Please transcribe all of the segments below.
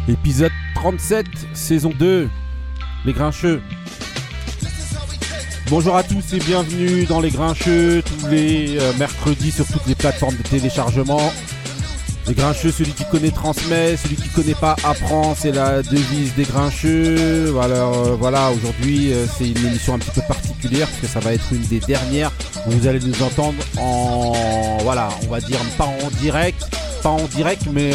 Épisode 37, saison 2, Les Grincheux. Bonjour à tous et bienvenue dans Les Grincheux, tous les mercredis sur toutes les plateformes de téléchargement. Les Grincheux, celui qui connaît transmet, celui qui connaît pas apprend, c'est la devise des Grincheux. Voilà, aujourd'hui c'est une émission un petit peu particulière parce que ça va être une des dernières où vous allez nous entendre en, on va dire pas en direct, mais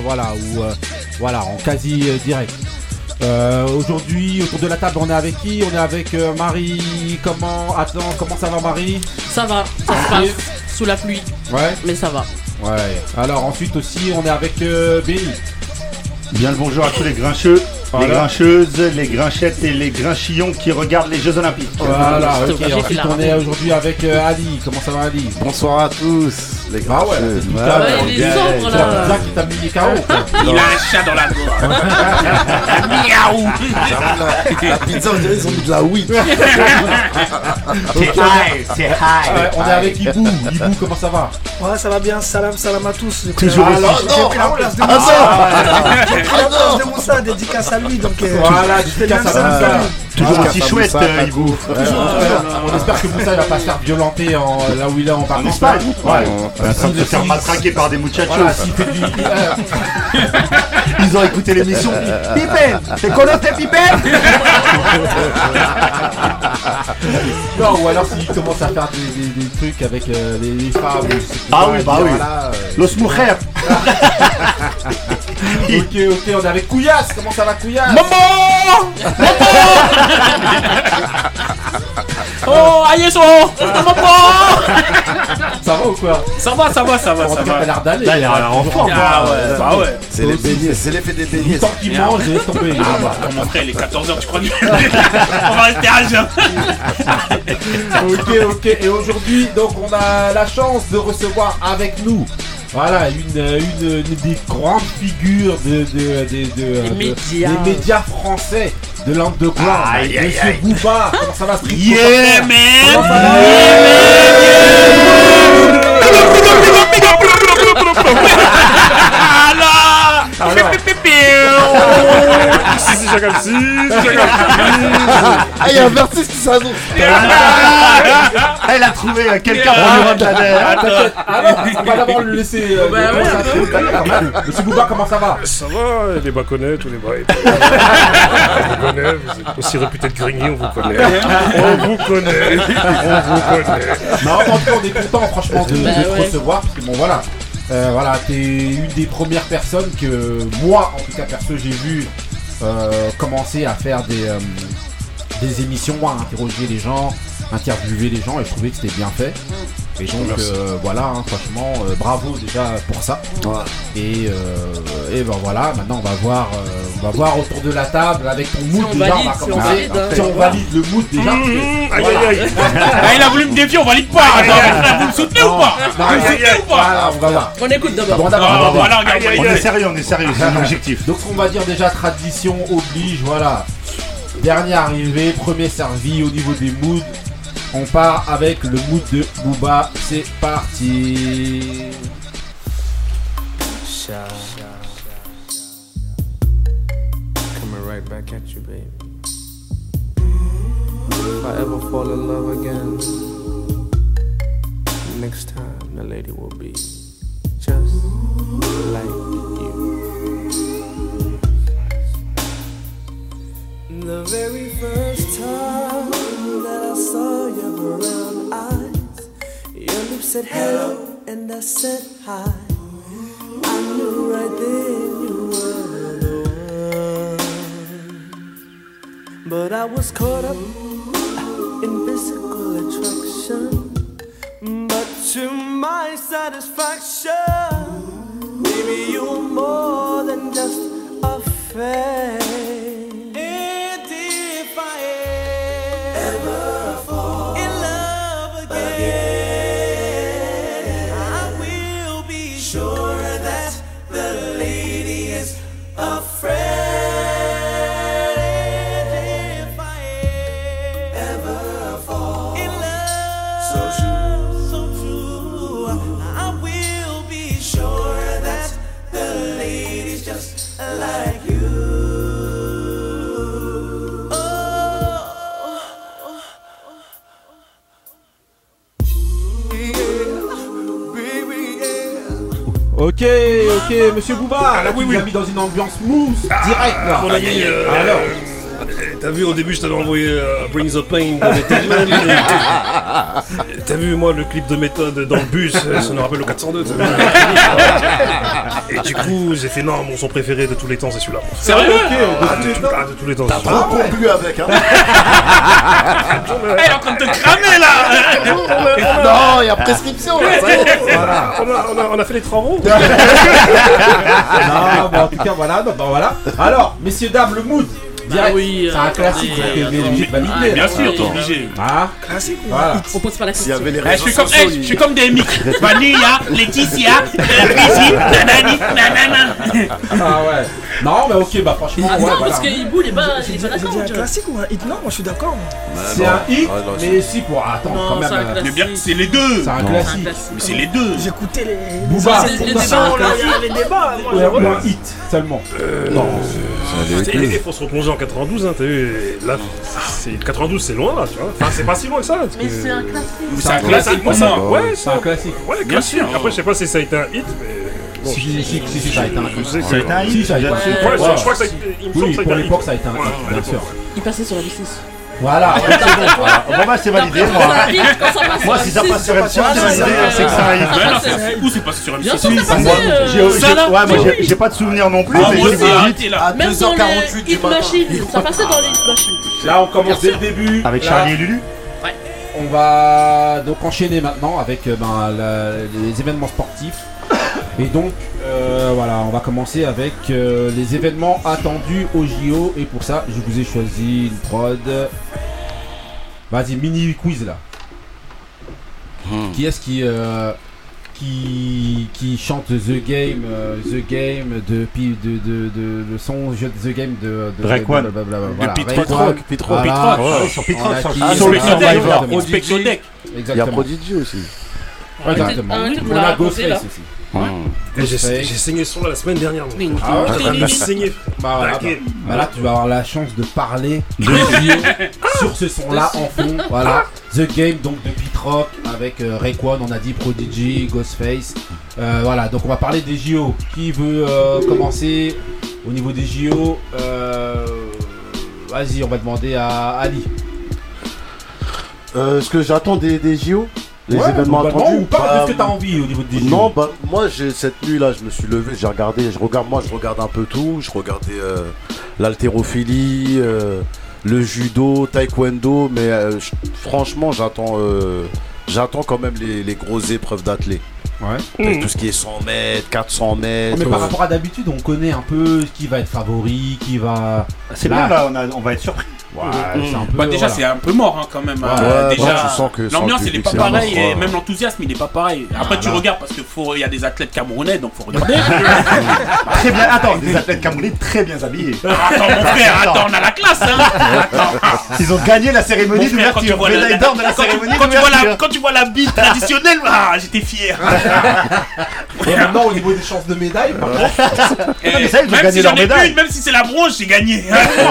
en quasi direct. Aujourd'hui, autour de la table, on est avec qui ? On est avec Marie. Comment ça va, Marie ? Ça va, ça se passe sous la pluie. Ouais. Mais ça va. Ouais. Alors ensuite aussi, on est avec Benny. Bien le bonjour à tous les grincheux, les grincheuses, les grinchettes et les grinchillons qui regardent les Jeux Olympiques. Voilà, ok. Ensuite, on est aujourd'hui avec Ali. Comment ça va, Ali ? Bonsoir à tous, les grincheux. Il est sombre là. Zach qui t'a mis KO. Il a un chat dans la gorge. Miaou. La pizza, on dirait qu'ils ont mis de la weed. C'est high. On est avec Ibou. Ibou, comment ça va ? Ouais, ça va bien, salam à tous. Toujours J'ai pris la place de Moussa. J'ai pris la place de Moussa, dédicace à lui. Donc, Voilà, dédicace à Moussa. Toujours aussi chouette, Ibou. On espère que Moussa il va pas se faire violenter là où il est en En Espagne. Ouais. On est en train de se faire matraquer par des muchachos. Voilà, s'il fait du... Ils ont écouté l'émission. Pipen, t'es connais Pipen? Non, ou alors s'il commence à faire des trucs avec les femmes. Ah oui, bah oui. Los mujeres. Ok, on est avec Couillasse. Comment ça va, Couillasse ? Maman. Oh, aïe, maman. Ça va ou quoi ? Ça va. En tout cas, t'as l'air d'aller. Là, il a l'air en forme. Ah ouais, bah ouais. C'est les beignets, c'est l'effet des beignets. Tant qu'il mange, laisse tomber. Mon frère, il est 14h, tu crois que on va rester à jeun. Ok. Et aujourd'hui, donc, on a la chance de recevoir avec nous, voilà, une des grandes figures des médias français de l'underground. Monsieur Booba. Comment ça va, Street? Yeah, man. Comment ça va? C'est ça comme si. Ah, il y a un vertige qui s'annonce. Elle a trouvé quelqu'un pour lui rendre la terre. T'inquiète. On va d'abord le laisser. Monsieur Booba, comment ça va? Ça va, les baconnets, tous les bails. On vous connaît, vous êtes aussi réputé de grigny, on vous connaît. Non, en tout cas, on est content, franchement, de te recevoir. Parce que bon, voilà, t'es une des premières personnes que moi, en tout cas perso, j'ai vu commencer à faire des émissions, à interroger les gens, interviewer les gens, et je trouvais que c'était bien fait. Et donc franchement, bravo déjà pour ça. Ouais. Et ben voilà, maintenant on va voir autour de la table avec ton mood si déjà. On va commencer. Si on valide le mood déjà. Il a voulu me défier, on valide pas. Vous me soutenez ou pas? Voilà, on va voir. On écoute d'abord. Bon, d'abord. Voilà, regarde. On est sérieux, c'est un objectif. Donc ce qu'on va dire déjà, tradition oblige, voilà. Dernier arrivé, premier servi au niveau des moods. On part avec le mood de Booba, c'est parti. Coming right back at you, baby. If I ever fall in love again, next time the lady will be just like you. The very first time that I saw your brown eyes, your lips said hello and I said hi. I knew right then you were the one. But I was caught up in physical attraction. But to my satisfaction, baby, you're more than just a fan. Like you. Ok, monsieur Booba, là oui, mis dans une ambiance smooth, direct là. Mon ami, alors t'as vu au début je t'avais envoyé Bring the Pain de Method Man. T'as vu moi le clip de méthode dans le bus, ça nous rappelle le 402. Et du coup j'ai fait non, mon son préféré de tous les temps c'est celui-là. Sérieux? De tous les temps. T'as trop conclu avec, hein. Elle est en train de te cramer là. Non, il y a prescription là, ça y est. voilà. On a fait les travaux. Non, mais en tout cas, voilà. Alors, messieurs, dames, le mood. Direct. oui, c'est un classique, donc on est obligé de valider. Bien sûr, t'es obligé. Ah, Classique. voilà. On pose pas la S'il y question. avait les Je réseaux suis comme, sociaux, je suis comme des mics. Vanilla, Laetitia, Brigitte, nanani, nanana. Ah ouais. Non, mais ok, bah franchement, Attends, ouais, parce voilà. que Ibou, il est pas J'ai d'accord. dit on un dirait. classique ou un hit? Non, moi je suis d'accord. C'est un hit, Ah, non, mais si pour. Attends, Non, quand même. c'est un Mais bien que c'est les deux. C'est un C'est un classique. classique. Mais c'est les deux. J'écoutais les. Booba, C'est les pour débats, ça, un Là, il y a les débats. Moi, ou un hit seulement. Non. Il faut se replonger en 92, hein, t'as vu. Là, 92 c'est loin là, tu vois. Enfin, c'est pas si loin que ça. parce Mais que- c'est un classique. C'est un classique pour ça, moi. ouais, C'est un classique. Ouais, Bien sûr. Après, je sais pas si ça a été un hit, mais. Bon, Si, ça a été un hit. je sais que Ça a été un hit. Si, ça a été un Ouais, hit. je crois que ça a été. Il me semble Oui, que ça a été pour un l'époque, hit. ça a été un Ouais, hit, bien sûr. Il passait sur la B6. Voilà. Bon bah c'est validé moi. Moi si ça passe sur M6, c'est validé, c'est que ça arrive. Mais non, c'est où c'est passé sur Bien M6? sûr, c'est Moi, passé. ça, j'ai pas de souvenir non plus, Ah, mais moi j'ai aussi, des hein, hits t'es là. Même dans 2h48 les du hit matin. machines. Ça passait dans les hit machines. Là, on commence dès le début. avec Là, Charlie et Lulu. On va donc enchaîner maintenant avec les événements sportifs. Et donc, voilà, on va commencer avec les événements attendus au JO. Et pour ça, je vous ai choisi une prod. Vas-y, mini quiz là. Qui est-ce qui chante The Game le son The Game de Rayquan. Pete Rock. Voilà. Ouais, sur Pete Rock, Voilà. sur le Exactement. Survivor. Inspector Deck. Il y a Exactement. Prodigy aussi. Exactement. Arrêtez de vous On la a raconter, Ghostface là. aussi. J'ai saigné ce son là la semaine dernière. Ah ouais, J'ai saigné. Bah, voilà, Taquet. bah là tu vas avoir la chance de parler de JO sur ce son là en fond. Voilà, The Game donc de Pete Rock avec Rayquan, on a dit Prodigy, Ghostface. Voilà, donc on va parler des JO. Qui veut commencer au niveau des JO? Vas-y, on va demander à Ali. Ce que j'attends des JO, les Ouais, événements globalement, attendus. ou pas bah, de ce que t'as envie au niveau des JO. Non, bah moi cette nuit là, je me suis levé, je regarde un peu tout. Je regardais l'haltérophilie, le judo, taekwondo, mais franchement j'attends quand même les grosses épreuves d'athlètes. Ouais. Avec tout ce qui est 100 mètres, 400 mètres. Mais par rapport à d'habitude, on connaît un peu qui va être favori, qui va. C'est bien là, on va être surpris. Ouais, c'est un peu. Bah déjà voilà. c'est un peu mort hein, quand même. Ouais, Déjà tu sens que l'ambiance sans le elle est public, pas c'est pareille mort. et même l'enthousiasme il est pas pareil. Après tu regardes parce que il y a des athlètes camerounais donc faut regarder. Très bien, attends, des athlètes camerounais très bien habillés. Attends mon frère, attends on a la classe hein. Ils ont gagné la cérémonie Mon frère, quand tu d'ouverture. vois la- Médaille d'or de la cérémonie d'ouverture. quand tu vois la bille traditionnelle, j'étais fier. Et maintenant, au niveau des chances de médaille, par contre, mais ça, ils ont Même gagné si leur j'en ai médaille. une, même si c'est la bronze, j'ai gagné.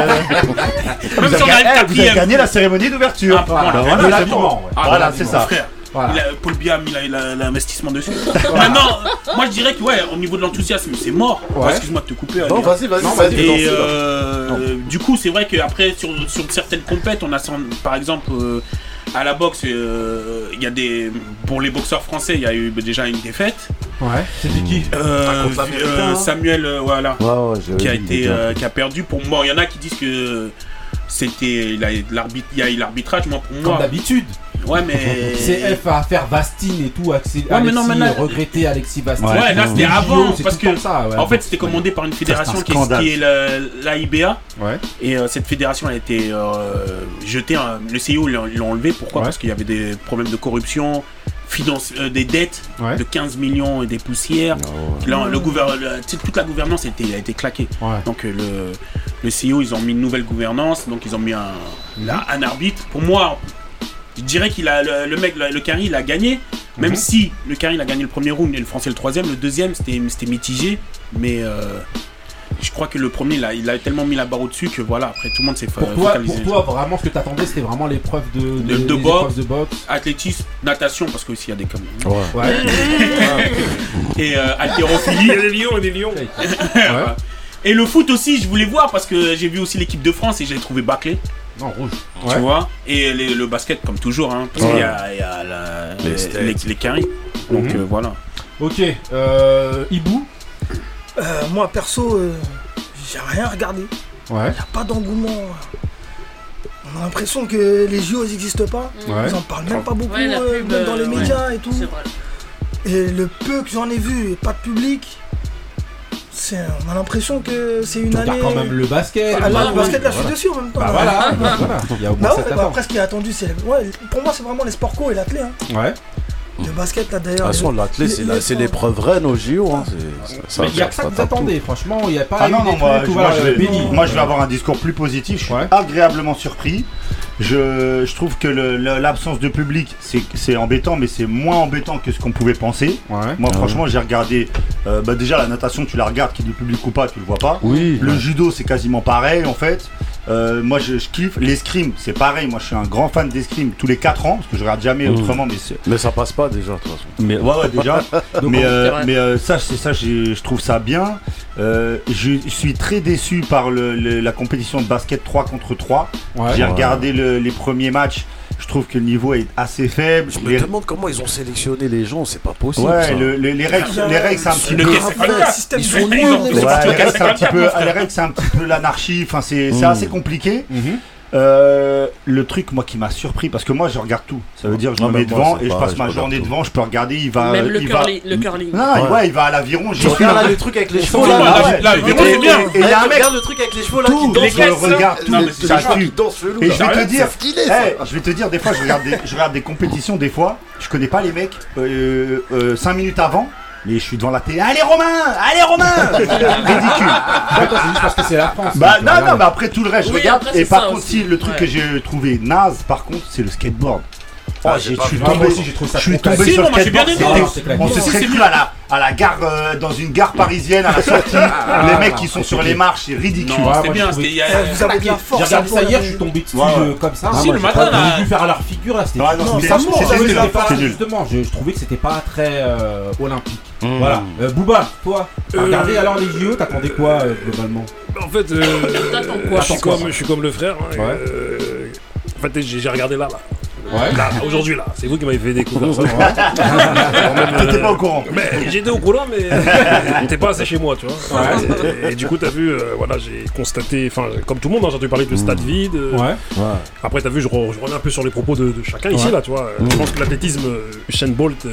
Même Vous si on arrive avez gagné quatrième. la cérémonie d'ouverture. Ah, voilà. Voilà, de c'est l'habillement, bon. ouais. Voilà, De c'est l'habillement. ça. Frère, Voilà. Paul Biya a mis l'investissement dessus. Maintenant, moi je dirais que ouais, au niveau de l'enthousiasme, c'est mort. Ouais. Excuse-moi de te couper. Non, Ali. vas-y, Non, vas-y. Et vas-y. du coup, c'est vrai qu'après, sur certaines compètes, on a par exemple à la boxe, il y a des. Pour les boxeurs français, il y a eu déjà une défaite. ouais, c'était qui? contre l'Américain, hein. Samuel, voilà, Ouais, qui a été qui a perdu. Pour moi, il y en a qui disent que c'était il y a eu l'arbitrage. Moi, pour Comme moi, d'habitude. ouais, mais CF à faire Bastine et tout, Alexis, Ouais, mais non, maintenant- regretter Alexis Bastine. Ouais, là, c'était Les avant, JO, c'est parce tout le que, temps ça, ouais. en fait, c'était commandé par une fédération c'est un qui est l'AIBA. Ouais. Et cette fédération a été jetée. Le CIO l'ont enlevé. Pourquoi? Ouais. Parce qu'il y avait des problèmes de corruption, des dettes Ouais. de 15 millions et des poussières. Là, toute la gouvernance a été claquée. Ouais. Donc le CIO, ils ont mis une nouvelle gouvernance. Donc ils ont mis un arbitre. Pour moi, je dirais qu'il a le mec, le Carré, il a gagné. Même si le Carré, il a gagné le premier round et le Français le troisième. Le deuxième, c'était mitigé. Mais je crois que le premier, il a tellement mis la barre au-dessus que voilà, après tout le monde s'est focalisé. Pour toi, vraiment, ce que t'attendais, c'était vraiment l'épreuve de épreuves de boxe, athlétisme, natation, parce que aussi il y a des camions. Ouais. Et haltérophilie. Il y a des lions et des lions. Ouais. Et le foot aussi, je voulais voir parce que j'ai vu aussi l'équipe de France et j'ai trouvé baclé. Non, rouge. Tu vois. Et le basket, comme toujours, hein, parce qu'il y a les carrés. Donc voilà. Ok, Ibou. Moi perso, j'ai rien regardé. Ouais. Il n'y a pas d'engouement. On a l'impression que les JO n'existent pas. Ouais. Ils en parlent même pas beaucoup, Ouais, la pub, même dans les médias et tout. C'est vrai. Et le peu que j'en ai vu et pas de public, on a l'impression que c'est une Tu année. regardes quand même le basket. Ah, Ouais, le basket, là, je suis dessus en même temps. Bah voilà. Il y a au moins Bah ouais, cette bah attente. après, ce qui est attendu, c'est. Ouais, pour moi, c'est vraiment les sports co et l'athlé. Hein. Ouais. Le basket, là, d'ailleurs. De toute façon, l'athlète, c'est l'épreuve reine au JO. Hein. Mais il y a que ça que vous attendez, franchement, il n'y a pas Ah non, eu des non, moi, trucs où, moi, voilà, je vais, béni. moi je vais avoir un discours plus positif. Je suis Ouais. agréablement surpris. Je trouve que l'absence de public, c'est embêtant, mais c'est moins embêtant que ce qu'on pouvait penser. Ouais. Moi, franchement, j'ai regardé. Déjà, la natation, tu la regardes, qu'il y ait du public ou pas, tu le vois pas. Oui. Le judo, c'est quasiment pareil, en fait. Moi, je kiffe. L'escrime, c'est pareil. Moi, je suis un grand fan d'escrime tous les 4 ans, parce que je regarde jamais autrement, mais c'est. Mais ça passe pas déjà, de toute façon. Mais ouais, déjà. Donc, mais ça, je trouve ça bien. Je suis très déçu par la compétition de basket 3 contre 3. Ouais. J'ai regardé les premiers matchs. Je trouve que le niveau est assez faible. Je me demande comment ils ont sélectionné les gens, c'est pas possible. Ouais, ça. les règles, c'est un petit peu. Ils sont Ouais, nuls. les règles, c'est un petit peu l'anarchie. Enfin, c'est assez compliqué. Le truc, moi, qui m'a surpris, parce que moi, je regarde tout. Ça veut dire, je me mets devant et je passe ma journée devant. Je peux regarder. Il va. Même le il va- curling. Non, ouais, il va à l'aviron. Tu regardes là le truc avec les chevaux là, là. l'aviron, c'est bien. Et il y a un mec. Regarde le truc avec les chevaux là qui Tout, dansent. je regarde tout. Non, mais c'est Ça ça. tue. dansent chelou. Et je vais te dire, c'est stylé, ça. je vais te dire, des fois, je regarde des compétitions, des fois, je connais pas les mecs 5 minutes avant, mais je suis devant la télé. Allez Romain Ridicule. Attends, c'est juste parce que c'est la France. Bah donc, non, regarde. mais après tout le reste, je Oui, regarde. après, Et c'est par ça contre, aussi. si le truc Ouais. que j'ai trouvé naze, par contre, c'est le skateboard. Oh, Ah, je j'ai pas suis vu. Moi tombé, aussi, j'ai trouvé ça je suis trop tombé classique. sur Si, le moi, j'ai bien skateboard. aimé. c'était- On se serait cru à la gare, dans une gare parisienne à la sortie. Les mecs qui sont sur les marches, c'est ridicule. Non, Ouais, c'était moi, bien. je trouvais- Vous avez de la J'ai force. regardé ça hein, hier, je suis tombé dessus Ouais, ouais. comme ça. Si, le matin, là. J'ai dû faire leur figure là, c'était. Ouais, non, Non, c'était- ça c'était- monte, c'était ça nul. monte. C'était nul. Justement, je trouvais que c'était pas très olympique. Voilà. Booba, toi, t'as regardé alors les JO, t'attendais quoi globalement? En fait, T'attends quoi je suis comme le frère. Hein, Ouais. En fait, j'ai regardé là. Ouais. Là, aujourd'hui là. C'est vous qui m'avez fait découvrir ça. T'étais pas au courant. Mais j'étais au courant, mais t'es pas assez chez moi, tu vois. Ouais. Et du coup, t'as vu, voilà, j'ai constaté, enfin, comme tout le monde, hein, j'ai entendu parler de stade vide. Ouais. Après, t'as vu, je reviens un peu sur les propos de chacun ici, là, tu vois. Je pense que l'athlétisme, Usain Bolt,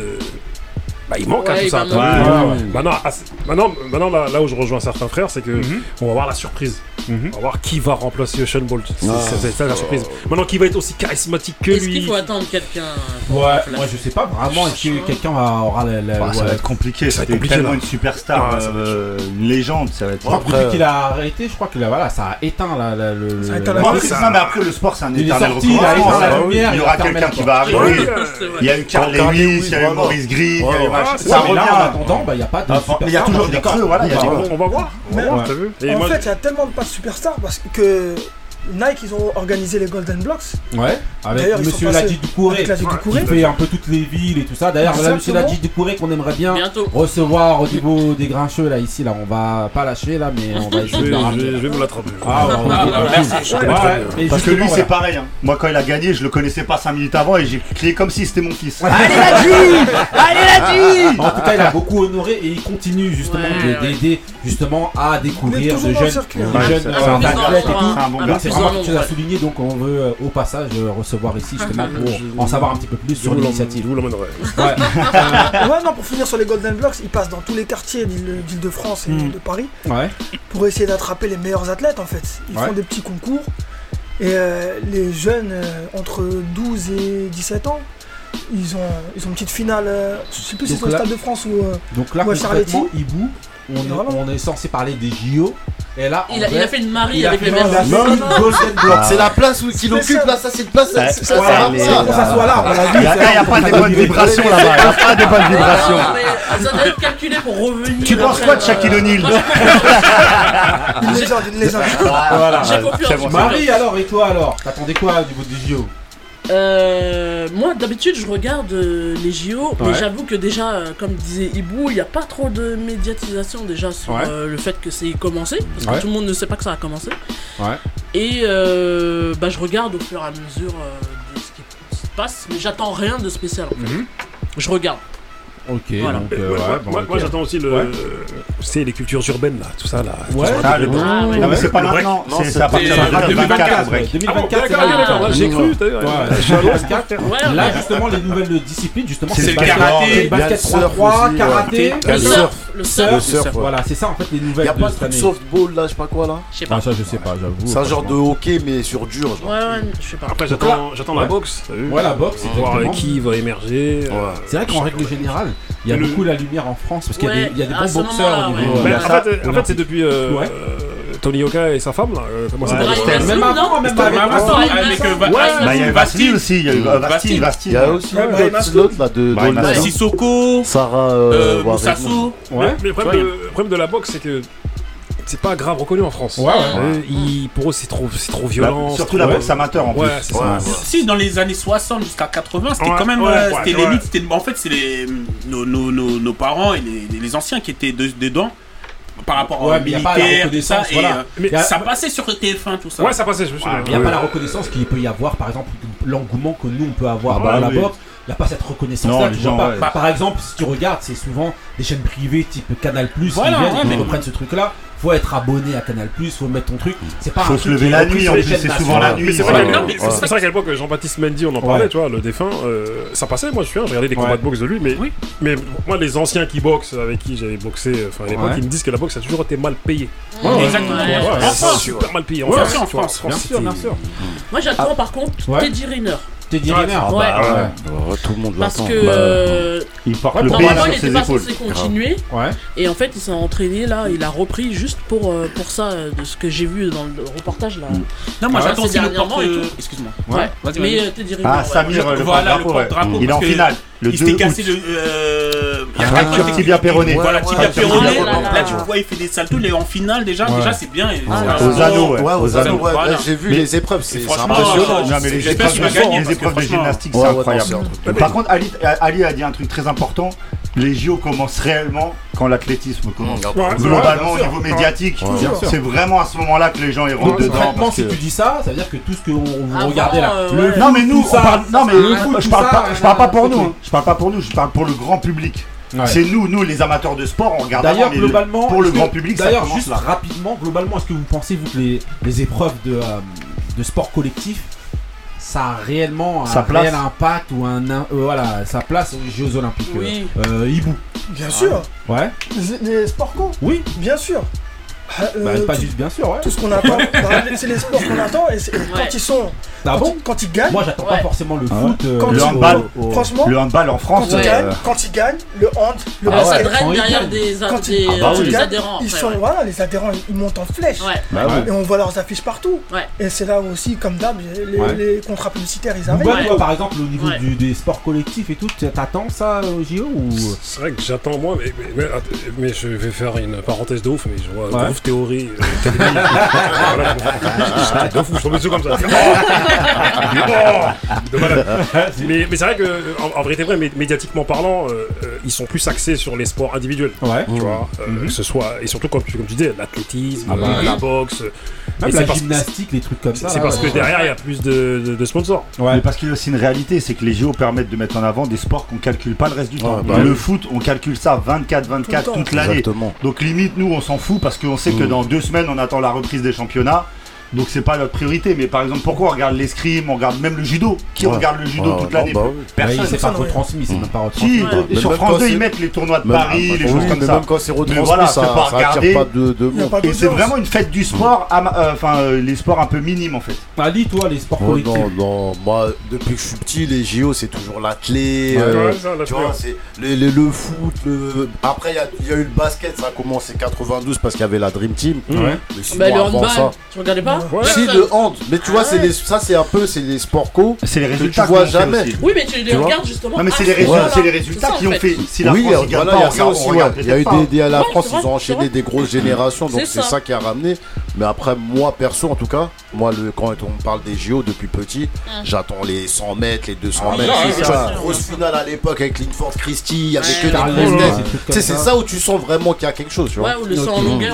bah, il manque Ouais, tout il ça. va t'as manquer. vu. Maintenant, là où je rejoins certains frères, c'est que on va voir la surprise. On va voir qui va remplacer Usain Bolt. C'est ça la surprise. Maintenant, qui va être aussi charismatique que Est-ce qu'il lui. faut attendre quelqu'un Ouais, moi je sais pas vraiment, est-ce que quelqu'un aura Ça va être compliqué. Ça va être C'était compliqué, tellement là. une superstar, Ah, ça va une légende. Ça va être. Depuis qu'il a arrêté, je crois que là, voilà, ça a éteint le. Ça a éteint la Bon, vie. après, non, mais après, le sport, c'est un Il est éternel sorti, il a recommencement. éteint la Ça, lumière, il y il aura a fermé quelqu'un la qui va porte. arriver. C'est vrai. Il y a eu Carl Carl Lewis, Lewis, il y a eu voilà. Maurice Green, il y a eu Ouais, machin. ouais, Ça Ouais, mais là, en revient. attendant, bah, il n'y a pas de. Enfin, il y a toujours des creux, voilà, il y a des creux. On va voir. Mais On va voir, t'as vu. Et En moi, fait, il y a tellement de pas de superstars parce que Nike, ils ont organisé les Golden Blocks. Ouais, avec D'ailleurs, ils Monsieur sont passés Ladji Doucouré. avec Ladji Doucouré. Qui fait un peu toutes les villes et tout ça. D'ailleurs, voilà Monsieur Exactement. Ladji Doucouré qu'on aimerait bien Bientôt. recevoir au niveau des grincheux là ici là. On va pas lâcher là, mais on va je essayer de vais, le je ramener. vais- je vais vous l'attraper. Ah, ouais, merci. ouais, et Parce que justement, lui, c'est voilà. pareil. Hein. Moi, quand il a gagné, je le connaissais pas 5 minutes avant et j'ai crié comme si c'était mon fils. Allez, Ladji Allez, Ladji En tout cas, il a beaucoup honoré et il continue justement Ouais, d'aider justement à Il est découvrir toujours de dans le jeunes circuit. Ouais, jeunes c'est un athlètes et tout. C'est un bon un gars. Donc c'est plus vraiment en quelque chose à nombre. souligner, donc on veut au passage recevoir ici justement pour en savoir un petit peu plus sur l'initiative. Je vous l'emmènerai. Ouais. Ouais, non, pour finir sur les Golden Blocks, ils passent dans tous les quartiers d'Île-de-France et de Paris Ouais. pour essayer d'attraper les meilleurs athlètes en fait. Ils Ouais. font des petits concours et les jeunes entre 12 et 17 ans, ils ont une petite finale, je sais plus si Donc c'est au là- Stade de France ou. Donc là Ouais, concrètement, Charletti. Ibou, Voilà. on est censé parler des JO et là Il a fait une Marie il a avec fait les une verres. Golden Block. C'est la place qu'il occupe là, ça c'est une place. Ouais. Ça Ouais, va mais- C'est pour que ça soit là, on l'a vu. Il n'y a pas des bonnes vibrations là-bas. Il n'y a pas des bonnes vibrations. Ça doit être calculé pour revenir. Tu penses quoi de Shaquille O'Neal? Une légende. Voilà. J'ai confiance. Marie, alors, et toi alors? T'attendais quoi au niveau des JO? Moi d'habitude je regarde les JO, mais Ouais. j'avoue que déjà, comme disait Ibou, il n'y a pas trop de médiatisation déjà sur le fait que c'est commencé, parce que tout le monde ne sait pas que ça a commencé. Ouais. Et je regarde au fur et à mesure de ce qui se passe, mais j'attends rien de spécial en fait. Je regarde. Ok, Voilà. donc Moi j'attends aussi c'est les cultures urbaines là, tout ça là. Ouais. Ah, le break. Ah, ouais. Non, mais c'est pas Le break. maintenant. Non, C'est à partir de C'est 2024 le break. 2024, c'est Ah, d'accord, la j'ai cru, t'as vu, Ouais, je suis à l'ouest. 2024. Ouais, Là, ouais. justement, les nouvelles disciplines, justement, C'est c'est le basket, karaté, le basket il y a le surf 3-3, aussi, karaté, Le Le surf, le surf. Le surf, ouais. Voilà, c'est ça en fait les Il nouvelles y a de pas de cette truc année. softball là, je sais pas quoi là. Je sais pas. Ah, ça, je sais pas, j'avoue. C'est un genre de franchement. hockey mais sur dur. Genre. Ouais, je sais pas. Après Donc j'attends là- la boxe, t'as vu. Ouais, la boxe, Voir exactement. qui va émerger. C'est vrai qu'en règle générale, il y a Le- beaucoup la lumière en France parce qu'il y a Ouais, des- il y a des à bons ce boxeurs moment-là, au niveau. ouais. Mais il y a ça, en fait c'est depuis Tony Yoka et sa femme là. Comment ça Ouais, s'appelle Bryan même Maslow, avant, non? même C'était avec Bryan Maslow, Maslow, avec Bryan Vasily. Maslow. Bah, il y a Vasily aussi. Il y a eu Vasily. Vasily. Il y a aussi l'autre là de Bryan Dolman. Maslow. Sissoko, Sarah Moussassou. Ouais. Mais le problème de la boxe c'est que c'est pas grave reconnu en France. Ouais. Pour eux c'est trop violent. Surtout la boxe amateur en plus. Ouais, c'est ça. Si dans les années 60 jusqu'à 80, c'était Ouais, quand même ouais, c'était ouais. l'élite, en fait c'est nos parents et les anciens qui étaient dedans par rapport Ouais, aux mais y a pas la militaires, tout ça, reconnaissance, et voilà. Mais ça passait sur TF1 tout ça. Ouais, ça passait, je me suis Il n'y a pas la reconnaissance qu'il peut y avoir, par exemple, l'engouement que nous on peut avoir Ah bah dans la oui. boxe. Il n'y a pas cette reconnaissance Non, là. les Tu vois gens, pas. ouais. Par exemple, si tu regardes, c'est souvent des chaînes privées type Canal Plus Voilà, qui viennent ouais, et qui mais- reprennent ce truc là. Faut être abonné à Canal Plus, faut mettre ton truc. C'est pas Faut un se truc lever qui est la repris nuit, sur en les plus, chaînes c'est souvent la nationales. nuit. Mais c'est Ouais. vrai, non, mais c'est vrai qu'à l'époque Jean-Baptiste Mendy on en parlait, Ouais. tu vois, le défunt, ça passait, moi je regardais des combats Ouais. de boxe de lui, mais, Oui. mais moi les anciens qui boxent avec qui j'avais boxé à l'époque, Ouais. ils me disent que la boxe a toujours été mal payée. Exactement. Ouais. En C'est France, super mal payé. Ouais, France, bien sûr, en tu vois, France. Bien sûr, bien c'était- sûr. Moi j'attends par contre Ouais. Teddy Riner. Teddy Ouais. Riner. Ouais. Ouais, tout le monde Parce l'attend. que Il porte Ouais, le pays normalement il sur était ses pas épaules. censé continuer. Ouais. Et en fait il s'est entraîné là, il a repris juste pour ça, de ce que j'ai vu dans le reportage là. Non, moi Ah, j'attends c'est aussi le dernièrement porte. et tout. Excuse-moi. Ouais. Vas-y, Mais vas-y. Teddy Riner. Ah, ouais. Samir, le Voilà, le porte-drapeau, ouais. porte-drapeau, Il est en parce que finale. Le Il 2 s'était août. cassé le. Il y a Fracture un tibia péroné. Voilà, Ouais, tibia ouais, péroné. ouais, ouais, Là, ouais. tu vois, il fait des saltos. Il est en finale déjà. Ouais. Déjà, c'est bien. Et Ah, c'est un Aux bon- anneaux, ouais. Ouais, aux anneaux, ouais, Voilà. ouais, j'ai vu Mais- les épreuves, c'est franchement, impressionnant. Non, mais les J'espère épreuves qu'il va de- gagner, les parce que épreuves de franchement- gymnastique, Ouais, c'est ouais, non, incroyable. c'est un truc de Par contre, Ali a dit un truc très important. Les JO commencent réellement quand l'athlétisme commence. Ouais, Globalement, au bien sûr. niveau médiatique, Bien sûr. c'est vraiment à ce moment-là que les gens ils rentrent dedans. Concrètement, parce si que- tu dis ça, ça veut dire que tout ce que vous Avant, regardez là, ouais. Non mais nous, tout ça, on parle. Non mais le foot, je tout parle ça, pas. Je parle pas pour ok. nous. Je parle pas pour nous. Je parle pour le grand public. Ouais. C'est nous les amateurs de sport, on regarde. D'ailleurs, avant, mais globalement, pour le est-ce que- grand public, ça d'ailleurs, commence juste là. rapidement, globalement, est-ce que vous pensez vous que les épreuves de sport collectif, ça a réellement Sa un place. réel impact ou voilà, sa place aux Jeux Olympiques? Oui. Hibou. Bien sûr. Ouais. Les sports co, Oui. bien sûr. Pas juste bien sûr, ouais. Tout ce qu'on attend, c'est les sports qu'on attend et quand ils sont, Ah bon? quand ils gagnent, Moi, j'attends pas Ouais. forcément le Ah foot. Quand Le tu- handball. franchement, Le handball en quand France, ils Ouais. gagnent, le hand, le Ah Ça basket, ouais. draine quand ils derrière gagnent. des Quand des- ils- bah oui. des adhérents. ils après, sont ouais. voilà, les adhérents, ils montent en flèche. Ouais. Bah ouais. Et on voit leurs affiches partout. Ouais. Et c'est là aussi, comme d'hab, Ouais. les contrats publicitaires, ils Bouba, arrivent. toi, par exemple, au niveau Ouais. des sports collectifs et tout, t'attends ça au JO ou? C'est vrai que j'attends moi, mais je vais faire une parenthèse de ouf, mais je vois Ouais. de ouf théorie. Voilà, de ouf, je tombe dessus comme ça. De malade. Mais c'est vrai que, en vérité vrai, médiatiquement parlant, ils sont plus axés sur les sports individuels. Ouais. Tu vois, que ce soit, et surtout comme tu disais, l'athlétisme, Ah bah, la boxe. Même Et la c'est parce- gymnastique, les trucs comme ça. C'est là, parce que ouais. derrière il y a plus de sponsors. Ouais. Mais parce qu'il y a aussi une réalité, c'est que les JO permettent de mettre en avant des sports qu'on calcule pas le reste du temps. Ouais, bah le oui. foot, on calcule ça 24-24 Tout le temps. toute l'année. Exactement. Donc limite, nous, on s'en fout parce qu'on sait que dans 2 semaines, on attend la reprise des championnats. Donc c'est pas notre priorité. Mais par exemple, pourquoi on regarde l'escrime, on regarde même le judo? Qui Ouais. regarde le judo Ouais, toute non, l'année? bah oui. Ouais, Personne. c'est pas Personne, retransmis, c'est même pas Si, retransmis. et sur même France quand 2, c'est- ils mettent les tournois de Même- Paris, les oui, choses comme mais ça. même quand c'est retransmis, voilà, ça tu peux pas attire regarder. pas de Il n'y a monde. pas Et c'est d'audience. vraiment une fête du sport, les sports un peu minimes en fait. Ali, toi, les sports Oh, collectifs. non, moi, depuis que je suis petit, les JO, c'est toujours l'athlé. Ouais, ça, là, tu je vois, vois. c'est le foot. Après, il y a eu le basket, ça a commencé 92 parce qu'il y avait la Dream Team. Ouais. Mais sinon, Bah, le avant handball, ça, tu regardais pas? Si, le hand. Mais tu vois, ça, c'est un peu, c'est les sports co. C'est les que résultats tu vois jamais. Oui, mais tu les regardes justement. Non, mais c'est les résultats qui ont fait. Si la Oui, France gagne voilà, pas, il y a ça aussi. Il y a eu des à la France, c'est ils ont vrai, enchaîné des grosses générations, donc c'est ça. ça qui a ramené. Mais après, moi, perso, en tout cas, moi, quand on parle des JO depuis petit, j'attends les 100 mètres, les 200 mètres. c'est Tu ça. vois, une grosse finale à l'époque avec Linford Christie, il y avait que des Carlin, grosses ouais, têtes. c'est Tu sais, c'est ça où tu sens vraiment qu'il y a quelque chose, tu vois. Ouais, ou le sang en longueur.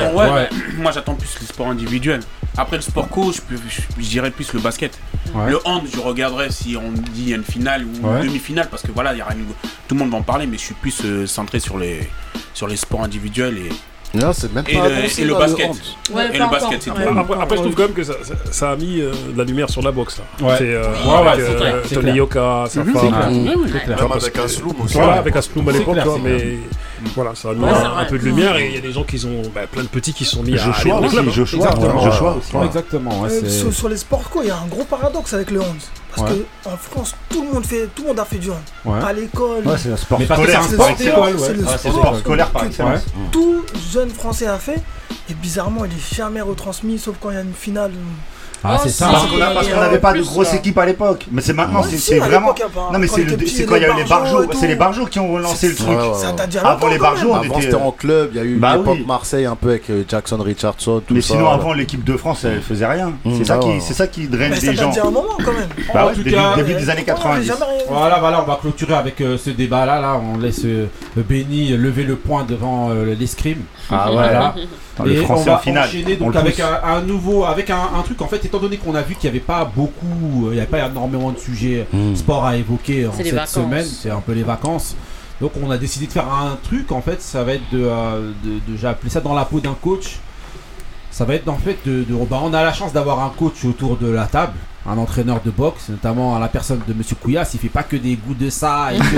Moi j'attends plus le sport individuel. Après le sport co, je dirais plus le basket. Ouais. Le hand, je regarderai si on dit il y a une finale ou une demi-finale parce que voilà, tout le monde va en parler, mais je suis plus centré sur les sports individuels Là, c'est même pas et le basket. Ouais, Et le basket, c'est tout. Après, je trouve quand même que ça a mis de la lumière sur la boxe. Là. Ouais. C'est c'est clair, c'est Tony clair. Yoka, sa C'est femme. clair. Oui, C'est clair. Comme avec Asloum aussi. Voilà, avec Asloum à C'est l'époque, clair, tu vois, c'est mais voilà, ça a mis Ouais, c'est un vrai. peu de lumière et il y a des gens qui ont plein de petits qui sont mis à aller Joshua dans les clubs. aussi, Joshua. Exactement. Joshua aussi. Ouais, exactement. Ouais, c'est- Sur les sports co, il y a un gros paradoxe avec le hand. Parce Ouais. que en France, tout le monde a fait du hand. Ouais. À l'école, Ouais, c'est un sport Mais parce que c'est scolaire. un c'est sport le d'école, sport, ouais. c'est le Ouais, c'est le sport sport scolaire par que excellence. tout jeune français a fait. Et bizarrement, il est jamais retransmis, sauf quand il y a une finale. Ah, c'est ça. Parce qu'on n'avait pas de plus, grosse là. équipe à l'époque. Mais c'est maintenant, Ouais, c'est si, à vraiment. l'époque, il y a pas- Non, mais quand c'est il était petit, quand il y a eu les barjots. et tout. C'est les barjots qui ont lancé le truc. Ça date déjà Avant longtemps, les quand même. barjots, on Avant, c'était était. en club, il y a eu Bah l'époque oui. Marseille un peu avec Jackson Richardson, tout Mais ça. sinon, avant, l'équipe de France, elle faisait rien. C'est ça qui draine Mais ça des date gens. déjà un moment quand même. Bah En ouais, tout début cas, début des années 90. Jamais rien. Voilà, on va clôturer avec ce débat-là. Là, on laisse Benny lever le poing devant l'escrime. Ah Voilà. Le Et on français va en finale. enchaîner On donc le avec pousse. un nouveau, avec un truc en fait, étant donné qu'on a vu qu'il n'y avait pas beaucoup, il n'y avait pas énormément de sujets sport à évoquer en C'est les cette vacances. semaine, c'est un peu les vacances. Donc on a décidé de faire un truc en fait, ça va être j'ai appelé ça dans la peau d'un coach. Ça va être en fait on a la chance d'avoir un coach autour de la table, un entraîneur de boxe, notamment à la personne de Monsieur Couillasse. Il fait pas que des goûts de ça. Il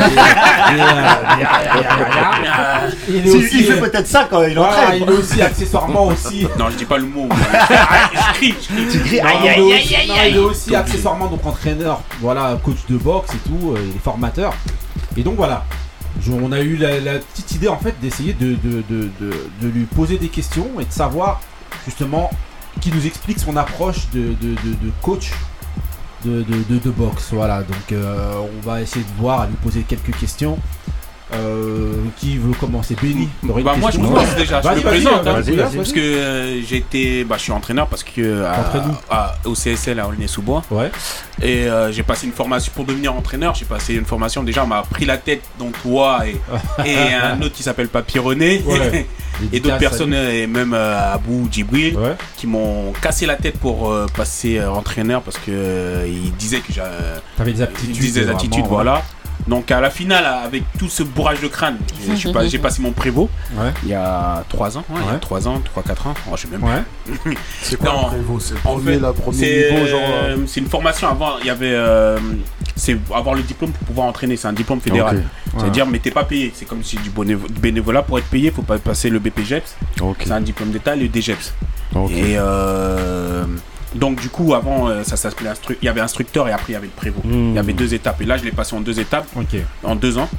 Il fait peut-être ça quand il voilà, entraîne. il est aussi accessoirement aussi. Non, je dis pas le mot. Je crie. Tu cries Non, aïe il est aïe aussi- aïe non, aïe il est aïe. aussi accessoirement donc entraîneur, voilà, coach de boxe et tout, il est formateur. Et donc voilà, on a eu la petite idée en fait d'essayer de lui poser des questions et de savoir justement qui nous explique son approche de coach de boxe. Voilà, donc on va essayer de voir, à lui poser quelques questions. Qui veut commencer? Benny, t'aurais une Bah, moi je question? commence déjà, je me Vas-y, présente. hein. vas-y, vas-y. Parce que j'ai été. Bah, je suis entraîneur parce que au CSL à Aulnay-sous-Bois. Ouais. Et j'ai passé une formation pour devenir entraîneur. J'ai passé une formation. Déjà, on m'a pris la tête, donc toi et un autre qui s'appelle Papy René. Ouais. Et d'autres personnes, et même Abou Djibril, Ouais. qui m'ont cassé la tête pour passer entraîneur parce que ils disaient que T'avais des aptitudes. des attitudes, vraiment, voilà. Donc à la finale, avec tout ce bourrage de crâne, j'ai passé mon prévôt Ouais. il y a 3 ans. Il y a Ouais. 3 ans, 3-4 ans. Oh, je sais même Ouais. C'est quoi Non, le prévôt? C'est le en premier, fait, la premier c'est niveau, genre. c'est une formation avant. Il y avait c'est avoir le diplôme pour pouvoir entraîner. C'est un diplôme fédéral. Ok. C'est-à-dire, mais t'es pas payé. C'est comme si du bénévolat. Pour être payé, il faut pas passer le BPGEPS. Ok. C'est un diplôme d'État, le DGEPS. Ok. Et donc du coup, avant, ça s'appelait il y avait instructeur et après il y avait le prévôt. Il y avait 2 étapes. Et là, je l'ai passé en 2 étapes, Ok. en 2 ans,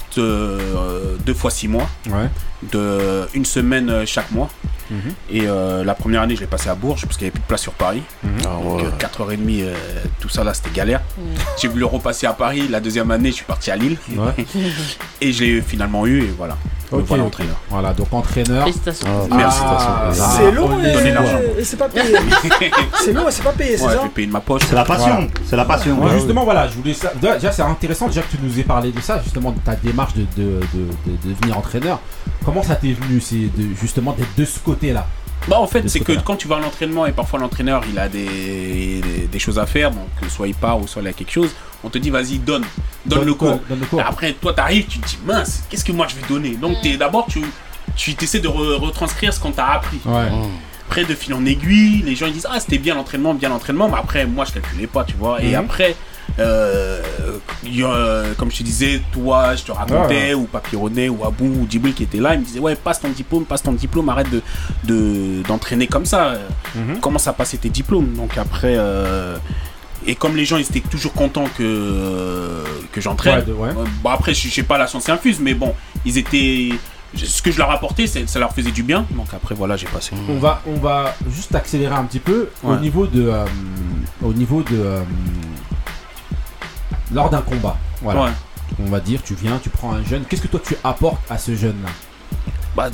2 fois 6 mois, Ouais. de 1 semaine chaque mois. Et la première année, je l'ai passé à Bourges parce qu'il n'y avait plus de place sur Paris. Ah ouais. Donc 4h30, tout ça là, c'était galère. J'ai voulu repasser à Paris. La deuxième année, je suis parti à Lille. Ouais. Et je l'ai finalement eu. Et voilà. Me Ok, voilà ok. entraîneur. Voilà, donc entraîneur. Félicitations. Merci. C'est long Donnez l'argent. et c'est pas payé. C'est long et c'est pas payé, c'est Ouais, je ça? vais payer de ma poche. C'est la passion. Voilà. C'est la passion. Moi, justement, voilà, je voulais ça. Déjà, c'est intéressant déjà que tu nous aies parlé de ça, justement, de ta démarche de devenir entraîneur. Comment ça t'est venu, justement d'être de ce côté-là? Bah en fait De ce c'est que côté-là. quand tu vas à l'entraînement et parfois l'entraîneur il a des choses à faire, donc soit il part ou soit il a quelque chose, on te dit vas-y donne le cours. Donne le cours. Après toi t'arrives, tu te dis mince, qu'est-ce que moi je vais donner? Donc d'abord tu essaies de retranscrire ce qu'on t'a appris. Ouais. Après de fil en aiguille, les gens ils disent ah c'était bien l'entraînement, mais après moi je calculais pas, tu vois. Et après comme je te disais, toi je te racontais, ou Papy René ou Abou ou Djibril qui était là, ils me disaient ouais passe ton diplôme, arrête d'entraîner comme ça, commence à passer tes diplômes. Donc après et comme les gens ils étaient toujours contents que j'entraîne, Ouais. bon après je sais pas la science infuse, mais bon ils étaient ce que je leur apportais, ça leur faisait du bien. Donc après, voilà, j'ai passé. On va juste accélérer un petit peu au niveau de lors d'un combat. Voilà. Ouais. On va dire, tu viens, tu prends un jeune. Qu'est-ce que toi tu apportes à ce jeune-là? Bah,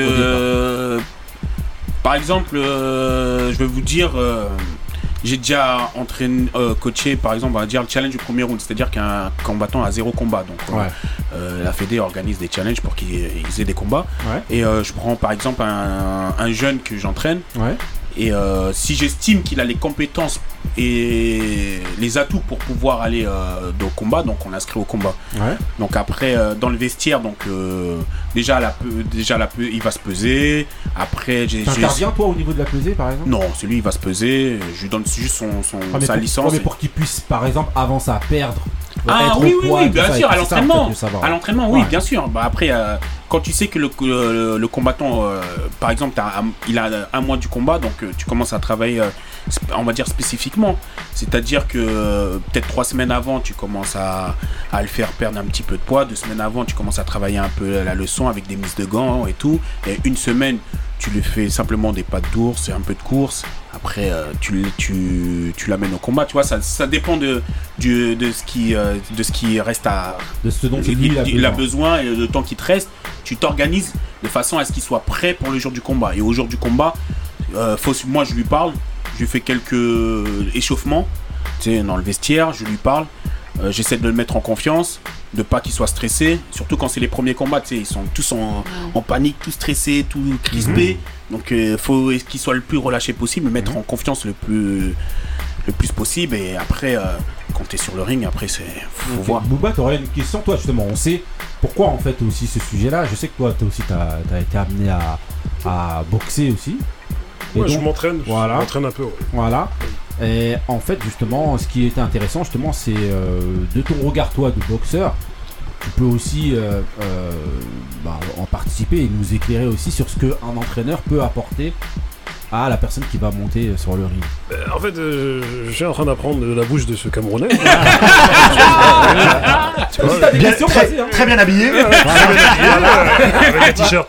par exemple, je vais vous dire, j'ai déjà entraîné, coaché, par exemple, on va dire le challenge du premier round, c'est-à-dire qu'un combattant a 0 combat. Donc, la Fédé organise des challenges pour qu'ils aient des combats. Ouais. Et je prends par exemple un jeune que j'entraîne. Ouais. Et si j'estime qu'il a les compétences et les atouts pour pouvoir aller au combat, donc on l'inscrit au combat. Ouais. Donc après dans le vestiaire, donc déjà il va se peser. Après t'interviens toi au niveau de la pesée par exemple? Non, c'est lui il va se peser. Je lui donne juste sa licence. Mais pour qu'il puisse par exemple avant ça perdre. Ah oui, bien sûr, à l'entraînement. À l'entraînement, oui, bien sûr. Bah, après, quand tu sais que le combattant, par exemple, il a un mois du combat, donc tu commences à travailler, on va dire spécifiquement. C'est-à-dire que peut-être 3 semaines avant, tu commences à le faire perdre un petit peu de poids. 2 semaines avant, tu commences à travailler un peu la leçon avec des mises de gants et tout. Et 1 semaine, tu lui fais simplement des pattes d'ours et un peu de course. Après, tu l'amènes au combat. Tu vois, ça dépend de ce qui reste à. De ce dont il a besoin et le temps qui te reste. Tu t'organises de façon à ce qu'il soit prêt pour le jour du combat. Et au jour du combat, moi je lui parle, je lui fais quelques échauffements, tu sais, dans le vestiaire, je lui parle. J'essaie de le mettre en confiance, de pas qu'il soit stressé, surtout quand c'est les premiers combats, tu sais, ils sont tous en panique, tout stressés, tout crispés. Donc faut qu'il soit le plus relâché possible, le mettre en confiance le plus possible. Et après, quand tu es sur le ring, après faut voir. Bouba, tu aurais une question, toi justement, on sait pourquoi en fait aussi ce sujet-là. Je sais que toi aussi t'as été amené à boxer aussi. Ouais, je m'entraîne, voilà. Je m'entraîne un peu. Ouais. Voilà. Et en fait, justement, ce qui était intéressant, justement, c'est de ton regard, toi, de boxeur, tu peux aussi en participer et nous éclairer aussi sur ce qu'un entraîneur peut apporter à la personne qui va monter sur le ring. En fait, je suis en train d'apprendre de la bouche de ce Camerounais. Très bien habillé. Avec un t-shirt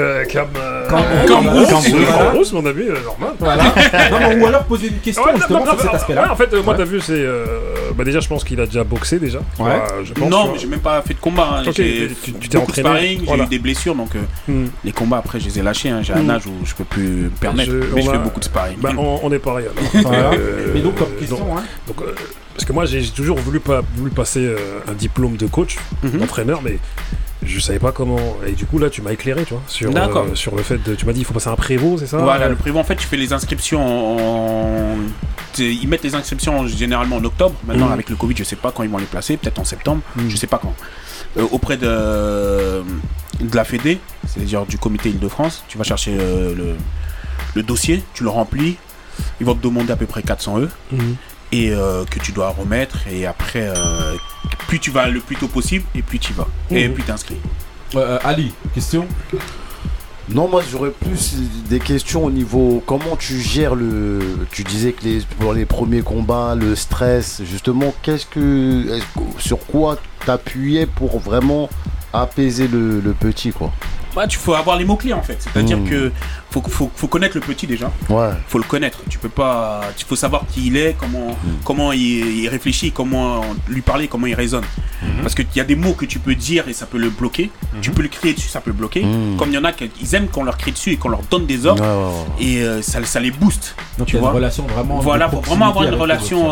Cambrousse, mon ami, normal. Voilà. Non, ou alors poser une question justement sur cet aspect-là. En fait, moi, t'as vu, c'est. Déjà, je pense qu'il a déjà boxé déjà. Ouais. Non, mais j'ai même pas fait de combat. J'ai t'es entraîné. J'ai eu des blessures, donc les combats après, je les ai lâchés. J'ai un âge où je peux plus me permettre. Mais je fais beaucoup de sparring. On est pareil alors. Voilà. Mais donc comme question, parce que moi j'ai toujours voulu passer un diplôme de coach, d'entraîneur, mais je savais pas comment. Et du coup là tu m'as éclairé, tu vois, sur le fait de. Tu m'as dit il faut passer un prévôt, c'est ça? Voilà, le prévôt en fait tu fais les inscriptions ils mettent les inscriptions généralement en octobre. Maintenant avec le Covid je sais pas quand ils vont les placer, peut-être en septembre, je sais pas quand. Auprès de la Fédé, c'est-à-dire du comité Île-de-France, tu vas chercher le dossier, tu le remplis, ils vont te demander à peu près 400 € et que tu dois remettre, et après plus tu vas le plus tôt possible et plus tu vas et plus t'inscris. Ali, question? Non, moi j'aurais plus des questions au niveau comment tu gères tu disais que pour les premiers combats, le stress, justement, sur quoi t'appuyais pour vraiment apaiser le petit, quoi? Ouais, tu faut avoir les mots-clés en fait, c'est-à-dire que faut connaître le petit déjà. Ouais. Faut le connaître. Tu peux pas. Il faut savoir qui il est, comment il réfléchit, comment lui parler, comment il raisonne. Parce qu'il y a des mots que tu peux dire et ça peut le bloquer. Tu peux le crier dessus, ça peut le bloquer. Comme il y en a qui aiment qu'on leur crie dessus et qu'on leur donne des ordres et ça les booste. Donc tu vois. Une relation vraiment. Voilà, faut vraiment avoir une relation.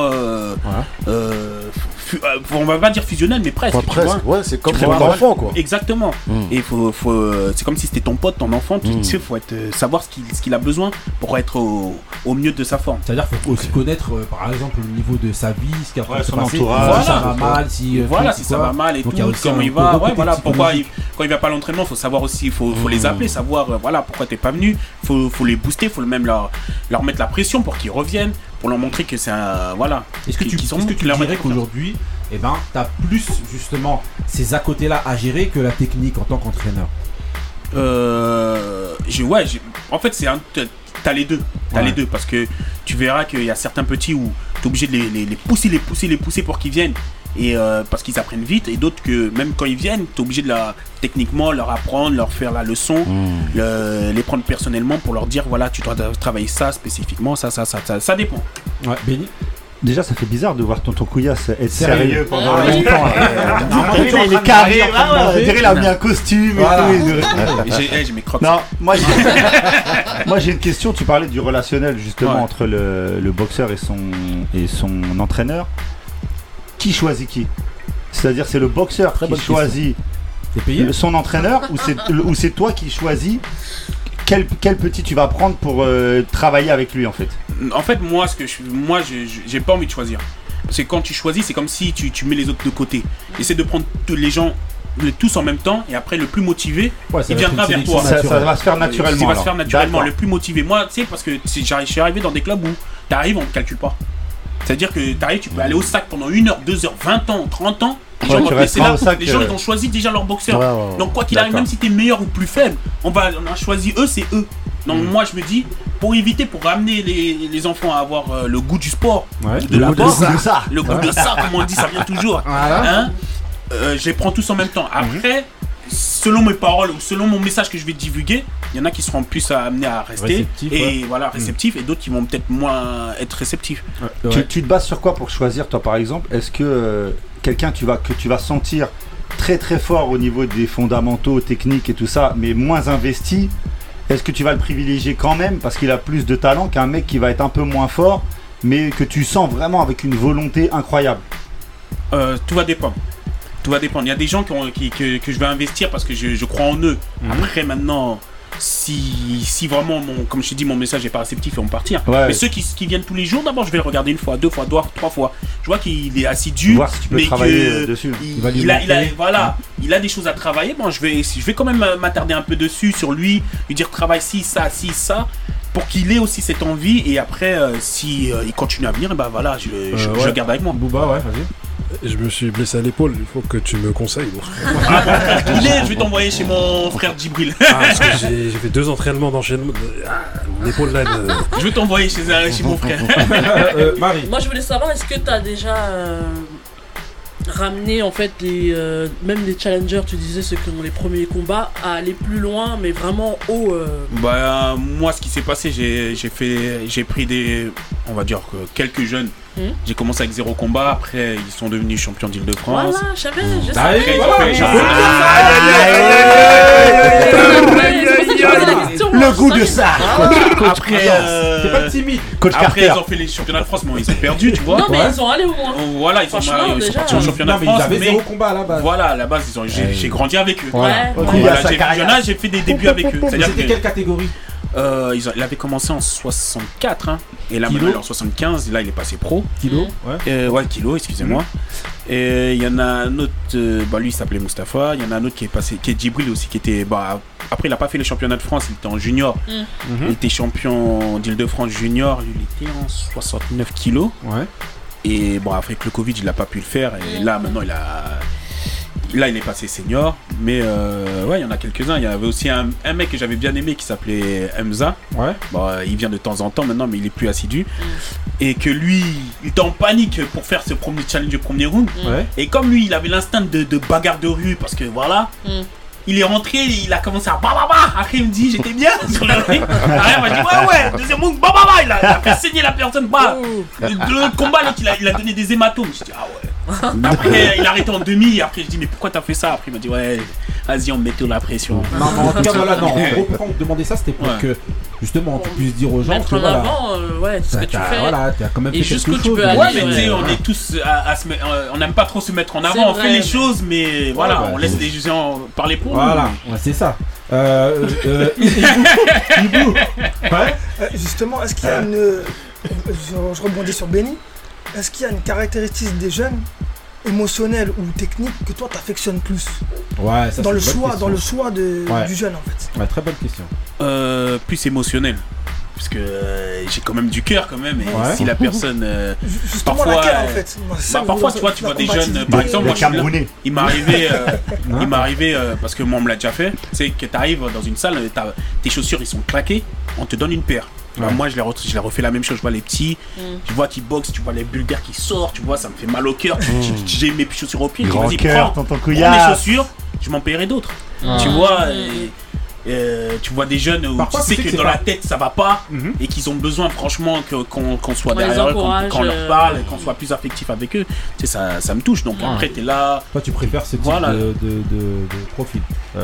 On va pas dire fusionnelle, mais presque. Ouais, c'est comme un enfant, quoi. Exactement. Et c'est comme si c'était ton pote, ton enfant. Tu sais, faut savoir ce qu'il a besoin pour être au mieux de sa forme. C'est-à-dire qu'il faut aussi connaître, par exemple, le niveau de sa vie, ce qu'il a fait son entourage, si ça va mal, si ça va mal et tout, comment il va. Voilà, pourquoi quand il va pas à l'entraînement, faut savoir aussi, faut les appeler, savoir pourquoi t'es pas venu. Faut les booster, faut même leur mettre la pression pour qu'ils reviennent, pour leur montrer que c'est un Est-ce que tu dirais qu'aujourd'hui, t'as plus justement ces à côté là à gérer que la technique en tant qu'entraîneur? En fait t'as les deux. Les deux, parce que tu verras qu'il y a certains petits où t'es obligé de les pousser pour qu'ils viennent. et parce qu'ils apprennent vite, et d'autres que même quand ils viennent, t'es obligé de techniquement leur apprendre, leur faire la leçon, les prendre personnellement pour leur dire voilà, tu dois travailler ça spécifiquement, ça dépend. Ouais, Benny. Déjà, ça fait bizarre de voir tonton Couillasse être sérieux pendant longtemps. Il est carré, on dirait qu'il a mis un costume et tout. J'ai mes crocs. Non, moi j'ai une question. Tu parlais du relationnel justement entre le boxeur et son entraîneur. Qui choisit qui? C'est-à-dire, c'est le boxeur qui choisit son entraîneur ou c'est toi qui choisis quel petit tu vas prendre pour travailler avec lui en fait? En fait, moi, j'ai pas envie de choisir. Parce que quand tu choisis, c'est comme si tu mets les autres de côté. Essaie de prendre les gens tous en même temps, et après le plus motivé, il viendra vers toi. Ça va se faire naturellement. Ça va se faire naturellement, le plus motivé. Moi, tu sais, parce que je suis arrivé dans des clubs où t'arrives, on ne calcule pas. C'est-à-dire que t'arrives, tu peux aller au sac pendant 1 heure, 2 heures, 20 ans, 30 ans. Les gens ils ont choisi déjà leur boxeur. Donc quoi qu'il arrive, même si t'es meilleur ou plus faible, on a choisi eux, c'est eux. Donc moi je me dis, pour ramener les enfants à avoir le goût du sport, de la boxe, le goût de ça, comme on dit, ça vient toujours. Je les prends tous en même temps. Après, selon mes paroles ou selon mon message que je vais divulguer, il y en a qui seront plus amenés à rester réceptifs, et d'autres qui vont peut-être moins être réceptifs. Tu te bases sur quoi pour choisir, toi par exemple? Est-ce que quelqu'un que tu vas sentir très très fort au niveau des fondamentaux techniques et tout ça, mais moins investi, est-ce que tu vas le privilégier quand même parce qu'il a plus de talent qu'un mec qui va être un peu moins fort, mais que tu sens vraiment avec une volonté incroyable? Tout va dépendre. Il y a des gens que je vais investir parce que je crois en eux. Après, maintenant, si vraiment, comme je t'ai dit, mon message n'est pas réceptif, ils vont partir. Mais ceux qui viennent tous les jours, d'abord, je vais le regarder 1 fois, 2 fois, 3 fois. Je vois qu'il est assidu, voir si tu peux mais travailler dessus. Il a des choses à travailler. Bon, je vais quand même m'attarder un peu dessus, sur lui, lui dire travaille ci, ça, pour qu'il ait aussi cette envie. Et après, si il continue à venir, ben voilà, je le garde avec moi. Bouba, ouais, vas-y. Je me suis blessé à l'épaule, il faut que tu me conseilles. Je vais t'envoyer chez mon frère Djibril. Parce que j'ai fait 2 entraînements d'enchaînement. L'épaule là. Je vais t'envoyer chez mon frère. Marie. Moi je voulais savoir, est-ce que tu as déjà ramené en fait même les challengers, tu disais ceux qui ont les premiers combats, à aller plus loin mais vraiment haut moi ce qui s'est passé, j'ai pris on va dire quelques jeunes. J'ai commencé avec 0 combat, après ils sont devenus champions d'Île-de-France. Voilà, je savais. Le goût de ça. Après, t'es pas timide. Après, ils ont fait les championnats de France, mais ils ont perdu, tu vois. Non, mais ils sont allés au moins. Voilà, ils sont partis en championnat de France. Ils avaient 0 combat à la base. Voilà, à la base, j'ai grandi avec eux. J'ai fait des débuts avec eux. C'était quelle catégorie? Il avait commencé en 64, hein, et là maintenant il est en 75, là il est passé pro. Kilo, ouais, kilo, excusez-moi. Et il y en a un autre, lui il s'appelait Mustapha. Il y en a un autre qui est Djibril aussi, qui était. Après il a pas fait les championnats de France, il était en junior. Il était champion d'Île-de-France junior, il était en 69 kilos. Ouais. Et après avec le Covid il a pas pu le faire, et là maintenant il est passé senior, mais il y en a quelques-uns. Il y avait aussi un mec que j'avais bien aimé qui s'appelait Hamza. Ouais. Il vient de temps en temps maintenant, mais il est plus assidu. Et que lui, il était en panique pour faire ce premier challenge du premier round. Et comme lui, il avait l'instinct de bagarre de rue, parce que voilà. Il est rentré, il a commencé à Après il me dit j'étais bien sur le ring. Après il m'a dit ouais, deuxième round, il a fait saigner la personne. Le combat il a donné des hématomes. Je dis Après il a arrêté en demi. Après je dis mais pourquoi t'as fait ça? Après il m'a dit ouais, vas-y on me mettait la pression. Non, en tout cas voilà, non. Pourquoi on te demandait ça, c'était pour que justement tu puisses dire aux gens mettre en avant ce que tu fais. Voilà, t'as quand même fait quelque chose. Tu peux aller, mais tu sais, on est tous on n'aime pas trop se mettre en avant. On fait les choses, mais voilà, on laisse les gens parler pour. Voilà, c'est ça. Ibou. Justement, est-ce qu'il y a une. Je rebondis sur Benny. Est-ce qu'il y a une caractéristique des jeunes, émotionnelle ou technique, que toi t'affectionnes plus? Ouais, ça dans le choix du jeune en fait. Ouais, très bonne question. Plus émotionnel. Parce que j'ai quand même du cœur quand même, et si la personne justement parfois laquelle en fait parfois tu vois des jeunes, par exemple moi il m'est arrivé parce que moi on me l'a déjà fait, c'est que t'arrives dans une salle, tes chaussures ils sont claquées, on te donne une paire, Bah, moi, je l'ai refait la même chose. Je vois les petits, tu vois qu'ils boxent, tu vois les bulgares qui sortent, tu vois, ça me fait mal au cœur. J'ai mes chaussures au pied, je dis vas-y, prends mes chaussures, je m'en paierai d'autres. Tu vois, tu vois des jeunes où tu sais que dans la tête ça va pas et qu'ils ont besoin franchement qu'on soit derrière eux, qu'on leur parle et qu'on soit plus affectif avec eux. Tu sais, ça me touche. Donc après, t'es là. Toi, tu préfères ce type de profil.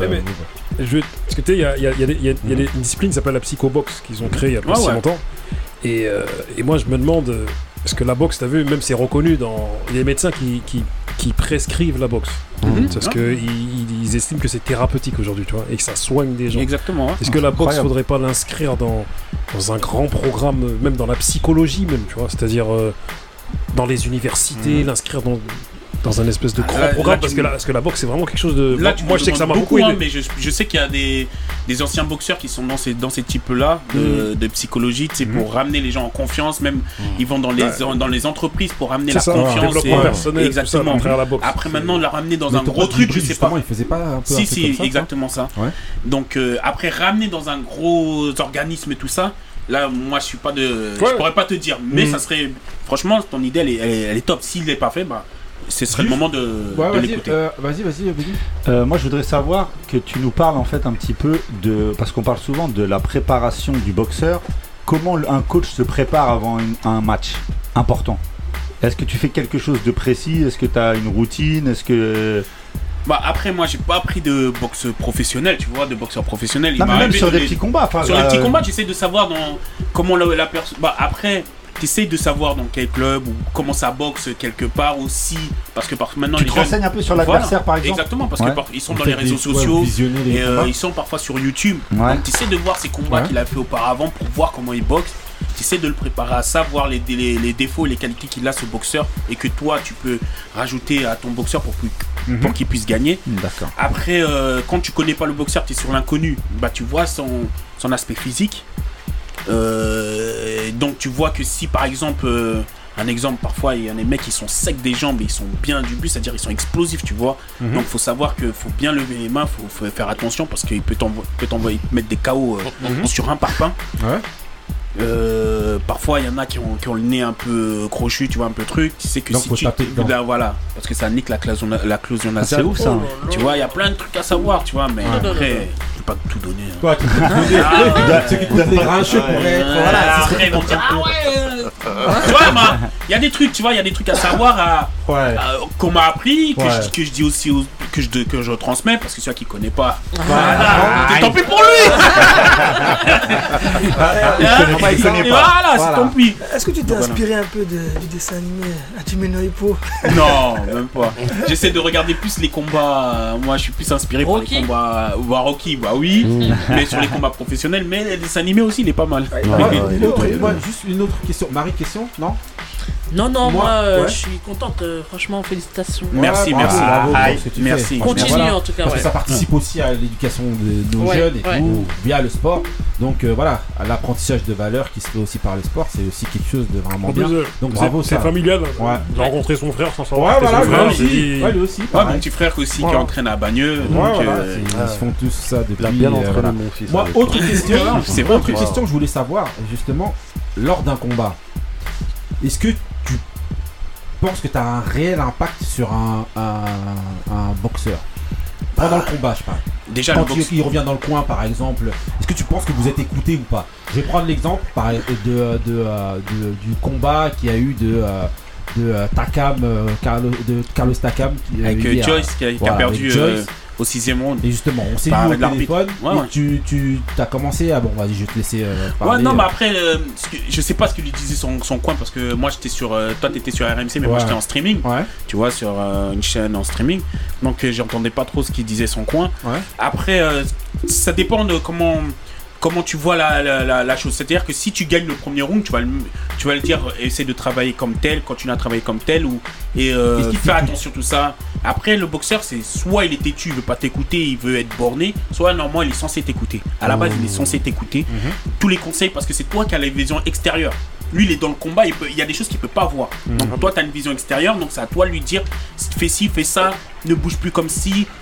Parce que tu sais, il y a une discipline qui s'appelle la psychobox qu'ils ont créée il y a pas si longtemps. Et moi, je me demande, est-ce que la boxe, t'as vu, même c'est reconnu dans. Il y a des médecins qui prescrivent la boxe. Parce qu'ils estiment que c'est thérapeutique aujourd'hui, tu vois, et que ça soigne des gens. Exactement. Ouais. Est-ce que la boxe, faudrait pas l'inscrire dans un grand programme, même dans la psychologie, même, tu vois, c'est-à-dire dans les universités, l'inscrire dans un espèce de grand programme, parce que la boxe c'est vraiment quelque chose de. Là, moi je sais que ça m'a beaucoup aidé. Mais je sais qu'il y a des anciens boxeurs qui sont dans ces types-là de psychologie, tu sais, pour ramener les gens en confiance. Même ils vont dans les entreprises pour ramener la confiance. Développement personnel. Exactement. Tout ça, la boxe. Après maintenant la ramener dans un gros truc, je sais pas. Il faisait pas un peu. Si, exactement ça. Donc après ramener dans un gros organisme et tout ça. Là, moi, je pourrais pas te dire, mais ça serait. Franchement, ton idée, elle est top. S'il n'est pas fait, bah. Ce serait le moment de l'écouter. Vas-y. Moi, je voudrais savoir que tu nous parles en fait un petit peu parce qu'on parle souvent de la préparation du boxeur. Comment un coach se prépare avant un match important? Est-ce que tu fais quelque chose de précis? Est-ce que tu as une routine? Est-ce que... Bah après, moi, j'ai pas appris de boxe professionnel, tu vois, de boxeur professionnel. Non, mais même sur des petits combats. Sur les petits combats, j'essaie de savoir comment la personne... Bah après... T'essayes de savoir dans quel club ou comment ça boxe quelque part aussi, parce que maintenant tu te renseignes un peu sur l'adversaire par exemple. Exactement, parce qu'ils sont dans les réseaux sociaux et ils sont parfois sur YouTube. Donc tu essaies de voir ces combats qu'il a fait auparavant pour voir comment il boxe. Tu essaies de le préparer à ça, voir les défauts et les qualités qu'il a ce boxeur et que toi tu peux rajouter à ton boxeur pour qu'il puisse gagner. D'accord. Après, quand tu connais pas le boxeur, tu es sur l'inconnu, bah tu vois son aspect physique. Donc tu vois que si par exemple un exemple, parfois il y a des mecs qui sont secs des jambes et ils sont bien du but, c'est-à-dire ils sont explosifs, tu vois. Donc faut savoir qu'il faut bien lever les mains, faut faire attention parce qu'il peut t'envoyer mettre des KO sur un parpaing. Parfois il y en a qui ont le nez un peu crochu, tu vois, un peu truc. Tu sais que donc, si voilà, parce que ça nique l'acclosion nasale. C'est ouf ça. Tu vois, il y a plein de trucs à savoir, tu vois, mais après je peux pas tout donner. Toi, tu peux les grincheux pour être. Voilà, après ils vont dire ah ouais. Tu vois, il y a des trucs, tu vois, il y a des trucs à savoir qu'on m'a appris, que je dis aussi que je transmets parce que celui qui connaît pas. Voilà, tant pis pour lui. Il connaît pas. Voilà, c'est tant pis. Est-ce que tu t'es inspiré un peu du dessin animé Hajime no Ippo? Non, même pas. J'essaie de regarder plus les combats. Moi, je suis plus inspiré par les combats. Rocky, bah oui, mais sur les combats professionnels. Mais les dessins animés aussi, il est pas mal. Juste une autre question. Marie, question? Non? Non, moi je suis contente, franchement, félicitations. Merci. Merci. Continue en tout cas. Parce que ça participe aussi à l'éducation de nos jeunes et tout, via le sport. Donc voilà, l'apprentissage de valeurs qui se fait aussi par le sport, c'est aussi quelque chose de vraiment bien. Donc bravo, c'est familial. J'ai rencontré son frère sans savoir. Lui aussi. Mon petit frère aussi qui entraîne à Bagneux. Ils font tous ça depuis. Il a bien entraîné mon fils. Moi, autre question que je voulais savoir, justement, lors d'un combat. Est-ce que tu penses que tu as un réel impact sur un boxeur pendant le combat, je parle? Déjà, quand il revient dans le coin, par exemple, est-ce que tu penses que vous êtes écouté ou pas? Je vais prendre l'exemple du combat qu'il y a eu de Carlos Takam avec Joyce qui a perdu au 6e round. Et justement, on s'est mis au téléphone et tu as commencé à... Bon, vas-y, je vais te laisser parler. Mais après, je sais pas ce que lui disait son coin parce que moi j'étais sur... toi t'étais sur RMC, mais moi j'étais en streaming. Tu vois, sur une chaîne en streaming. Donc j'entendais pas trop ce qu'il disait son coin. Après, ça dépend de comment tu vois la chose. C'est-à-dire que si tu gagnes le premier round, tu vas le dire, essaie de travailler comme tel, continue à travailler comme tel, et faire attention tout ça. Après, le boxeur, c'est soit il est têtu, il veut pas t'écouter, il veut être borné, soit normalement il est censé t'écouter. À la base, il est censé t'écouter. Tous les conseils, parce que c'est toi qui as la vision extérieure. Lui, il est dans le combat, il y a des choses qu'il peut pas voir. Donc toi, tu as une vision extérieure, donc c'est à toi de lui dire fais ci, fais ça, ne bouge plus comme ci,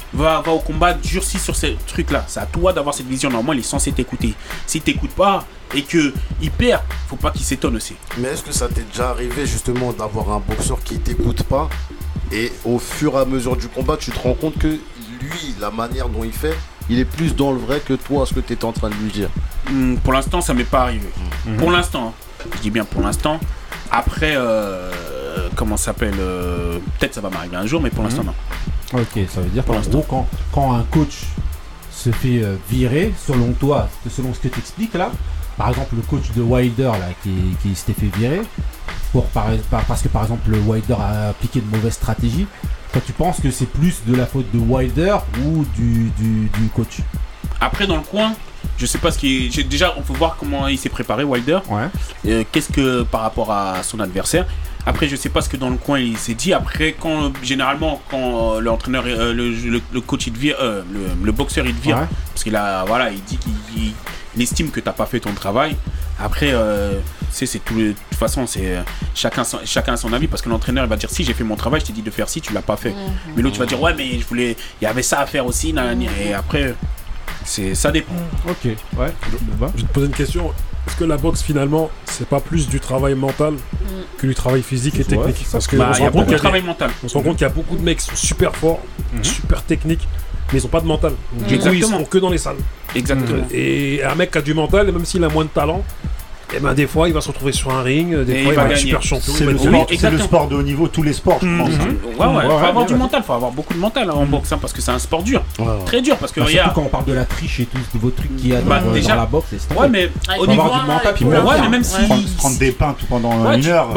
va au combat, durcis sur ce truc-là. C'est à toi d'avoir cette vision. Normalement, il est censé t'écouter. S'il t'écoute pas et qu'il perd, faut pas qu'il s'étonne aussi. Mais est-ce que ça t'est déjà arrivé justement d'avoir un boxeur qui t'écoute pas et au fur et à mesure du combat, tu te rends compte que lui, la manière dont il fait, il est plus dans le vrai que toi, ce que tu étais en train de lui dire? Pour l'instant, ça m'est pas arrivé. Pour l'instant, je dis bien pour l'instant. Après, comment ça s'appelle peut-être ça va m'arriver un jour, mais pour l'instant, non. Ok, ça veut dire qu'en gros, quand un coach se fait virer, selon toi, selon ce que tu expliques là, par exemple le coach de Wilder là, qui s'était fait virer, parce que par exemple le Wilder a appliqué de mauvaises stratégies, toi tu penses que c'est plus de la faute de Wilder ou du coach? Après, dans le coin, je sais pas ce qui est. Déjà, on peut voir comment il s'est préparé, Wilder. Ouais. Qu'est-ce que par rapport à son adversaire. Après, je sais pas ce que dans le coin il s'est dit. Après, généralement, quand l'entraîneur, le coach, il te vire, le boxeur, il te vire, parce qu'il a, voilà, il dit qu'il estime que t'as pas fait ton travail. Après, c'est tout. De toute façon, c'est chacun a son avis, parce que l'entraîneur il va dire si j'ai fait mon travail, je t'ai dit de faire si, tu l'as pas fait. Mais l'autre va dire ouais, mais il y avait ça à faire aussi, et après. Ça dépend. Ok, ouais. Je vais te poser une question. Est-ce que la boxe finalement c'est pas plus du travail mental que du travail physique et technique? Parce que il y a beaucoup de travail mental. On se rend compte qu'il y a beaucoup de mecs qui sont super forts, super techniques, mais ils ont pas de mental. Donc, du coup, ils sont que dans les salles. Exactement. Et un mec qui a du mental, même s'il a moins de talent, et ben des fois il va se retrouver sur un ring, des fois il va être super champion. C'est le sport de haut niveau, tous les sports, je pense. Faut avoir du mental, faut avoir beaucoup de mental en boxe, parce que c'est un sport dur, très dur, parce que surtout quand on parle de la triche et tout, vos trucs qu'il y a dans la boxe, c'est ouais, mais au niveau du mental, puis mais même si prendre des pains tout pendant une heure,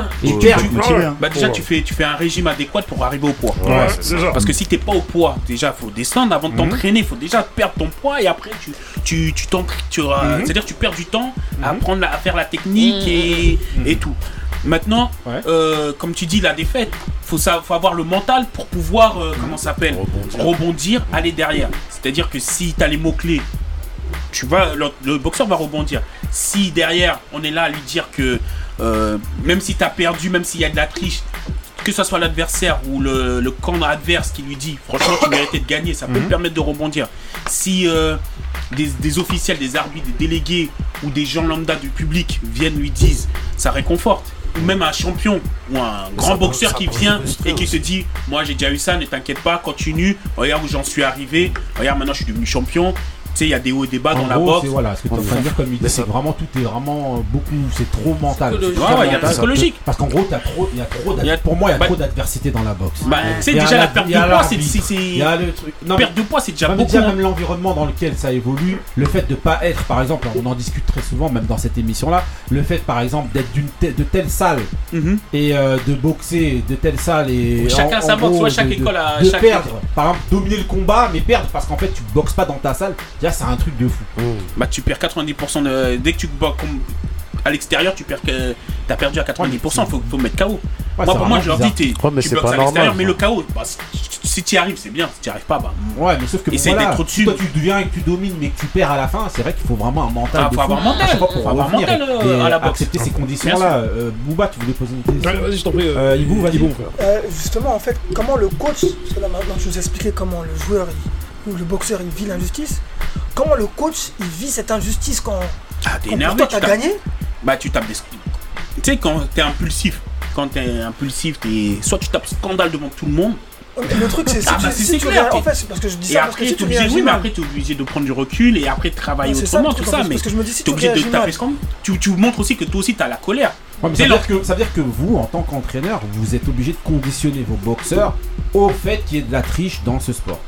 déjà tu fais un régime adéquat pour arriver au poids. Parce que si t'es pas au poids, déjà faut descendre avant de t'entraîner, faut déjà perdre ton poids et après tu t'entraînes, c'est-à-dire tu perds du temps à apprendre à faire la technique et tout. Maintenant, comme tu dis, la défaite, faut avoir le mental pour pouvoir, rebondir, aller derrière. C'est-à-dire que si tu as les mots-clés, le boxeur va rebondir. Si derrière, on est là à lui dire que même si tu as perdu, même s'il y a de la triche, que ce soit l'adversaire ou le camp adverse qui lui dit franchement tu méritais de gagner, ça peut te permettre de rebondir. Si des officiels, des arbitres, des délégués ou des gens lambda du public viennent lui disent, ça réconforte. Ou même un champion ou un grand boxeur qui vient et qui se dit moi j'ai déjà eu ça, ne t'inquiète pas, continue, regarde où j'en suis arrivé, regarde maintenant je suis devenu champion. Tu sais, il y a des hauts et des bas dans la boxe. Voilà, ce que tu es en train de dire, comme il dit, c'est vraiment tout est vraiment beaucoup, c'est trop mental. Il y a psychologique. Parce qu'en gros, pour moi, il y a trop d'adversité dans la boxe. Tu sais, déjà la perte de poids, c'est perte de poids, c'est déjà beaucoup. Déjà, même l'environnement dans lequel ça évolue, le fait de pas être, par exemple, on en discute très souvent, même dans cette émission-là, le fait, par exemple, d'être de telle salle et de boxer de telle salle et chacun sa boxe, soit chaque école a de perdre, par exemple, dominer le combat, mais perdre parce qu'en fait, tu boxes pas dans ta salle. C'est un truc de fou. Tu perds 90% dès que tu boxes à l'extérieur, t'as perdu à 90%, faut mettre KO. Pour moi, je leur dis, tu boxes à l'extérieur, mais le KO, si tu y arrives, c'est bien. Si tu n'y arrives pas, ouais, mais sauf que essaye d'être au-dessus. Si toi tu deviens et que tu domines, mais que tu perds à la fin, c'est vrai qu'il faut vraiment un mental. Faut avoir un mental à la boxe. Accepter ces conditions-là. Bouba, tu voulais poser une question? Vas-y, je t'en prie. Ibou, vas-y. Justement, en fait, comment le coach, parce que là maintenant je vous expliquais comment le joueur ou le boxeur il vit l'injustice, comment le coach il vit cette injustice quand t'es énervé, toi t'as gagné, tu tapes des... Tu sais, quand t'es impulsif, soit tu tapes scandale devant tout le monde. Le truc c'est si tu clair, en fait c'est parce que je dis ça parce que si tu réagis mal, après t'es obligé de prendre du recul et après de travailler autrement, tout ça, mais parce que je me dis si t'es obligé de taper scandale. Tu montres aussi que toi aussi t'as la colère. Ouais, ça veut dire que vous, en tant qu'entraîneur, vous êtes obligé de conditionner vos boxeurs au fait qu'il y ait de la triche dans ce sport.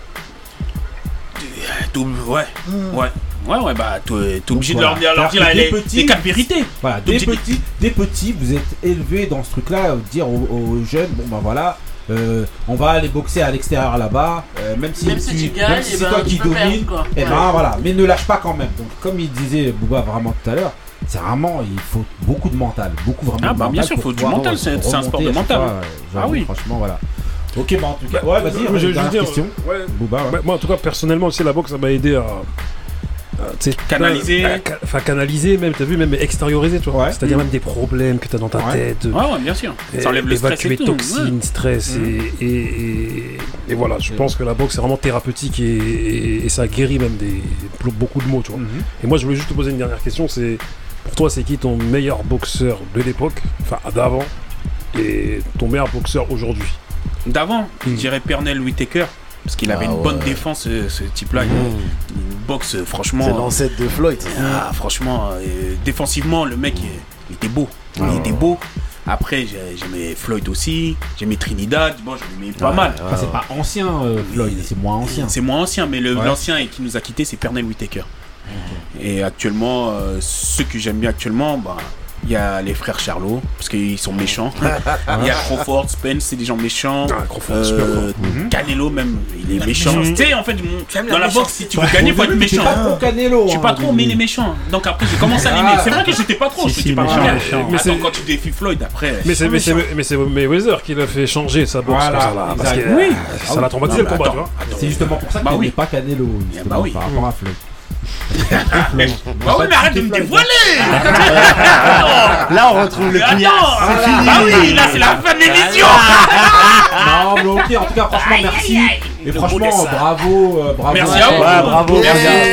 T'es obligé de leur dire les quatre vérités. Voilà, des petits, vous êtes élevés dans ce truc-là, dire aux jeunes, on va aller boxer à l'extérieur là-bas, même si c'est toi qui domines, voilà, mais ne lâche pas quand même. Donc, comme il disait Bouba vraiment tout à l'heure, c'est vraiment, il faut beaucoup de mental, de mental. Bien sûr, il faut du mental, c'est un sport de mental. Oui, franchement, voilà. Ok, en tout cas, vas-y, je veux dire, question. Bouba, moi, en tout cas, personnellement aussi, la boxe, ça m'a aidé Canaliser. Enfin, canaliser, même, t'as vu, même extérioriser, tu vois. Ouais. C'est-à-dire même des problèmes que t'as dans ta tête. Ouais, bien sûr. Ça enlève le stress et évacuer tout. toxines, stress. Et voilà, je pense que la boxe, c'est vraiment thérapeutique et ça guérit même beaucoup de maux, tu vois. Et moi, je voulais juste te poser une dernière question. C'est, pour toi, c'est qui ton meilleur boxeur de l'époque, enfin, d'avant, et ton meilleur boxeur aujourd'hui? D'avant, je dirais Pernell Whitaker. Parce qu'il avait une bonne défense, ce type-là. Une boxe, franchement. C'est l'ancêtre de Floyd. Franchement, défensivement, le mec, il était beau. Il était beau. Après, j'aimais Floyd aussi. J'aimais Trinidad. Bon, j'en aimais pas mal. Enfin, c'est pas ancien, Floyd, c'est moins ancien. C'est moins ancien, mais l'ancien qui nous a quittés, c'est Pernell Whitaker. Et actuellement, ceux que j'aime bien actuellement, il y a les frères Charlot, parce qu'ils sont méchants. Il y a Crawford, Spence, c'est des gens méchants. Canelo même, il est méchant. Tu sais, en fait, dans la boxe, si tu veux gagner, il faut être méchant. Pas trop Canelo. Je suis pas trop, mais il est méchant. Donc après, j'ai commencé à l'aimer. C'est vrai que j'étais pas trop. J'étais pas méchant. Mais attends, quand tu défies Floyd, après. Mais c'est Mayweather qui l'a fait changer sa boxe. Voilà, parce que ça l'a traumatisé le combat, tu vois. C'est justement pour ça qu'il n'est pas Canelo, par rapport à Floyd. Mais arrête de me dévoiler. Là, on retrouve le client. C'est fini. Ah oui, là, c'est la fin de l'émission. Non, mais ok, en tout cas, franchement, merci. Et franchement, bravo. Merci à vous. Bravo.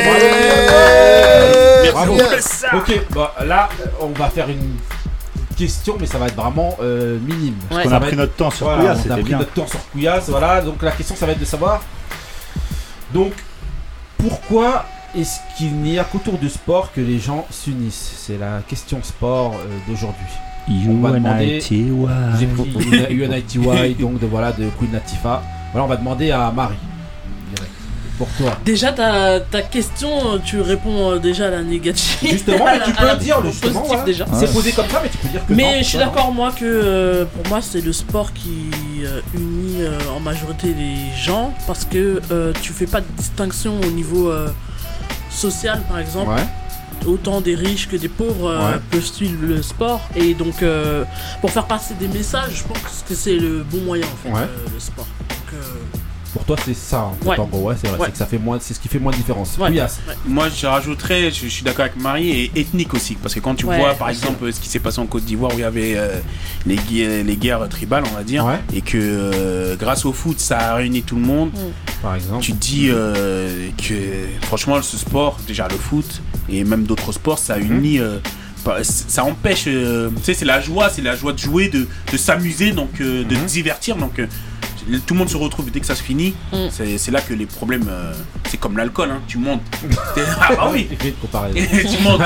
Bravo. Ok, là, on va faire une question, mais ça va être vraiment minime. Parce qu'on a pris notre temps sur Couillasse, on a c'était pris bien. notre temps sur Couillasse, voilà. Donc la question, ça va être de savoir. Donc, pourquoi est-ce qu'il n'y a qu'autour du sport que les gens s'unissent? C'est la question sport d'aujourd'hui. On va demander. J'ai pris UNITY, donc de Queen Latifah. Voilà, on va demander à Marie. Pour toi. Déjà, ta question, tu réponds déjà à la négative. Justement, mais tu peux dire le justement. Voilà. Déjà. C'est posé comme ça, mais tu peux dire que. Mais je suis d'accord, moi, que pour moi, c'est le sport qui unit en majorité les gens. Parce que tu fais pas de distinction au niveau social, par exemple. Ouais. Autant des riches que des pauvres peuvent suivre le sport. Et donc, pour faire passer des messages, je pense que c'est le bon moyen, en fait, le sport. Donc, pour toi, c'est ça, en fait, en gros, c'est vrai, c'est que ça fait moins, c'est ce qui fait moins de différence. Moi, je rajouterais, je suis d'accord avec Marie, et ethnique aussi, parce que quand tu vois, par exemple, ce qui s'est passé en Côte d'Ivoire, où il y avait les guerres tribales, on va dire, et que grâce au foot, ça a réuni tout le monde. Par exemple, tu te dis que franchement, ce sport, déjà le foot, et même d'autres sports, ça unit. Ça empêche, tu sais, c'est la joie de jouer, de s'amuser, donc de divertir, donc. Tout le monde se retrouve dès que ça se finit. C'est là que les problèmes, c'est comme l'alcool, hein, tu montes. Ah bah oui. Tu montes.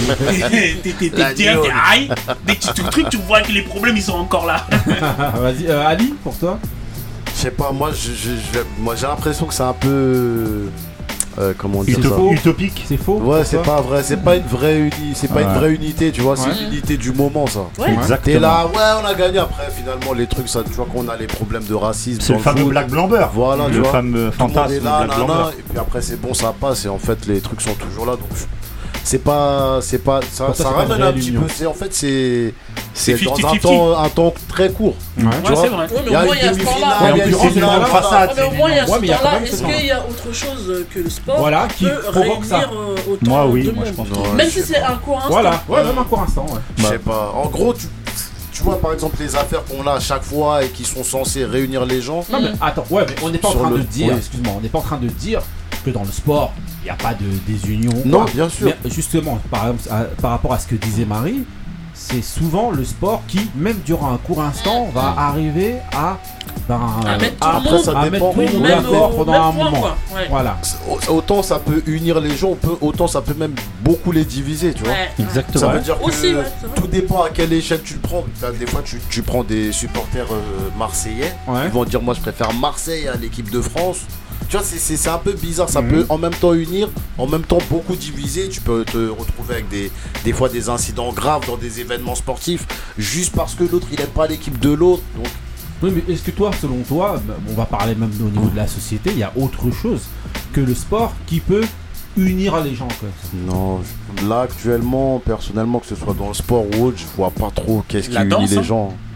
T'es high. Dès que tu truc, tu vois que les problèmes ils sont encore là. Vas-y, Ali, pour toi. Je sais pas, moi j'ai l'impression que c'est un peu comment on dit ça, utopique. C'est faux. Ouais, c'est pas vrai, c'est pas une vraie unité, tu vois, c'est une unité du moment, ça. Exactement. T'es là, on a gagné, après finalement les trucs, ça, tu vois qu'on a les problèmes de racisme. C'est le fameux black blamber. Voilà, tu le vois. fameux fantasme là, black blamber. et puis après c'est bon, ça passe, et en fait les trucs sont toujours là, donc ça ramène un petit peu, c'est dans un temps très court. Tu vois, c'est vrai. Mais au moins il y a ce temps-là. Mais au moins il y a ce temps-là. Est-ce qu'il y a autre chose que le sport qui peut réunir autant de monde? Même si c'est un court instant. Voilà, même un court instant. Je sais pas. En gros, tu vois par exemple les affaires qu'on a à chaque fois et qui sont censées réunir les gens. Non mais attends, mais on n'est pas en train de dire, excuse-moi, on n'est pas en train de dire que dans le sport il n'y a pas de désunion. Non, bien sûr. Mais justement, par exemple, par rapport à ce que disait Marie, c'est souvent le sport qui, même durant un court instant, va arriver à mettre tout le monde d'accord pendant un moment. Voilà. Autant ça peut unir les gens, autant ça peut même beaucoup les diviser, tu vois. Exactement. Ça veut dire que tout dépend à quelle échelle tu le prends. Des fois, tu prends des supporters marseillais, ils vont dire moi je préfère Marseille à l'équipe de France. Tu vois, c'est un peu bizarre, ça peut en même temps unir, en même temps beaucoup diviser. Tu peux te retrouver avec des fois des incidents graves dans des événements sportifs, juste parce que l'autre il aime pas l'équipe de l'autre. Donc... Oui, mais est-ce que toi, selon toi, on va parler même au niveau de la société, il y a autre chose que le sport qui peut unir les gens, quoi? Non, là actuellement, personnellement, que ce soit dans le sport ou autre, je vois pas trop qu'est-ce qui unit les gens.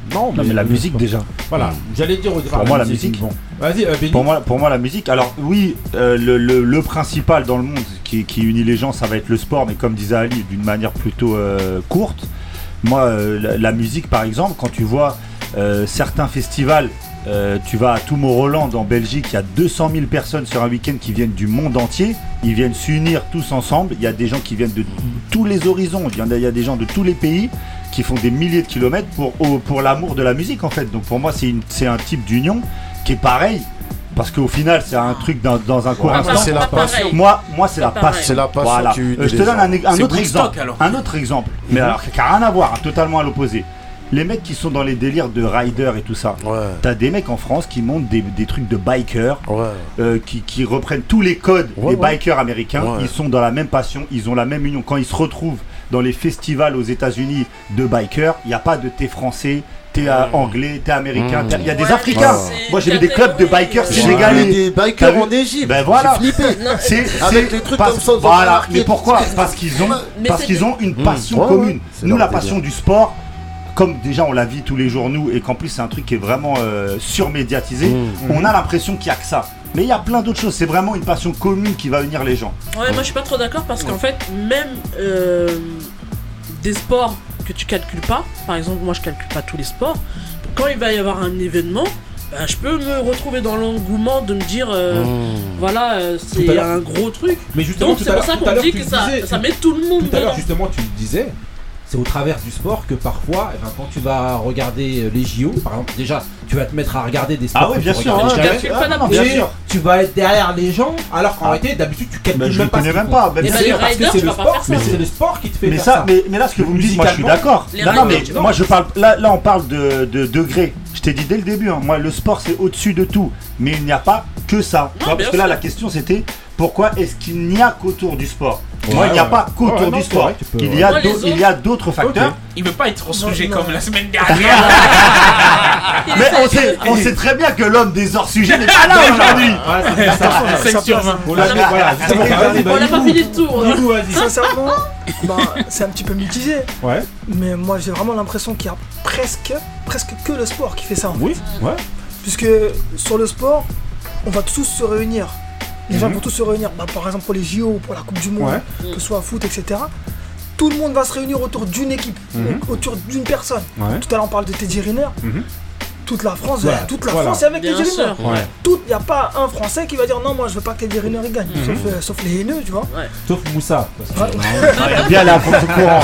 Non, mais la musique déjà. Voilà, j'allais dire au départ. Pour moi, la musique. Bon. Vas-y, Benny. Pour moi, la musique. Alors, oui, le principal dans le monde qui unit les gens, ça va être le sport, mais comme disait Ali, d'une manière plutôt courte. Moi, la musique, par exemple, quand tu vois certains festivals, tu vas à Tomorrowland en Belgique, il y a 200 000 personnes sur un week-end qui viennent du monde entier. Ils viennent s'unir tous ensemble. Il y a des gens qui viennent de tous les horizons. Il y a des gens de tous les pays qui font des milliers de kilomètres pour l'amour de la musique, en fait. Donc pour moi, c'est un type d'union qui est pareil. Parce qu'au final, c'est un truc dans un court instant. C'est la passion. Moi, c'est la passion. C'est la passion voilà. qui unit Je te donne un autre exemple. Alors. Un autre exemple. Mais alors, qui n'a rien à voir, totalement à l'opposé. Les mecs qui sont dans les délires de rider et tout ça. Ouais. T'as des mecs en France qui montent des trucs de bikers, qui reprennent tous les codes des bikers américains. Ouais. Ils sont dans la même passion, ils ont la même union. Quand ils se retrouvent dans les festivals aux États-Unis de bikers, il n'y a pas de t'es français, t'es anglais, t'es américain. Il y a des Africains. Moi j'ai vu des clubs de bikers sénégalais. Des bikers en Égypte. Ben voilà. J'ai flippé. Avec les trucs comme ça. Voilà. Mais pourquoi ? Parce qu'ils ont une passion commune. Nous, la passion du sport. Comme déjà on la vit tous les jours nous et qu'en plus c'est un truc qui est vraiment surmédiatisé, on a l'impression qu'il n'y a que ça. Mais il y a plein d'autres choses, c'est vraiment une passion commune qui va unir les gens. Ouais, moi je suis pas trop d'accord parce qu'en fait, même des sports que tu calcules pas, par exemple moi je calcule pas tous les sports, quand il va y avoir un événement, bah, je peux me retrouver dans l'engouement de me dire voilà, c'est un gros truc. Mais justement, donc c'est pour ça qu'on dit que ça met tout le monde tout à l'heure dedans. justement tu le disais. C'est au travers du sport que parfois, quand tu vas regarder les JO, par exemple, déjà, tu vas te mettre à regarder des sports. Ah oui, bien sûr. Tu vas être derrière les gens, alors qu'en réalité, d'habitude, tu calcules même pas. Je ne connais même pas. Parce que c'est le sport, mais c'est le sport qui te fait mais faire ça. Mais là, ce que vous me dites, moi, je suis d'accord. Non, mais moi, je parle. Là, on parle de degrés. Je t'ai dit dès le début, moi, le sport, c'est au-dessus de tout. Mais il n'y a pas que ça. Parce que là, la question, c'était pourquoi est-ce qu'il n'y a qu'autour du sport ? Moi, il n'y a pas qu'autour du sport. Il y a d'autres facteurs. Il veut pas être hors sujet comme la semaine dernière. Mais on sait très bien que l'homme des hors sujets n'est pas là aujourd'hui. 5 sur 20. On n'a pas fini le tour. Sincèrement, c'est un petit peu mitigé. Ouais. Mais moi, j'ai vraiment l'impression qu'il y a presque que le sport qui fait ça. Oui. Ouais. Puisque sur le sport, on va tous se réunir. Les gens vont tous se réunir, par exemple pour les JO ou pour la Coupe du Monde, que ce soit foot, etc. Tout le monde va se réunir autour d'une équipe, autour d'une personne. Ouais. Tout à l'heure on parle de Teddy Riner. Toute la France, France est avec Teddy Riner. Il n'y a pas un Français qui va dire non, moi je veux pas que Teddy Riner gagne, sauf les haineux, tu vois. Ouais. Sauf Moussa. Il aime bien la France au courant.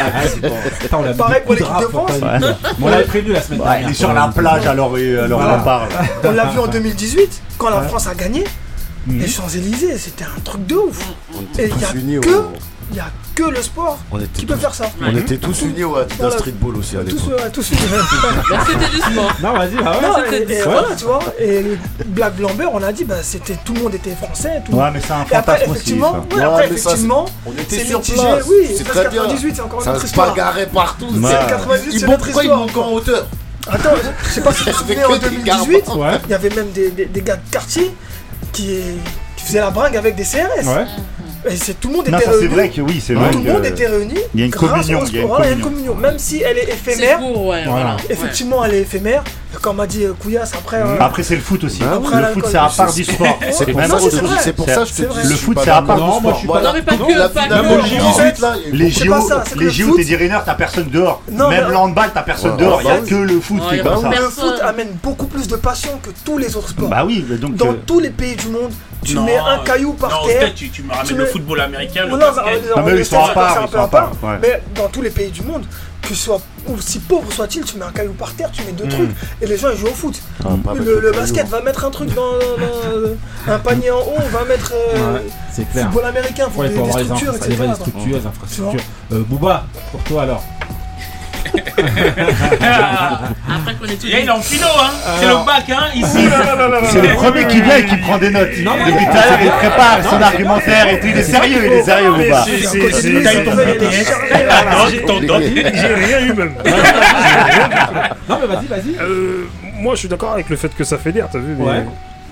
Pareil pour l'équipe de France. On l'avait prévu la semaine dernière. Il est sur la plage, alors on en parle. On l'a vu en 2018, quand la France a gagné. Les Champs-Élysées, c'était un truc de ouf. Et il n'y a que le sport qui peut faire ça. On était tous unis au Adidas Streetball aussi à l'époque. Tous unis. C'était du sport. Non, vas-y, voilà, tu vois. Et Black Blamber, on a dit, tout le monde était français. Ouais, mais c'est un fantasme aussi. Effectivement, on était c'est sur mitigé. place. Oui, c'est très bien. 98, c'est encore une autre Ça se histoire. bagarrait partout. C'est 98, c'est notre histoire. Pourquoi ils montent en hauteur? Attends, je sais pas si tu te souviens, en 2018, il y avait même des gars de quartier qui faisaient la bringue avec des CRS. Ouais. Et tout le monde était réuni. C'est vrai que oui, c'est vrai. Tout le monde était réuni. Il y a une communion. Il y a une communion. Même si elle est éphémère. Effectivement, elle est éphémère. Comme m'a dit Couillasse, après. Après, c'est le foot aussi. Le foot, c'est à part du sport. C'est pour ça que je te dis. Le foot, c'est à part du sport. Non, mais pas que. Même au J18, là. Les JO, Teddy Riner, t'as personne dehors. Même l'handball, t'as personne dehors. Il n'y a que le foot qui est comme ça. Le foot amène beaucoup plus de passion que tous les autres sports. Bah oui, donc. Dans tous les pays du monde, tu mets un caillou par terre. Tu me ramènes le football américain. Non, mais ils sont à part. Mais dans tous les pays du monde, que ce soit aussi pauvre soit-il, tu mets un caillou par terre, tu mets deux trucs, et les gens ils jouent au foot. Le basket va mettre un truc dans un panier en haut, on va mettre football américain, il faut des structures, etc. Les infrastructures. Booba, pour toi alors. Après qu'on est il est en philo, hein. C'est le bac, hein, ici. C'est le premier qui vient et qui prend des notes. Depuis tout à l'heure, il prépare son argumentaire et tout. Il est sérieux, Booba. J'ai rien eu même. Non, mais vas-y. Moi, je suis d'accord avec le fait que ça fédère, t'as vu.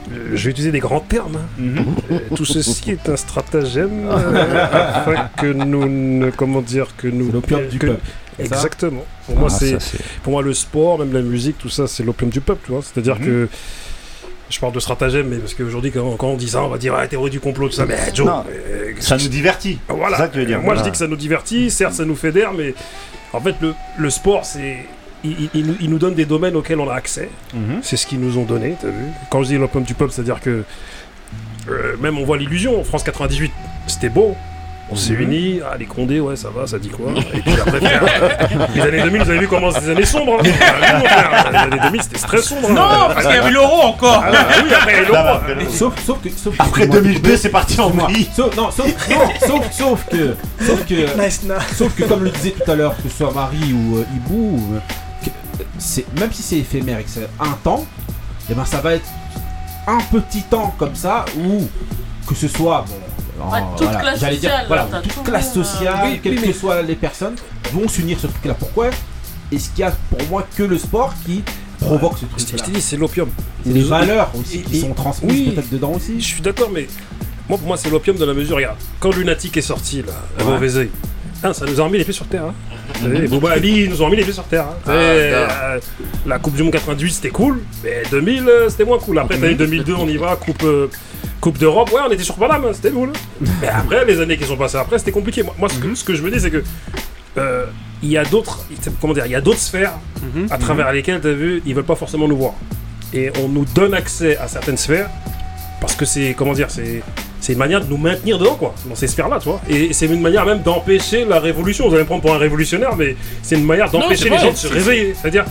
je vais utiliser des grands termes. Tout ceci est un stratagème afin que nous ne... Comment dire que nous... C'est l'opium du peuple. Exactement. Pour moi, le sport, même la musique, tout ça, c'est l'opium du peuple, tu vois. C'est-à-dire que... Je parle de stratagème, mais parce qu'aujourd'hui, quand on dit ça, on va dire théorie du complot, tout ça. Mais Joe, ça nous divertit. Voilà. C'est ça que tu veux dire. Moi, je dis que ça nous divertit. Certes, ça nous fédère, mais en fait, le sport, c'est il nous donne des domaines auxquels on a accès. C'est ce qu'ils nous ont donné. T'as vu ? Quand je dis l'opium du peuple, c'est-à-dire que même on voit l'illusion. France 98, c'était beau. On s'est unis, les Condés, ouais, ça va, ça dit quoi. Et puis après, les années 2000, vous avez vu comment c'était des années sombres. Les années 2000, c'était très sombre. Non, parce qu'il y avait l'euro encore. Oui, après, il y a l'euro. Sauf que après 2002, c'est parti en vrille. Sauf que, comme le disait tout à l'heure, que ce soit Marie ou Ibou, même si c'est éphémère et que c'est un temps, et ben ça va être un petit temps comme ça où que ce soit toute classe sociale, toute classe sociale, quelles que soient les personnes, vont s'unir sur ce truc-là. Pourquoi est-ce qu'il y a pour moi que le sport qui provoque ce truc-là? Je t'ai dit, c'est l'opium. C'est les valeurs aussi qui sont transmises peut-être dedans aussi. Je suis d'accord, mais pour moi, c'est l'opium de la mesure. Regarde, quand Lunatic est sorti, là, à Mauvais Oeil, ça nous a remis les pieds sur terre. Boba Ali, ils nous ont remis les pieds sur terre. La Coupe du Monde 98, c'était cool, mais 2000, c'était moins cool. Après, t'as eu 2002, on y va, Coupe d'Europe, ouais, on était sur Paname, c'était cool. Mais après, les années qui sont passées après, c'était compliqué. Moi, ce que je me dis, c'est que il y a d'autres sphères à travers lesquelles, t'as vu, ils veulent pas forcément nous voir. Et on nous donne accès à certaines sphères parce que c'est une manière de nous maintenir dedans, quoi, dans ces sphères-là, tu vois. Et c'est une manière même d'empêcher la révolution. Vous allez me prendre pour un révolutionnaire, mais c'est une manière d'empêcher les gens de se réveiller. C'est-à-dire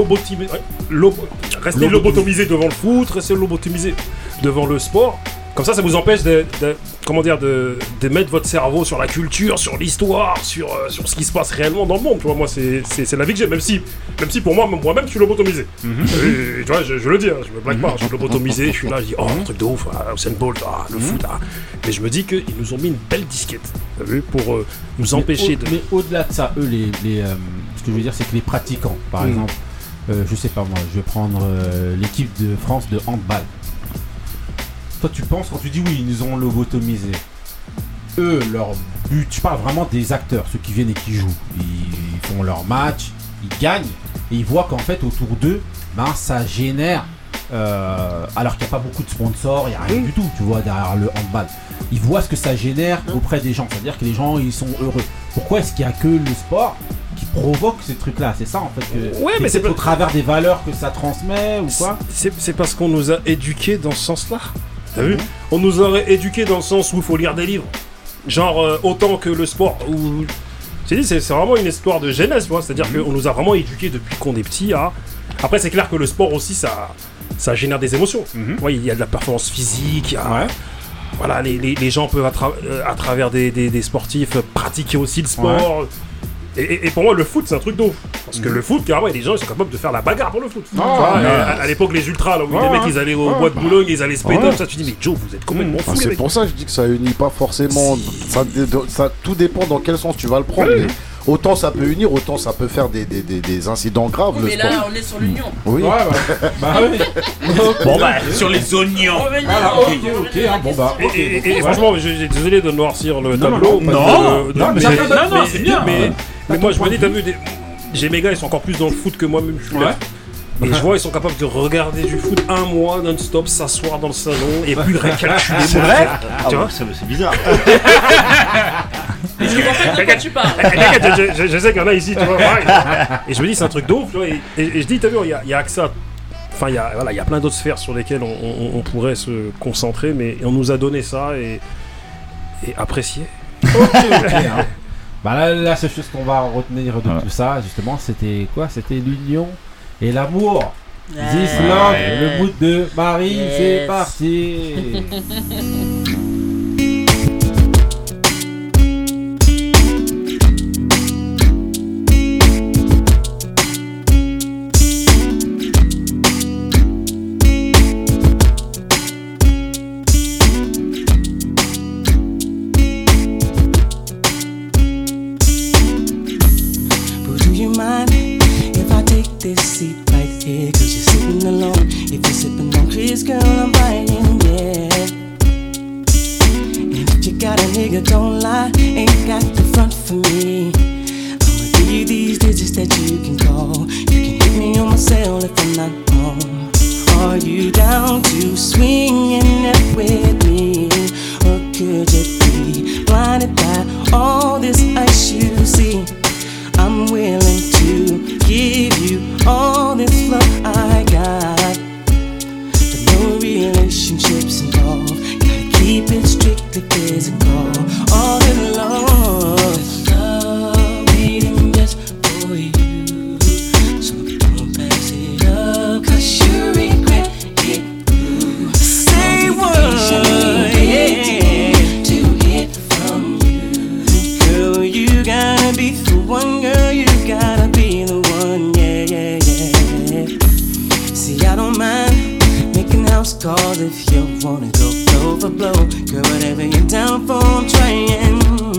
rester lobotomisé devant le foot, rester lobotomisé devant le sport. Comme ça vous empêche de mettre votre cerveau sur la culture, sur l'histoire, sur ce qui se passe réellement dans le monde. Tu vois, moi, c'est la vie que j'ai, même si pour moi-même, je suis lobotomisé. Tu vois, je le dis, hein, je me blague pas, je suis lobotomisé, je suis là, je dis, un truc de ouf, Usain Bolt, le foot, Mais je me dis qu'ils nous ont mis une belle disquette, t'as vu, pour nous empêcher de... Mais au-delà de ça, eux, ce que je veux dire, c'est que les pratiquants, par exemple, je sais pas moi, je vais prendre l'équipe de France de handball. Toi, tu penses, quand tu dis oui, ils nous ont lobotomisé, eux, leur but, je parle vraiment des acteurs, ceux qui viennent et qui jouent. Ils font leur match, ils gagnent, et ils voient qu'en fait, autour d'eux, ça génère, alors qu'il n'y a pas beaucoup de sponsors, il n'y a rien du tout, tu vois, derrière le handball. Ils voient ce que ça génère auprès des gens, c'est-à-dire que les gens, ils sont heureux. Pourquoi est-ce qu'il n'y a que le sport qui provoque ces trucs-là? C'est ça, en fait, mais c'est au travers des valeurs que ça transmet, ou quoi? C'est parce qu'on nous a éduqués dans ce sens-là. T'as vu ? On nous aurait éduqués dans le sens où il faut lire des livres. Genre, autant que le sport. C'est vraiment une histoire de jeunesse, tu vois. C'est-à-dire qu'on nous a vraiment éduqués depuis qu'on est petit. Après, c'est clair que le sport aussi, ça génère des émotions. Ouais, il y a de la performance physique. Voilà, les gens peuvent, à travers des sportifs, pratiquer aussi le sport. Et pour moi, le foot, c'est un truc d'ouf. Parce que le foot, carrément, il y a des gens qui sont capables de faire la bagarre pour le foot. À l'époque, les ultras, là, où les mecs, ils allaient au bois de Boulogne, ils allaient se péter, ça, tu dis, mais Joe, vous êtes complètement fou. C'est pour ça que je dis que ça unit pas forcément. Ça, tout dépend dans quel sens tu vas le prendre. Mais autant ça peut unir, autant ça peut faire des incidents graves. Mais là, on est sur l'union. Oui. Bon, sur les oignons. Et franchement, désolé de noircir le tableau. Non, c'est bien. Mais moi, je me dis, t'as vu, j'ai mes gars, ils sont encore plus dans le foot que moi-même, je suis là. Et je vois, ils sont capables de regarder du foot un mois non-stop, s'asseoir dans le salon et puis récalculer. C'est vrai? Tu vois, c'est bizarre. Mais je comprends pas de quoi tu parles. Je sais qu'il y en a ici, tu vois. Et je me dis, c'est un truc d'ouf. Et je dis, t'as vu, il y a que ça. Enfin, il y a plein d'autres sphères sur lesquelles on pourrait se concentrer, mais on nous a donné ça et apprécier. La seule chose qu'on va retenir de tout ça, justement, c'était quoi? C'était l'union et l'amour. This love, le mood de Marie, c'est parti. This seat right here, 'cause you're sitting alone. If you're sipping on Chris, girl, I'm buying nigga, don't lie, ain't got the front for me. I'ma give you these digits that you can call. You can hit me on my cell if I'm not home. Are you down to swing in that with me? Or could you be blinded by all this ice you see? I'm willing to give you all this love I got, but no relationships involved. Gotta keep it strictly physical. All the love waiting just for you. So don't pass it up, 'cause you regret it. Say what? To hear from you, girl. You gotta be the one, girl. You gotta be the one, yeah, yeah, yeah. See, I don't mind making house calls if you wanna go blow for blow. Girl, whatever you're down for, I'm trying.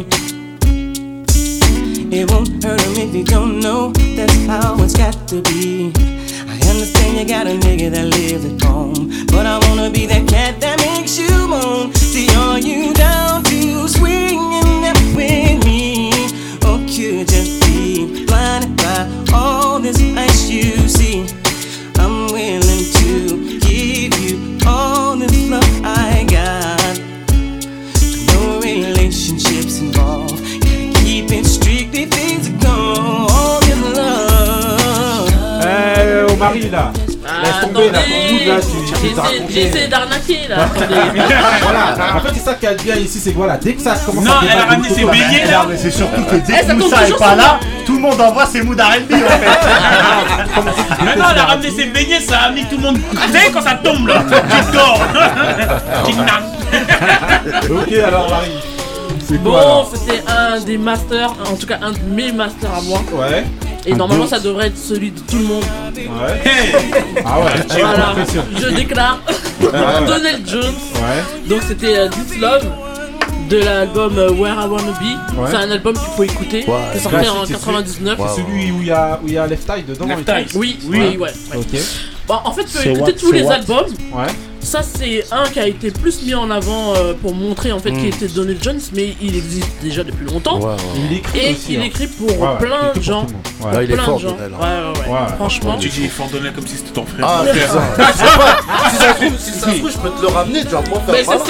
It won't hurt him if you don't know. That's how it's got to be. I understand you got a nigga that lives at home, but I wanna be that cat that makes you moan. See, are you down to swinging that with me? Or could you be blinded by all this ice you see? I'm willing to give you all this love I got, no relationships involved. Gotta keep it strictly physical. All this love. Au mari là. Laisse tomber là, pour nous là, j'ai essayé d'arnaquer là. Voilà, en fait c'est ça qui est bien ici, c'est que voilà, dès que ça commence non, à elle a ramené ses beignets là. Mais c'est surtout que dès que Moussa est pas là, tout le monde envoie ses moods R&B en fait. Mais non, elle a ramené ses beignets, ça a mis tout le monde. Tu sais, quand ça tombe là, tu dors. Ok, alors Marie. Bon, c'était un des masters, en tout cas un de mes masters à moi. Ouais. Et normalement ça devrait être celui de tout le monde. Ouais. Ah ouais, voilà. Je déclare Donald Jones. Ouais. Donc c'était This Love de l'album Where I Wanna Be. Ouais. C'est un album qu'il faut écouter. Ouais. C'est sorti en 99. C'est celui où il y a Left Eye dedans. Left Eye. Oui. Ok. Bon, en fait, tu peux écouter tous les albums. Ouais. Ça, c'est un qui a été plus mis en avant pour montrer en fait qui était Donald Jones, mais il existe déjà depuis longtemps. Ouais. Il écrit et aussi, il écrit pour plein de gens. Ouais. Il est fort, Donald. Ouais. Franchement. Tu dis fort Donald comme si c'était ton frère. Ah, c'est ça. Si ça se trouve, je peux te le ramener, tu vas moi faire. Mais c'est ça.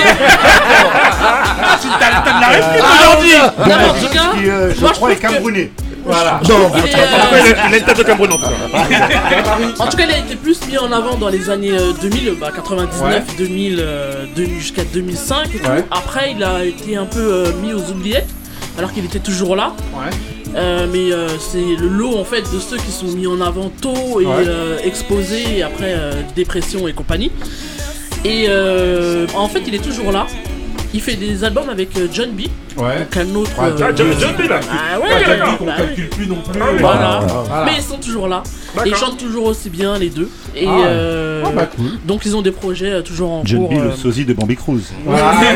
T'as de la réplique aujourd'hui. Non, en tout cas, je crois est camerounais. Voilà. Il a une tête de Cameroun en tout cas. En tout cas, il a été plus mis en avant dans les années 2000, 99, 2000, jusqu'à 2005 et tout. Après, il a été un peu mis aux oubliettes, alors qu'il était toujours là. Mais c'est le lot en fait de ceux qui sont mis en avant tôt et exposés, et après dépression et compagnie. Et en fait, il est toujours là. Il fait des albums avec John B. Donc un autre. John B là. John B qu'on calcule plus non plus. Voilà. Mais ils sont toujours là. Et ils chantent toujours aussi bien les deux. Et cool. donc ils ont des projets toujours en John cours. B, le sosie de Bambi Cruz. Non.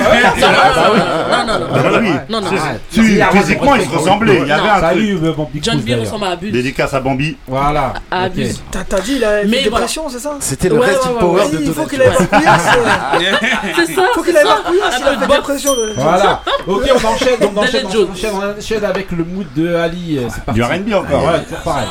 Physiquement, ils se ressemblaient. Il y avait un Salut truc. John B ressemble à Abuse. Dédicace à Bambi. Voilà. À Abuse. T'as dit, il a une dépression, c'est ça? C'était le resting power de Il faut Donald qu'il aille voir Couillasse. C'est ça. Faut qu'il aille voir Couillasse, il a fait dépression. Voilà. Ok, on enchaîne avec le mood de Ali. C'est parti. Du R&B encore. Ouais, c'est pareil.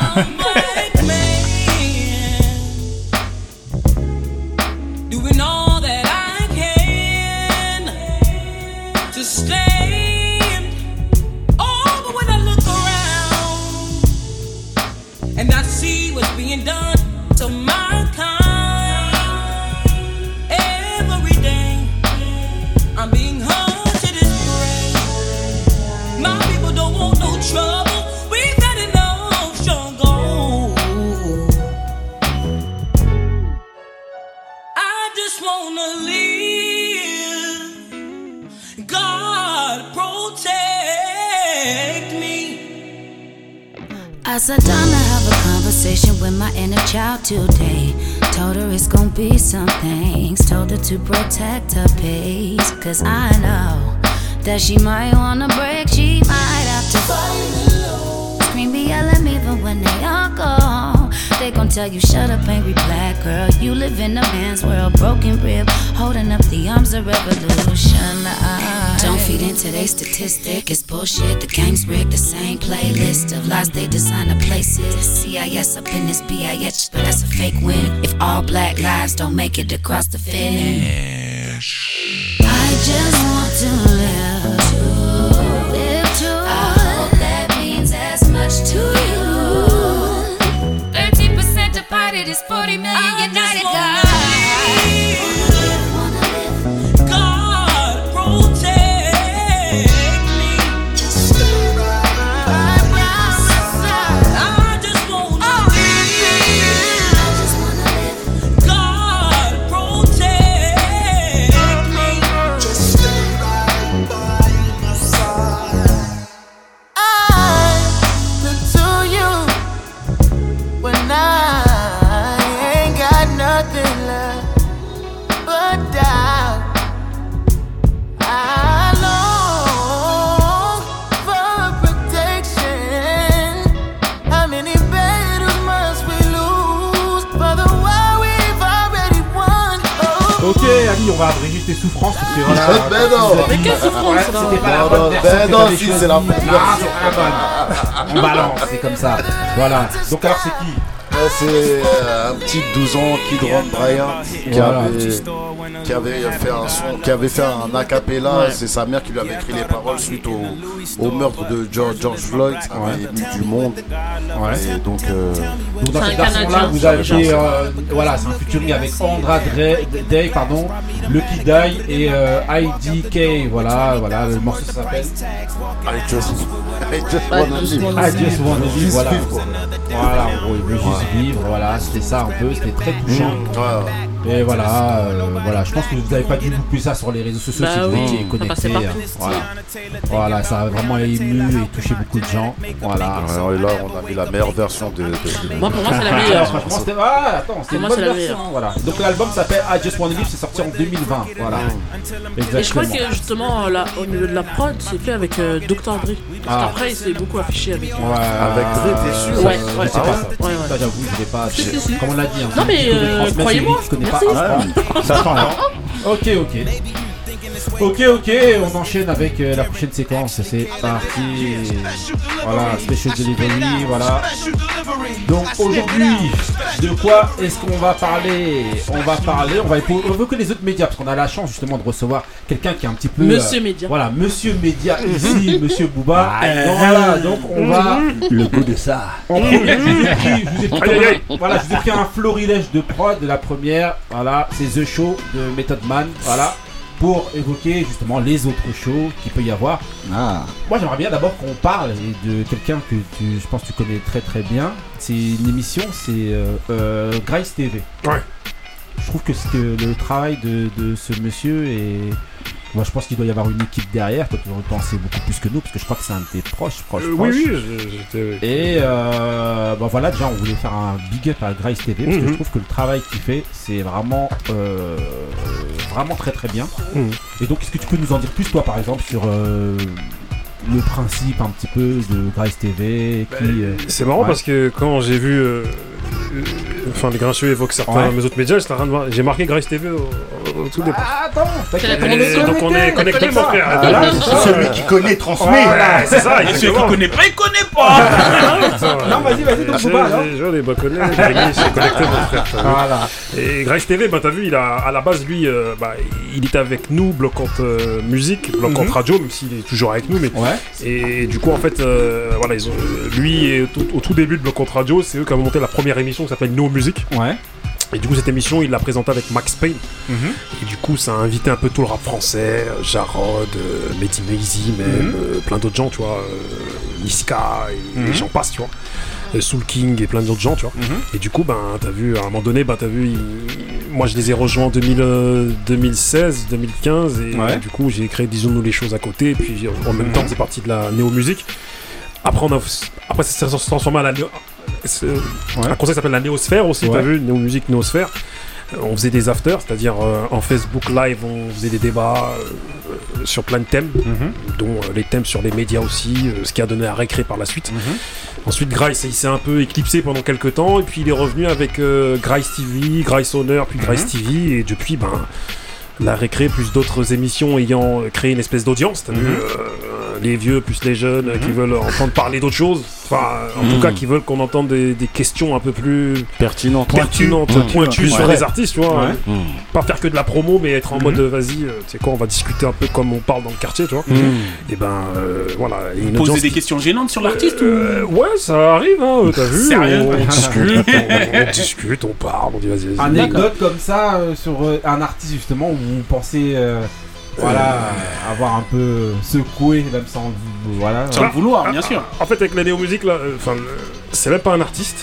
Doing all that I can to stay. Oh, but when I look around and I see what's being done to my kind, every day I'm being hurt to this grave. My people don't want no trouble. We've had enough struggle. I just wanna live. God protect me. I sat down to have a conversation with my inner child today. Told her it's gonna be some things. Told her to protect her peace. Cause I know that she might wanna break. She might have to fight alone. Scream, be yelling even when they all gone. They gon' tell you shut up, angry black girl. You live in a man's world, broken rib, holding up the arms of revolution. Don't feed into their statistic, it's bullshit. The game's rigged, the same playlist of lies they design to places. CIS up in this BIH, but that's a fake win. If all black lives don't make it across the finish, I just want to live to. I hope that means as much to you. 13% departed is 40 million united guys. Ok, Ali, on va abréger tes souffrances parce que voilà. Ben non. Mais quelle souffrance, c'était pas la bonne version. Ben non, si, c'est la bonne version. On balance, c'est comme ça. Voilà. Donc alors c'est qui? C'est un petit 12 ans, Kid Ron Bryant, qui avait fait un son, qui avait fait un acapella. C'est sa mère qui lui avait écrit les paroles suite au meurtre de George Floyd, qui avait mis du monde. Et donc dans cette version-là, vous avez voilà, c'est un featuring avec Andra Day, pardon, Lucky Die et IDK. Voilà, le morceau s'appelle I Just Wanna Live. Voilà, en gros, il veut juste vivre, voilà, c'était ça un peu, c'était très touchant. Et voilà, je pense que vous n'avez pas dû louper ça sur les réseaux sociaux si vous étiez connectés. Voilà, ça a vraiment ému et touché beaucoup de gens. Voilà. Et là, on a mis la meilleure version de. Moi, pour moi, c'est la meilleure. Franchement, c'était une bonne version. Voilà. Donc l'album s'appelle I Just Wanna Live, c'est sorti en 2020. Voilà. Et je crois que justement, là, au niveau de la prod, c'est fait avec Dr. Dre. Parce qu'après, il s'est beaucoup affiché avec. Avec Dre, t'es sûr? Ouais, je sais pas ça. Ça, j'avoue, je l'ai pas. Comme on l'a dit. Non, mais croyez-moi. Ça s'entend. Ok, on enchaîne avec la prochaine séquence, c'est parti. Voilà, Special Delivery, voilà. Donc aujourd'hui, de quoi est-ce qu'on va parler? On veut que les autres médias, parce qu'on a la chance justement de recevoir quelqu'un qui est un petit peu... Monsieur Média. Voilà, Monsieur Média ici, Monsieur Booba. Voilà, donc on va... Le goût de ça. Je vous ai pris un florilège de prod de la première, voilà, c'est The Show de Method Man, voilà. Pour évoquer justement les autres shows qu'il peut y avoir. Moi j'aimerais bien d'abord qu'on parle de quelqu'un que je pense que tu connais très très bien. C'est une émission, c'est Grace TV. Ouais. Je trouve que le travail de ce monsieur est... Moi je pense qu'il doit y avoir une équipe derrière, toi tu en sais beaucoup plus que nous parce que je crois que c'est un de tes proches. Oui, Et voilà, déjà on voulait faire un big up à Grace TV parce que je trouve que le travail qu'il fait c'est vraiment très très bien. Et donc est-ce que tu peux nous en dire plus toi par exemple sur le principe un petit peu de Grace TV C'est marrant parce que quand j'ai vu les Grincheux évoquent certains mes autres médias, j'ai marqué Grace TV au tout départ. Attends, donc on est connecté mon frère. Celui qui connaît transmet. C'est ça, et celui qui connaît pas, il connaît pas. Non, vas-y, donc faut pas. Les bas connaissent, les c'est connecté mon frère. Voilà. Et Grace TV, t'as vu, à la base lui, il était avec nous, Bloquante musique, Bloquante radio, même s'il est toujours avec nous, mais et du coup en fait, lui et au tout début de Bloquante radio, c'est eux qui ont monté la première émission qui s'appelle No Music. Et du coup cette émission il l'a présentée avec Max Payne. Et du coup ça a invité un peu tout le rap français, Jarod, Mehdi Maizy même, plein d'autres gens tu vois, Niska et j'en passe tu vois, Soul King et plein d'autres gens tu vois. Et du coup t'as vu à un moment donné moi je les ai rejoints en 2016, 2015 et du coup j'ai créé Disons-nous les choses à côté et puis en même temps c'est parti de la néo-musique. Après ça s'est transformé à un concept qui s'appelle la Néosphère aussi, t'as vu, Néo-musique, Néosphère. On faisait des afters, c'est-à-dire en Facebook Live, on faisait des débats sur plein de thèmes, dont les thèmes sur les médias aussi, ce qui a donné à Récré par la suite. Ensuite, Grice, il s'est un peu éclipsé pendant quelques temps, et puis il est revenu avec Grice TV, Grice Honor, puis Grice TV, et depuis, la Récré plus d'autres émissions ayant créé une espèce d'audience, t'as vu, les vieux plus les jeunes qui veulent entendre parler d'autres choses, enfin en tout cas qui veulent qu'on entende des questions un peu plus pertinentes, pointues sur les artistes, tu vois, pas faire que de la promo mais être en mode vas-y, tu sais quoi, on va discuter un peu comme on parle dans le quartier, tu vois, et voilà, poser des questions gênantes sur l'artiste ouais, ça arrive, hein, t'as vu, sérieux, on discute, on parle, on dit vas-y. Anecdote comme ça sur un artiste justement où vous pensez avoir un peu secoué, même sans le vouloir, bien sûr. En fait, avec la néo-musique, là, c'est même pas un artiste,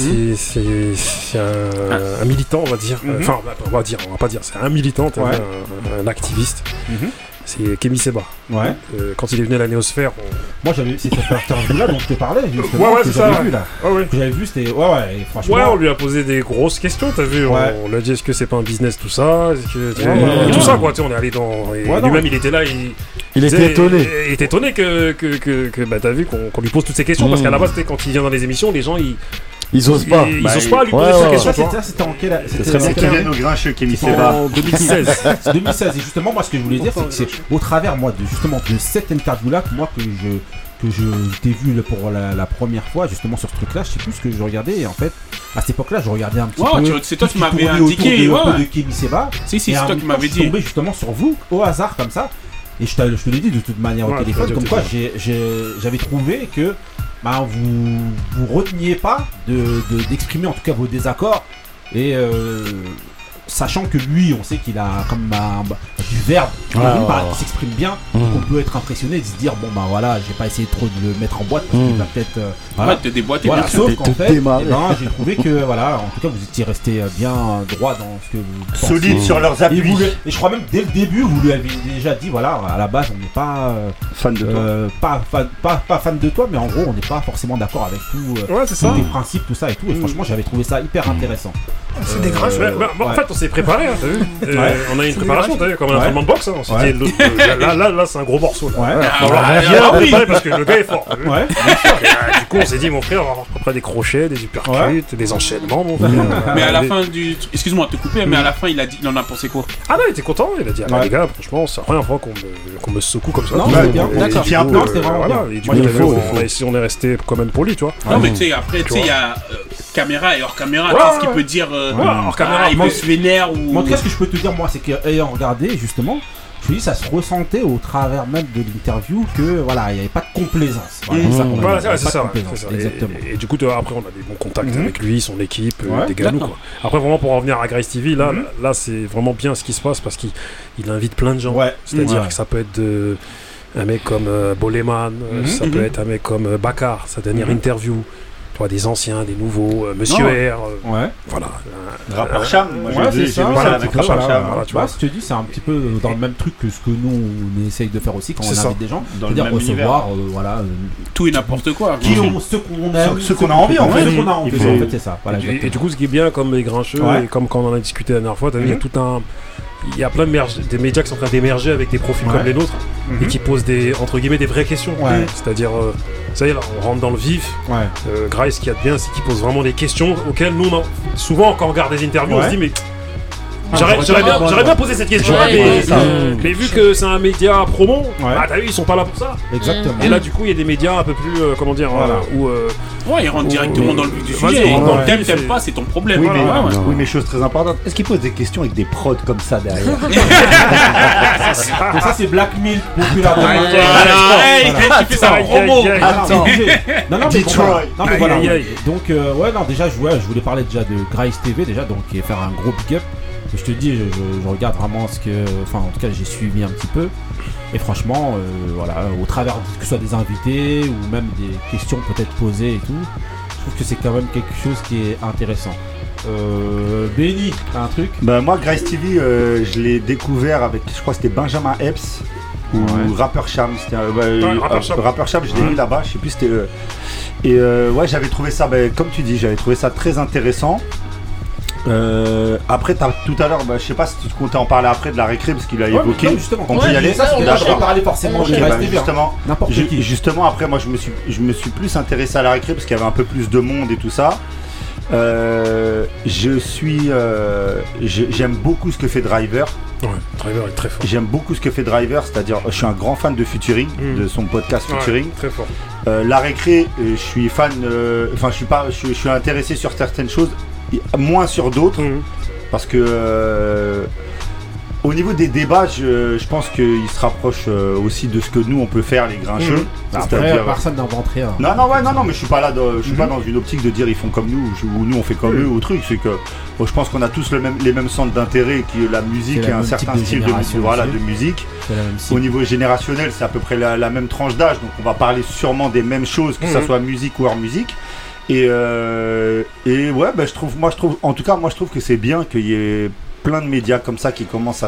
c'est un militant, on va dire. Enfin, on va pas dire, c'est un militant, un activiste. C'est Kémy Séba. Quand il est venu à la Néosphère, moi j'avais cette interview-là dont je te parlais, justement, que j'avais vu là. Que j'avais vu, c'était et franchement. On lui a posé des grosses questions, t'as vu. On lui a dit est-ce que c'est pas un business tout ça, et tout ça quoi. Tu sais, on est allé dans. Lui-même, il était là, il était étonné. Il était étonné que t'as vu qu'on lui pose toutes ces questions, parce qu'à la base, quand il vient dans les émissions, les gens ils osent pas. Ils osent pas lui poser ces questions. C'était en quelle année? C'était qu'il vienne au grincheux, Kémy Séba. En 2016. 2016. Et justement, moi, ce que je voulais dire, c'est que c'est au travers, moi, de cette interview-là, que je t'ai vu pour la première fois, justement, sur ce truc-là. Je sais plus ce que je regardais. Et en fait, à cette époque-là, je regardais un petit peu. C'est toi qui m'avais indiqué. De Kémy Séba. Si, c'est toi qui m'avais dit. Je suis tombé justement sur vous, au hasard, comme ça. Et je te l'ai dit de toute manière au téléphone. Comme quoi, j'avais trouvé que. Vous reteniez pas d'exprimer en tout cas vos désaccords, et sachant que lui, on sait qu'il a comme du verbe, qui s'exprime bien, donc on peut être impressionné et se dire j'ai pas essayé trop de le mettre en boîte parce qu'il va peut-être te déboîter. Sauf qu'en fait, j'ai trouvé que en tout cas vous étiez resté bien droit dans ce que vous pensiez. Solide sur leurs appuis. Et je crois même dès le début vous lui avez déjà dit à la base on n'est pas fan de toi, pas fan de toi, mais en gros on n'est pas forcément d'accord avec tout tes principes, tout ça et tout, et franchement j'avais trouvé ça hyper intéressant. C'est des grâces. En fait, on s'est préparé, t'as vu. On a une préparation, t'as vu, comme un entraînement de boxe. On s'est dit, là, c'est un gros morceau. On va bien préparer parce que le gars est fort. Du coup, on s'est dit, mon frère, on va avoir à peu près des crochets, des uppercuts, des enchaînements, mon frère. Mais à la fin du. Excuse-moi de te couper, mais à la fin, il en a pensé quoi? Ah non, il était content. Il a dit, les gars, franchement, c'est la première fois qu'on me secoue comme ça. Non, c'est bien. D'accord. C'était vraiment bien. Et du coup, on est resté quand même poli, tu vois. Non, mais tu sais, après, tu sais, il y a caméra et hors caméra. Qu'est-ce qu'il peut dire? Hors caméra, il peut se vénère ou. En tout cas, ce que je peux te dire, moi, c'est qu'ayant regardé, justement, je me dis, ça se ressentait au travers même de l'interview que il n'y avait pas de complaisance. C'est ça. Exactement. Et du coup, après, on a des bons contacts avec lui, son équipe, des gars, nous, quoi. Après, vraiment, pour en revenir à Grice TV, là, c'est vraiment bien ce qui se passe parce qu'il invite plein de gens. C'est-à-dire que ça peut être un mec comme Boleman, ça peut être un mec comme Bakar, sa dernière interview. Des anciens, des nouveaux, Monsieur R. Voilà. Rappeur Cham. C'est ça. Avec Rappeur Cham. Tu vois, je te dis, c'est un petit peu dans le même truc que ce que nous on essaye de faire aussi quand on invite des gens. C'est-à-dire recevoir, tout et n'importe quoi. Ceux qu'on aime, ceux qu'on a envie en fait. Ceux qu'on a envie, en fait, c'est ça. Et du coup, ce qui est bien, comme les grincheux, et comme quand on en a discuté la dernière fois, il y a tout un. Il y a plein de médias qui sont en train d'émerger avec des profils comme les nôtres et qui posent entre guillemets des vraies questions. C'est-à-dire, ça y est, là, on rentre dans le vif. Grice, ce qu'il y a de bien, c'est qu'il pose vraiment des questions auxquelles nous, souvent, quand on regarde des interviews, on se dit, mais j'aurais bien posé cette question, mais vu que c'est un média promo, t'as vu, ils sont pas là pour ça. Exactement. Et là, du coup, il y a des médias un peu plus, comment dire, où. Ils rentrent directement dans le vif du sujet. T'aimes pas, c'est ton problème. Oui, mais chose très importante, est-ce qu'ils posent des questions avec des prods comme ça derrière? Ça, c'est Black Milk, populaire. Tu fais ça en promo. Non, mais voilà. Donc, déjà, je voulais parler déjà de Grice TV, déjà, donc, et faire un gros big up. Je te dis, je regarde vraiment en tout cas, j'ai suivi un petit peu. Et franchement, au travers que ce soit des invités ou même des questions peut-être posées et tout, je trouve que c'est quand même quelque chose qui est intéressant. Benny, t'as un truc? Moi, Grice TV, je l'ai découvert avec, je crois que c'était Benjamin Epps ou Rappeur Cham. Rappeur Cham, je l'ai mis là-bas, je sais plus c'était. Et j'avais trouvé ça, comme tu dis, j'avais trouvé ça très intéressant. Après, tout à l'heure, je sais pas si tu comptais en parler après de la récré parce qu'il a évoqué. Non, justement, on peut y aller. Ça, on va parler forcément. Justement, après, moi, je me suis plus intéressé à la récré parce qu'il y avait un peu plus de monde et tout ça. J'aime beaucoup ce que fait Driver. Ouais, Driver est très fort. J'aime beaucoup ce que fait Driver, c'est-à-dire, je suis un grand fan de Featuring, de son podcast Featuring. Très fort. La récré, je suis fan. Je suis intéressé sur certaines choses, moins sur d'autres, parce que au niveau des débats, je pense qu'il se rapproche aussi de ce que nous on peut faire, les grincheux. Après, personne n'invente rien. Non, mais je suis pas là, je suis pas dans une optique de dire ils font comme nous ou nous on fait comme eux ou truc. C'est que je pense qu'on a tous les mêmes centres d'intérêt, qui est la musique et un certain style de musique. Au niveau générationnel, c'est à peu près la même tranche d'âge, donc on va parler sûrement des mêmes choses, que ça soit musique ou hors musique. Et ouais, je trouve que c'est bien qu'il y ait plein de médias comme ça qui commencent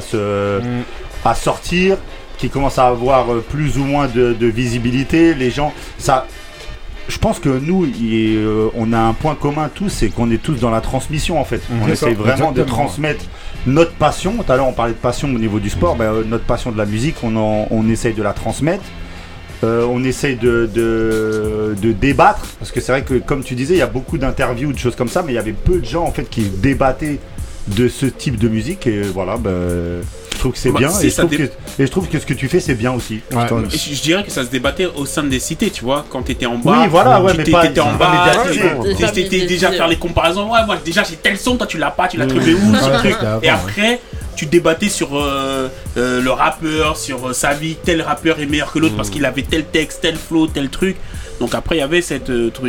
à sortir, qui commencent à avoir plus ou moins de visibilité. Les gens, je pense que nous, on a un point commun tous, c'est qu'on est tous dans la transmission en fait. On essaye vraiment de transmettre notre passion. Tout à l'heure on parlait de passion au niveau du sport, notre passion de la musique, on essaye de la transmettre. On essaye de débattre, parce que c'est vrai que comme tu disais, il y a beaucoup d'interviews, de choses comme ça, mais il y avait peu de gens en fait qui débattaient de ce type de musique, et voilà, je trouve que c'est bien, et je trouve que ce que tu fais c'est bien aussi. Ouais. Je dirais que ça se débattait au sein des cités, tu vois, quand t'étais en bas. Oui, voilà, ouais, mais t'étais en bas, t'étais déjà faire les comparaisons. Ouais, moi déjà j'ai tel son, toi tu l'as pas, tu l'as trouvé où, ce truc. Et après, tu débattais sur le rappeur, sur sa vie, tel rappeur est meilleur que l'autre parce qu'il avait tel texte, tel flow, tel truc. Donc après il y avait cette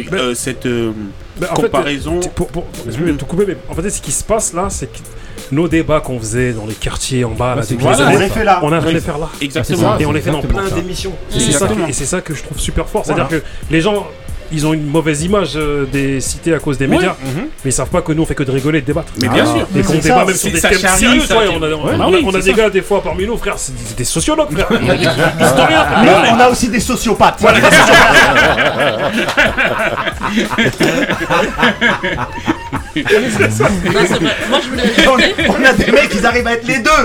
comparaison. Je vais tout couper, mais en fait ce qui se passe là, c'est que nos débats qu'on faisait dans les quartiers en bas, on a les faire là. Exactement. Et on les fait dans plein d'émissions. Et c'est ça que je trouve super fort. C'est-à-dire que les gens, ils ont une mauvaise image des cités à cause des médias, mais ils savent pas que nous on fait que de rigoler et de débattre. Mais bien sûr. Et qu'on débat même sur des thèmes sérieux. On a des gars des fois parmi nous, frère, c'est des sociologues, frère. Historiens. Mais on a aussi des sociopathes. Moi je voulais. On a des mecs, ils arrivent à être les deux.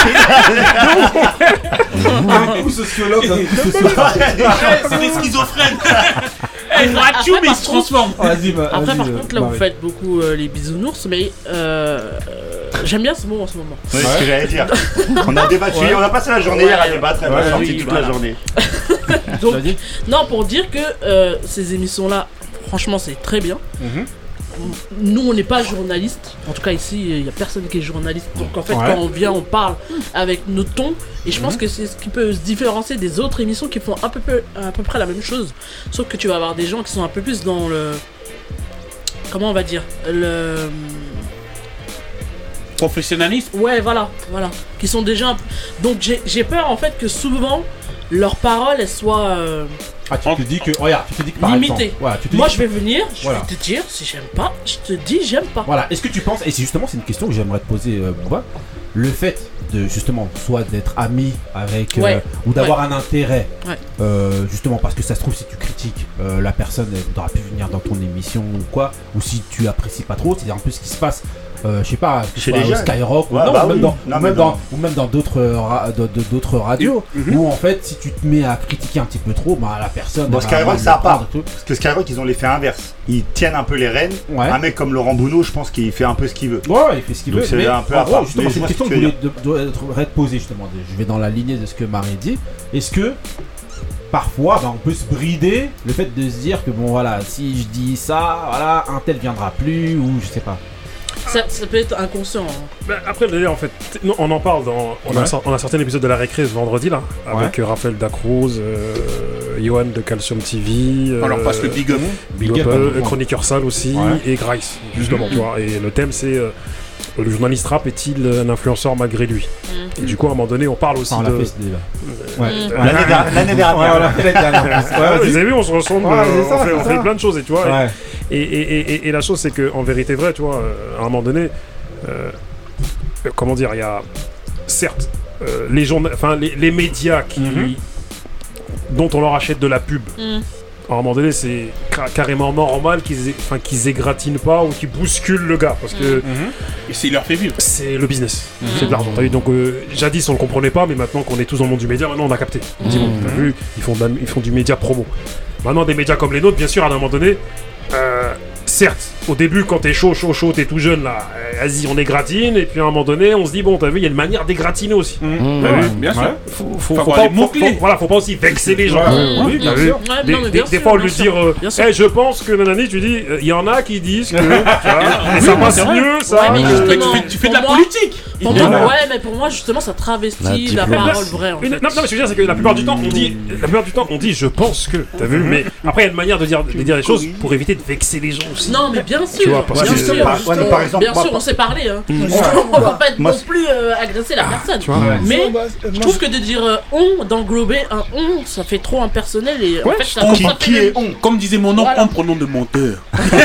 Un coup sociologue, un coup sociopathe. C'est des schizophrènes. Ils font un tube mais ils se transforment. Après, par contre, là, vous faites beaucoup les bisounours, mais j'aime bien ce mot en ce moment. Oui, c'est ce que j'allais dire. On a débattu, on a passé la journée hier à débattre, elle a sorti toute la journée. Donc, non, pour dire que ces émissions-là, franchement, c'est très bien. Nous, on n'est pas journalistes. En tout cas, ici, il n'y a personne qui est journaliste. Donc, en fait, quand on vient, on parle avec nos tons. Et je pense que c'est ce qui peut se différencier des autres émissions qui font à peu près la même chose. Sauf que tu vas avoir des gens qui sont un peu plus dans le... Comment on va dire ? Le... Professionnalisme ? Ouais, voilà. Qui sont déjà... Donc, j'ai peur, en fait, que souvent, leurs paroles, elles soient... tu te dis que par limité. exemple, voilà, moi je vais venir, je vais te dire si j'aime pas, je te dis j'aime pas. Voilà, est-ce que tu penses, et c'est justement c'est une question que j'aimerais te poser, Bouba, le fait de justement soit d'être ami avec ou d'avoir un intérêt, justement parce que ça se trouve si tu critiques la personne, elle voudra plus venir dans ton émission ou quoi, ou si tu apprécies pas trop, c'est un peu ce qui se passe. Je sais pas, chez les jeunes. Skyrock ou même dans d'autres radios où en fait si tu te mets à critiquer un petit peu trop, la personne. Bon, Skyrock ça part. Parce que Skyrock ils ont l'effet inverse. Ils tiennent un peu les rênes. Un mec comme Laurent Bounot, je pense qu'il fait un peu ce qu'il veut. Ouais, il fait ce qu'il veut. C'est mais un peu à part. Justement, c'est une question que devrait te poser justement. Je vais dans la lignée de ce que Marie dit. Est-ce que parfois on peut se brider le fait de se dire que bon voilà, si je dis ça, voilà, un tel viendra plus ou je sais pas. Ça peut être inconscient. Après, d'ailleurs, en fait, on en parle on a sorti un épisode de la récré ce vendredi là, avec Raphaël Dacruz, Johan de Calcium TV. On leur passe le Big Up, Chroniqueur Sale aussi, et Grice, justement, tu vois. Et le thème, c'est le journaliste rap est-il un influenceur malgré lui? Et du coup, à un moment donné, on parle aussi de. L'année dernière. Vous avez vu, on se ressemble, on fait plein de choses, et tu vois. Et la chose, c'est qu'en vérité vraie, tu vois, à un moment donné, comment dire, il y a certes les médias dont on leur achète de la pub à un moment donné, c'est carrément normal qu'ils égratignent pas ou qu'ils bousculent le gars. Parce que. Et c'est, il leur fait vivre. C'est le business. C'est de l'argent. T'as vu, donc, jadis, on le comprenait pas, mais maintenant qu'on est tous dans le monde du média, maintenant on a capté. On dit, bon, t'as vu, ils font du média promo. Maintenant, des médias comme les nôtres, bien sûr, à un moment donné, certes, au début, quand t'es chaud, t'es tout jeune, là, vas-y, on égratine, et puis à un moment donné, on se dit, bon, t'as vu, il y a une manière d'égratiner aussi. T'as vu, bien sûr. Faut pas aussi vexer les gens. Oui, bien sûr. Des fois, au lieu de dire, je pense que nanani, tu dis, il y en a qui disent que ça passe mieux, ça. Tu fais de la politique. Ouais, mais pour moi, justement, ça travestit la parole vraie. Non, mais ce que je veux dire, c'est que la plupart du temps, on dit, je pense que, t'as vu, mais après, il y a une manière de dire les choses pour éviter de vexer les gens aussi. Non, mais bien sûr. Tu vois, parce que par exemple, bien sûr, on s'est parlé. Hein. On va pas être non plus agresser la personne. Mais je trouve que de dire on, d'englober un on, ça fait trop impersonnel et en fait, ça qui est on. Comme disait mon oncle, en prenant de menteur.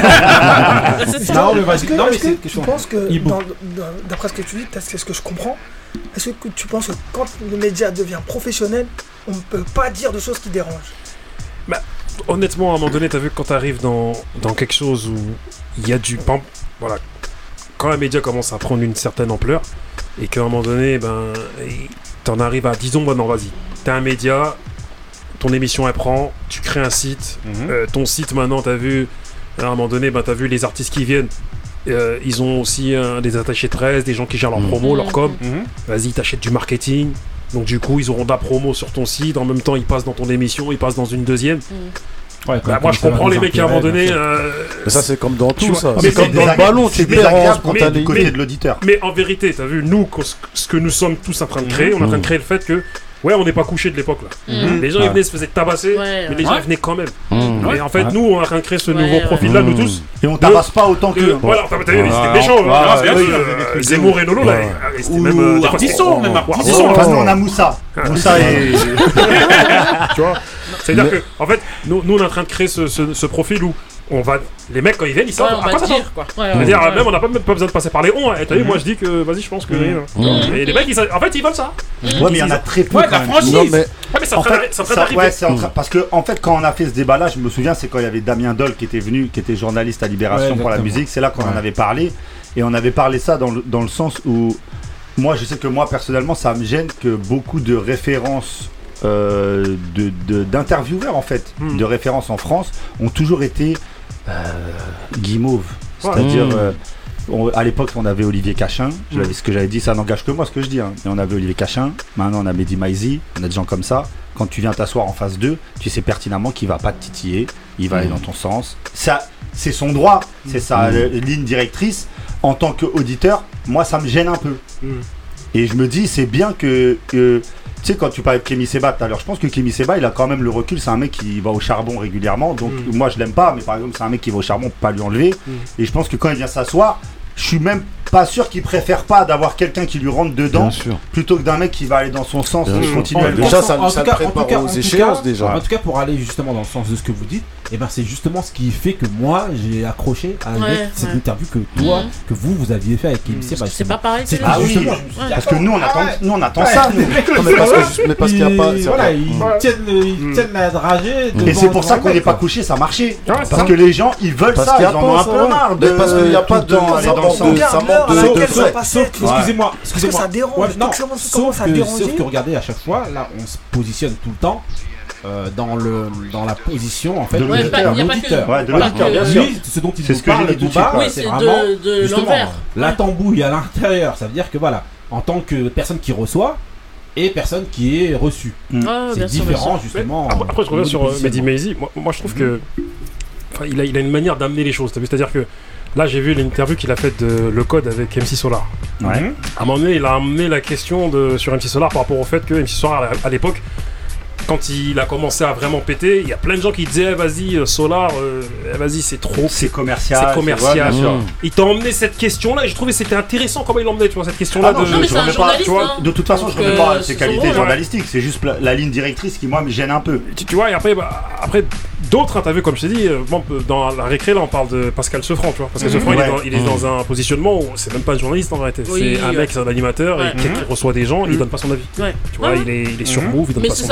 Non, mais vas-y. Non, mais je pense que d'après ce que tu dis, c'est ce que je comprends. Est-ce que tu penses que quand le média devient professionnel, on ne peut pas dire de choses qui dérangent? Bah, honnêtement, à un moment donné, t'as vu que quand t'arrives dans quelque chose où il y a du pamp, voilà, quand un média commence à prendre une certaine ampleur et qu'à un moment donné, ben, t'en arrives à, disons, bon, non, vas-y, t'es un média, ton émission elle prend, tu crées un site, ton site maintenant, t'as vu, à un moment donné, ben, t'as vu les artistes qui viennent. Ils ont aussi des attachés de presse, des gens qui gèrent leur promo, leur com. Vas-y, t'achètes du marketing. Donc du coup, ils auront de la promo sur ton site. En même temps, ils passent dans ton émission, ils passent dans une deuxième. Ouais, moi, je comprends les mecs qui à un moment donné. Mais ça, c'est comme dans tout ça. C'est comme dans le ballon, tu perds en spontanéité du côté de l'auditeur. Mais en vérité, t'as vu, nous, ce que nous sommes tous en train de créer, on est en train de créer le fait que. Ouais, on n'est pas couché de l'époque là. Les gens ils venaient se faisaient tabasser, mais les gens ils venaient quand même. Et en fait, nous on a créé ce nouveau profil là, nous tous. Et on tabasse pas autant que. Voilà, t'as vu, c'était méchant. Zemmour et Lolo là, c'était même. Artisson, même Artisson. Enfin, nous on a Moussa. Moussa et. Tu vois, c'est-à-dire que, en fait, nous on est en train de créer ce profil où. On va, les mecs quand ils viennent, ils savent à quoi s'attendre. C'est-à-dire même on n'a pas besoin de passer par les onds. T'as vu, moi je dis que vas-y, je pense que. Et les mecs, en fait, ils veulent ça. Ouais, mais il y en a très peu. Ouais, la franchise. Mais ça traite d'arriver. Ouais, parce que en fait, quand on a fait ce débat-là, je me souviens, c'est quand il y avait Damien Dole qui était venu, qui était journaliste à Libération pour la musique. C'est là qu'on en avait parlé, et on avait parlé ça dans le sens où moi, je sais que moi personnellement, ça me gêne que beaucoup de références. D'intervieweurs en fait, de références en France ont toujours été guimauve, c'est-à-dire à l'époque on avait Olivier Cachin, ce que j'avais dit, ça n'engage que moi ce que je dis, hein. Et on avait Olivier Cachin, maintenant on a Mehdi Maizi, on a des gens comme ça. Quand tu viens t'asseoir en face d'eux, tu sais pertinemment qu'il va pas te titiller, il va aller dans ton sens, ça c'est son droit, c'est sa ligne directrice. En tant qu'auditeur, moi ça me gêne un peu, et je me dis c'est bien que tu sais, quand tu parlais de Kémy Séba tout à l'heure, je pense que Kémy Séba, il a quand même le recul. C'est un mec qui va au charbon régulièrement. Donc, moi, je l'aime pas, mais par exemple, c'est un mec qui va au charbon, on peut pas lui enlever. Et je pense que quand il vient s'asseoir, je suis même pas sûr qu'il préfère pas d'avoir quelqu'un qui lui rentre dedans plutôt que d'un mec qui va aller dans son sens et continuer à déjà ça prépare aux échéances déjà. En tout cas, pour aller justement dans le sens de ce que vous dites, et ben c'est justement ce qui fait que moi j'ai accroché avec cette interview que toi, que vous aviez fait avec Kémy Séba. C'est pas pareil. Ah oui, parce que nous on attend ça. Mais parce qu'il n'y a pas. Voilà, ils tiennent la dragée. Et c'est pour ça qu'on n'est pas couché, ça marchait. Parce que les gens ils veulent ça, ils en ont un peu marre. Parce qu'il n'y a pas de. Excusez-moi. Ça dérange. Sauf que regardez, à chaque fois, là, on se positionne tout le temps dans la position en fait de l'auditeur. De l'auditeur, bien sûr. Ce dont il nous parle, c'est vraiment justement la tambouille à l'intérieur. Ça veut dire que voilà, en tant que personne qui reçoit et personne qui est reçue, c'est différent justement. Après, je reviens sur Mehdi Maizi. Moi, je trouve que il a une manière d'amener les choses. C'est-à-dire que là, j'ai vu l'interview qu'il a faite de Le Code avec MC Solar. À un moment donné, il a amené la question sur MC Solar par rapport au fait que MC Solar, à l'époque, quand il a commencé à vraiment péter, il y a plein de gens qui disaient vas-y Solar, vas-y c'est trop, c'est commercial. Il t'a emmené cette question-là et je trouvais que c'était intéressant comment il l'emmenait, tu vois, cette question-là. Non, mais c'est un journaliste. De toute façon, je ne remets pas ses qualités journalistiques, c'est juste la ligne directrice qui moi me gêne un peu. Tu vois, et après d'autres, t'as vu, comme je t'ai dit, dans la récré là on parle de Pascal Seffran, tu vois. Pascal Seffran il est dans un positionnement où c'est même pas un journaliste en réalité, c'est un mec, c'est un animateur qui reçoit des gens, il donne pas son avis. Tu vois, il est sur Move, il donne pas son avis.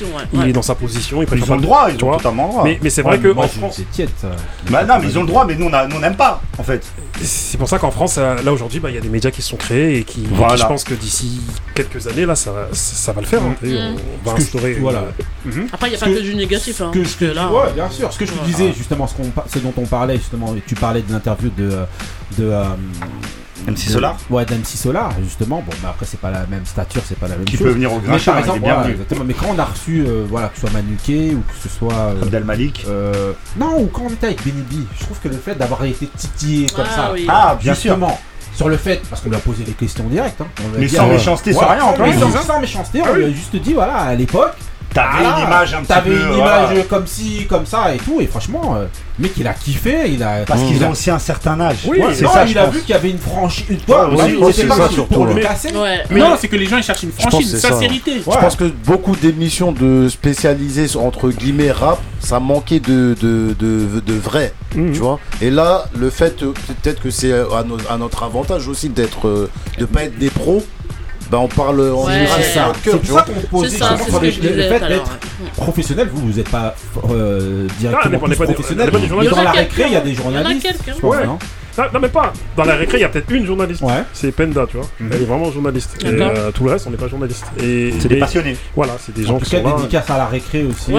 il est dans sa position, il préfère ils ont le droit, ils ont totalement le droit. Mais c'est vrai qu'en France, c'est tiède ça. Bah non, mais ils ont le droit, mais nous on n'aime pas en fait. C'est pour ça qu'en France, là aujourd'hui, il y a des médias qui se sont créés et qui, je pense que d'ici quelques années, là, ça va le faire. On va instaurer. Voilà. Après, il n'y a pas que du négatif. Ouais, bien sûr. Ce que je te disais justement, ce dont on parlait justement, tu parlais de l'interview de MC Solar. Ouais, d'MC Solar justement. Bon, mais après c'est pas la même stature, c'est pas la même chose. Qui peut venir au Grand Chat, par exemple, exactement. Mais quand on a reçu, que ce soit Manuké ou que ce soit Abdel Malik. Non, ou quand on était avec Benny B, je trouve que le fait d'avoir été titillé comme ça. Oui. Ah, bien sûr. Sur le fait, parce qu'on lui a posé des questions directes. Mais sans méchanceté, sans rien en plus. Sans méchanceté, on lui a juste dit voilà, à l'époque. T'avais une image un petit peu. T'avais une image comme ci, comme ça et tout, et franchement, le mec il a kiffé, parce qu'ils ont aussi un certain âge. Oui, c'est ça. Il a vu qu'il y avait une franchise. C'est ça surtout. Mais non, c'est que les gens ils cherchent une franchise, une sincérité. Je pense que beaucoup d'émissions de spécialisées entre guillemets rap, ça manquait de vrai, tu vois. Et là, le fait peut-être que c'est à notre avantage aussi de pas être des pros. Ben on parle en c'est ça. C'est pour ça qu'on pose sur le fait d'être professionnel. Vous n'êtes pas directement professionnel. Mais dans la récré, il y a des journalistes. Non mais pas. Dans la récré, il y a peut-être une journaliste. Ouais. C'est Penda, tu vois. Elle est vraiment journaliste. Et tout le reste, on n'est pas journaliste. C'est des passionnés. Voilà, c'est des gens qui sont là. Dédicace à la récré aussi.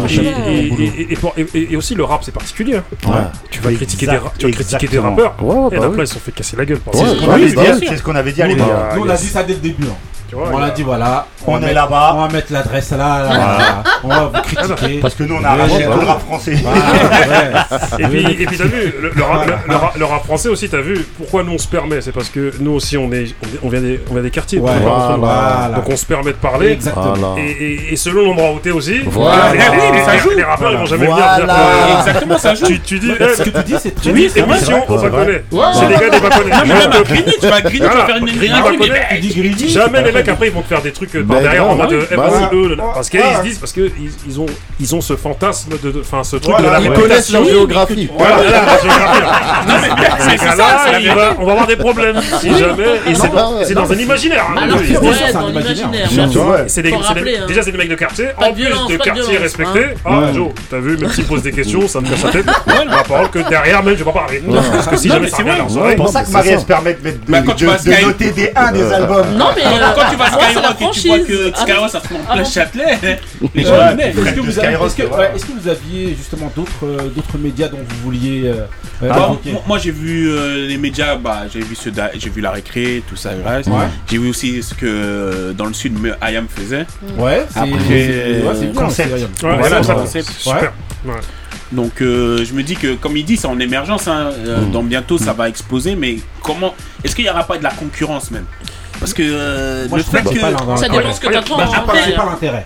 Et aussi le rap, c'est particulier. Tu vas critiquer des rappeurs. Et là, ils se sont fait casser la gueule. C'est ce qu'on avait dit à l'époque. Nous, on a dit ça dès le début. On a dit voilà, on est là-bas, on va mettre l'adresse là, on va vous critiquer. Parce que nous on a arraché le rap français. Et puis t'as vu, le rap français aussi, t'as vu, pourquoi nous on se permet, c'est parce que nous aussi on vient des quartiers. Donc on se permet de parler. Exactement. Et selon l'endroit où t'es aussi, les rappeurs ils vont jamais venir dire. Exactement, ça joue. Tu dis, ce que tu dis c'est très bien. Émission, on va connaître. C'est des gars des Baconnais. Non mais même Grigny, tu vas Grigny, tu vas faire une Grigny. Jamais les mecs après ils vont te faire des trucs par derrière en mode parce qu'ils se disent, parce qu'ils ont ce fantasme enfin ce truc de la ils connaissent leur géographie. Voilà, la géographie. C'est ça, on va avoir des problèmes si jamais. Et c'est dans un imaginaire. Déjà c'est des mecs de quartier, en plus de quartier respecté. Ah Joe, t'as vu, même s'il pose des questions, ça me casse la tête. Ma parole que derrière même je vais pas parler. Parce que si jamais ça revient dans c'est pour ça que Marie se permet de noter des 1 des albums. Non mais quand tu vas Skyrock et tu vois que Skyrock ça se fait en plein Châtelet, les gens connaissent. Est-ce que vous aviez justement d'autres médias dont vous vouliez moi j'ai vu les médias, j'ai vu la récré, tout ça le reste. J'ai vu aussi ce que dans le sud IAM faisait. Ouais, c'est concept. Voilà, ça concept. Super. Donc je me dis que comme il dit c'est en émergence, donc bientôt ça va exploser, mais comment est-ce qu'il n'y aura pas de la concurrence même? Parce que moi, le fait que ça dépend ce que t'attends. Après, c'est pas l'intérêt.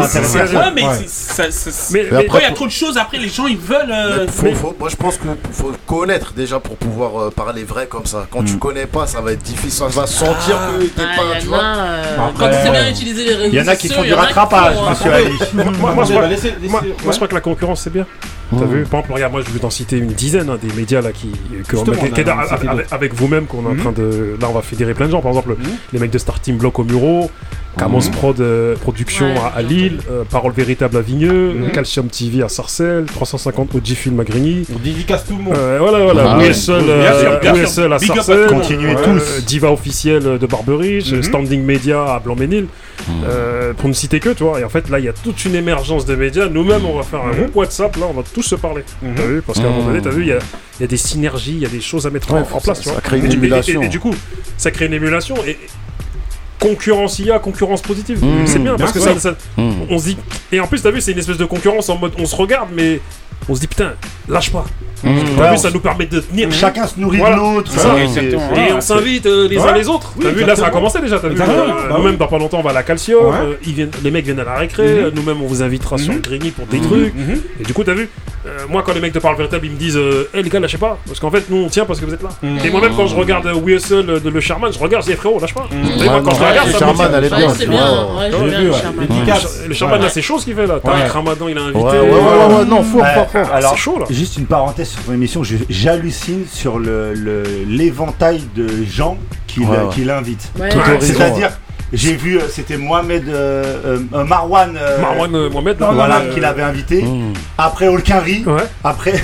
Mais quand il y a trop de choses, après les gens ils veulent. Moi je pense qu'il faut connaître déjà pour pouvoir parler vrai comme ça. Quand tu connais pas, ça va être difficile. Ça va sentir que t'es pas. Tu vois. Quand tu sais bien utiliser les réseaux sociaux. Il y en a qui font du rattrapage, monsieur Ali. Moi je crois que la concurrence c'est bien. T'as vu, par exemple, regarde, moi je vais t'en citer une dizaine des médias là avec vous-même qu'on est en train de. Là on va fédérer plein de gens, par exemple les mecs de Starting Block au Muro, Camos Prod Production à Lille, Parole Véritable à Vigneux, Calcium TV à Sarcelles, 350 OG Film à Grigny. On dédicace tout le monde. Voilà, WSL à Sarcelles, continuez tous. Diva officielle de Barberidge, Standing Media à Blanc-Ménil, pour ne citer que, tu vois. Et en fait là il y a toute une émergence de médias. Nous-mêmes on va faire un groupe WhatsApp, là on va tous se parler. T'as vu, parce qu'à un moment donné, t'as vu, il y a des synergies, il y a des choses à mettre en place, tu vois. Ça crée une émulation. Et du coup, ça crée une émulation et concurrence positive. C'est bien parce que ça on se dit, et en plus t'as vu, c'est une espèce de concurrence en mode on se regarde mais on se dit putain, lâche pas. T'as vu, ça nous permet de tenir. Chacun se nourrit de l'autre. Et on s'invite les uns les autres. T'as vu, là ça a commencé déjà. T'as vu, nous-mêmes dans pas longtemps on va à la Calcium. Les mecs viennent à la récré. Nous-mêmes on vous invitera sur Grigny pour des trucs. Et du coup t'as vu, moi quand les mecs de Parole Véritable ils me disent les gars lâchez pas, parce qu'en fait nous on tient parce que vous êtes là. Et moi-même quand je regarde WSL de le Sherman, je regarde, je dis frérot lâche pas. Quand je regarde ça Sherman elle est bien. C'est bien. Le Sherman là c'est chaud ce qu'il fait là. Tariq Ramadan il a invité. Ouais, non, fort. Alors, c'est chaud là. Juste une parenthèse sur ton émission, j'hallucine sur l'éventail de gens qui l'invitent. Ouais. C'est-à-dire, J'ai vu, c'était Mohamed Marwan Mohamed, voilà, qui l'avait invité. Après Olkinry. Ouais. Après,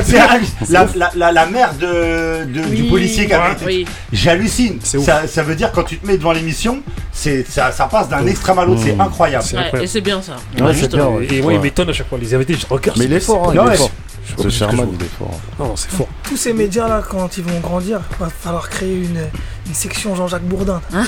la mère du policier qui avait été. Oui. J'hallucine. Ça veut dire quand tu te mets devant l'émission, ça passe d'un extrême à l'autre, c'est incroyable. Ouais, et c'est bien ça. Ouais, c'est bien, ouais. Et moi, il m'étonne à chaque fois. Les invités, je regarde. Mais il est fort, il est fort. Ce Sherman, il est fort. Non, c'est fort. Tous ces médias là, quand ils vont grandir, il va falloir créer une section Jean-Jacques Bourdin. Tu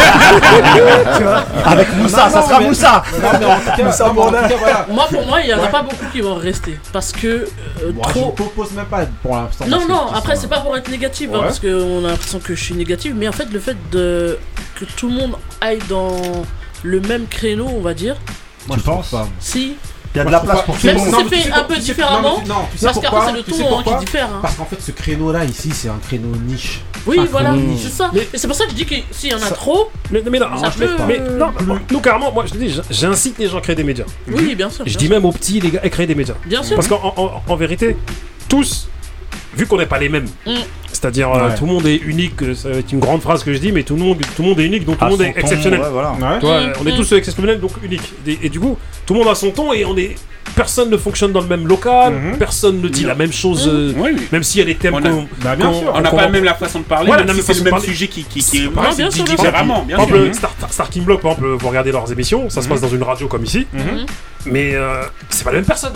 vois, avec Moussa, ça sera Moussa. Moussa Bourdin. Moi, pour moi, il n'y en a pas beaucoup qui vont rester. Parce que trop. Je ne propose même pas pour l'instant. Non, après, c'est pas pour être négatif, hein, parce qu'on a l'impression que je suis négatif, mais en fait, le fait que tout le monde aille dans le même créneau, on va dire. Moi, je pense pas. Si. Il y a de la place pour tout le monde. Même si c'est fait un peu différemment, parce qu'après c'est le ton qui diffère. Parce qu'en fait, ce créneau-là ici, c'est un créneau niche. Oui, voilà, c'est ça. Et c'est pour ça que je dis que s'il y en a trop, mais non, nous carrément, moi je te dis, j'incite les gens à créer des médias. Oui, bien sûr. Je dis même aux petits, les gars, à créer des médias. Bien sûr. Parce qu'en vérité, tous, vu qu'on n'est pas les mêmes, c'est-à-dire tout le monde est unique, ça va être une grande phrase que je dis, mais tout le monde est unique, donc tout le monde est exceptionnel. On est tous exceptionnels, donc uniques. Et du coup, tout le monde a son ton et personne ne fonctionne dans le même local, personne ne dit la même chose, même s'il y a des thèmes on n'a pas même la façon de parler, même si c'est le même sujet qui est dit différemment. Par exemple, Starting Block, par exemple, vous regardez leurs émissions, ça se passe dans une radio comme ici, mais c'est pas la même personne.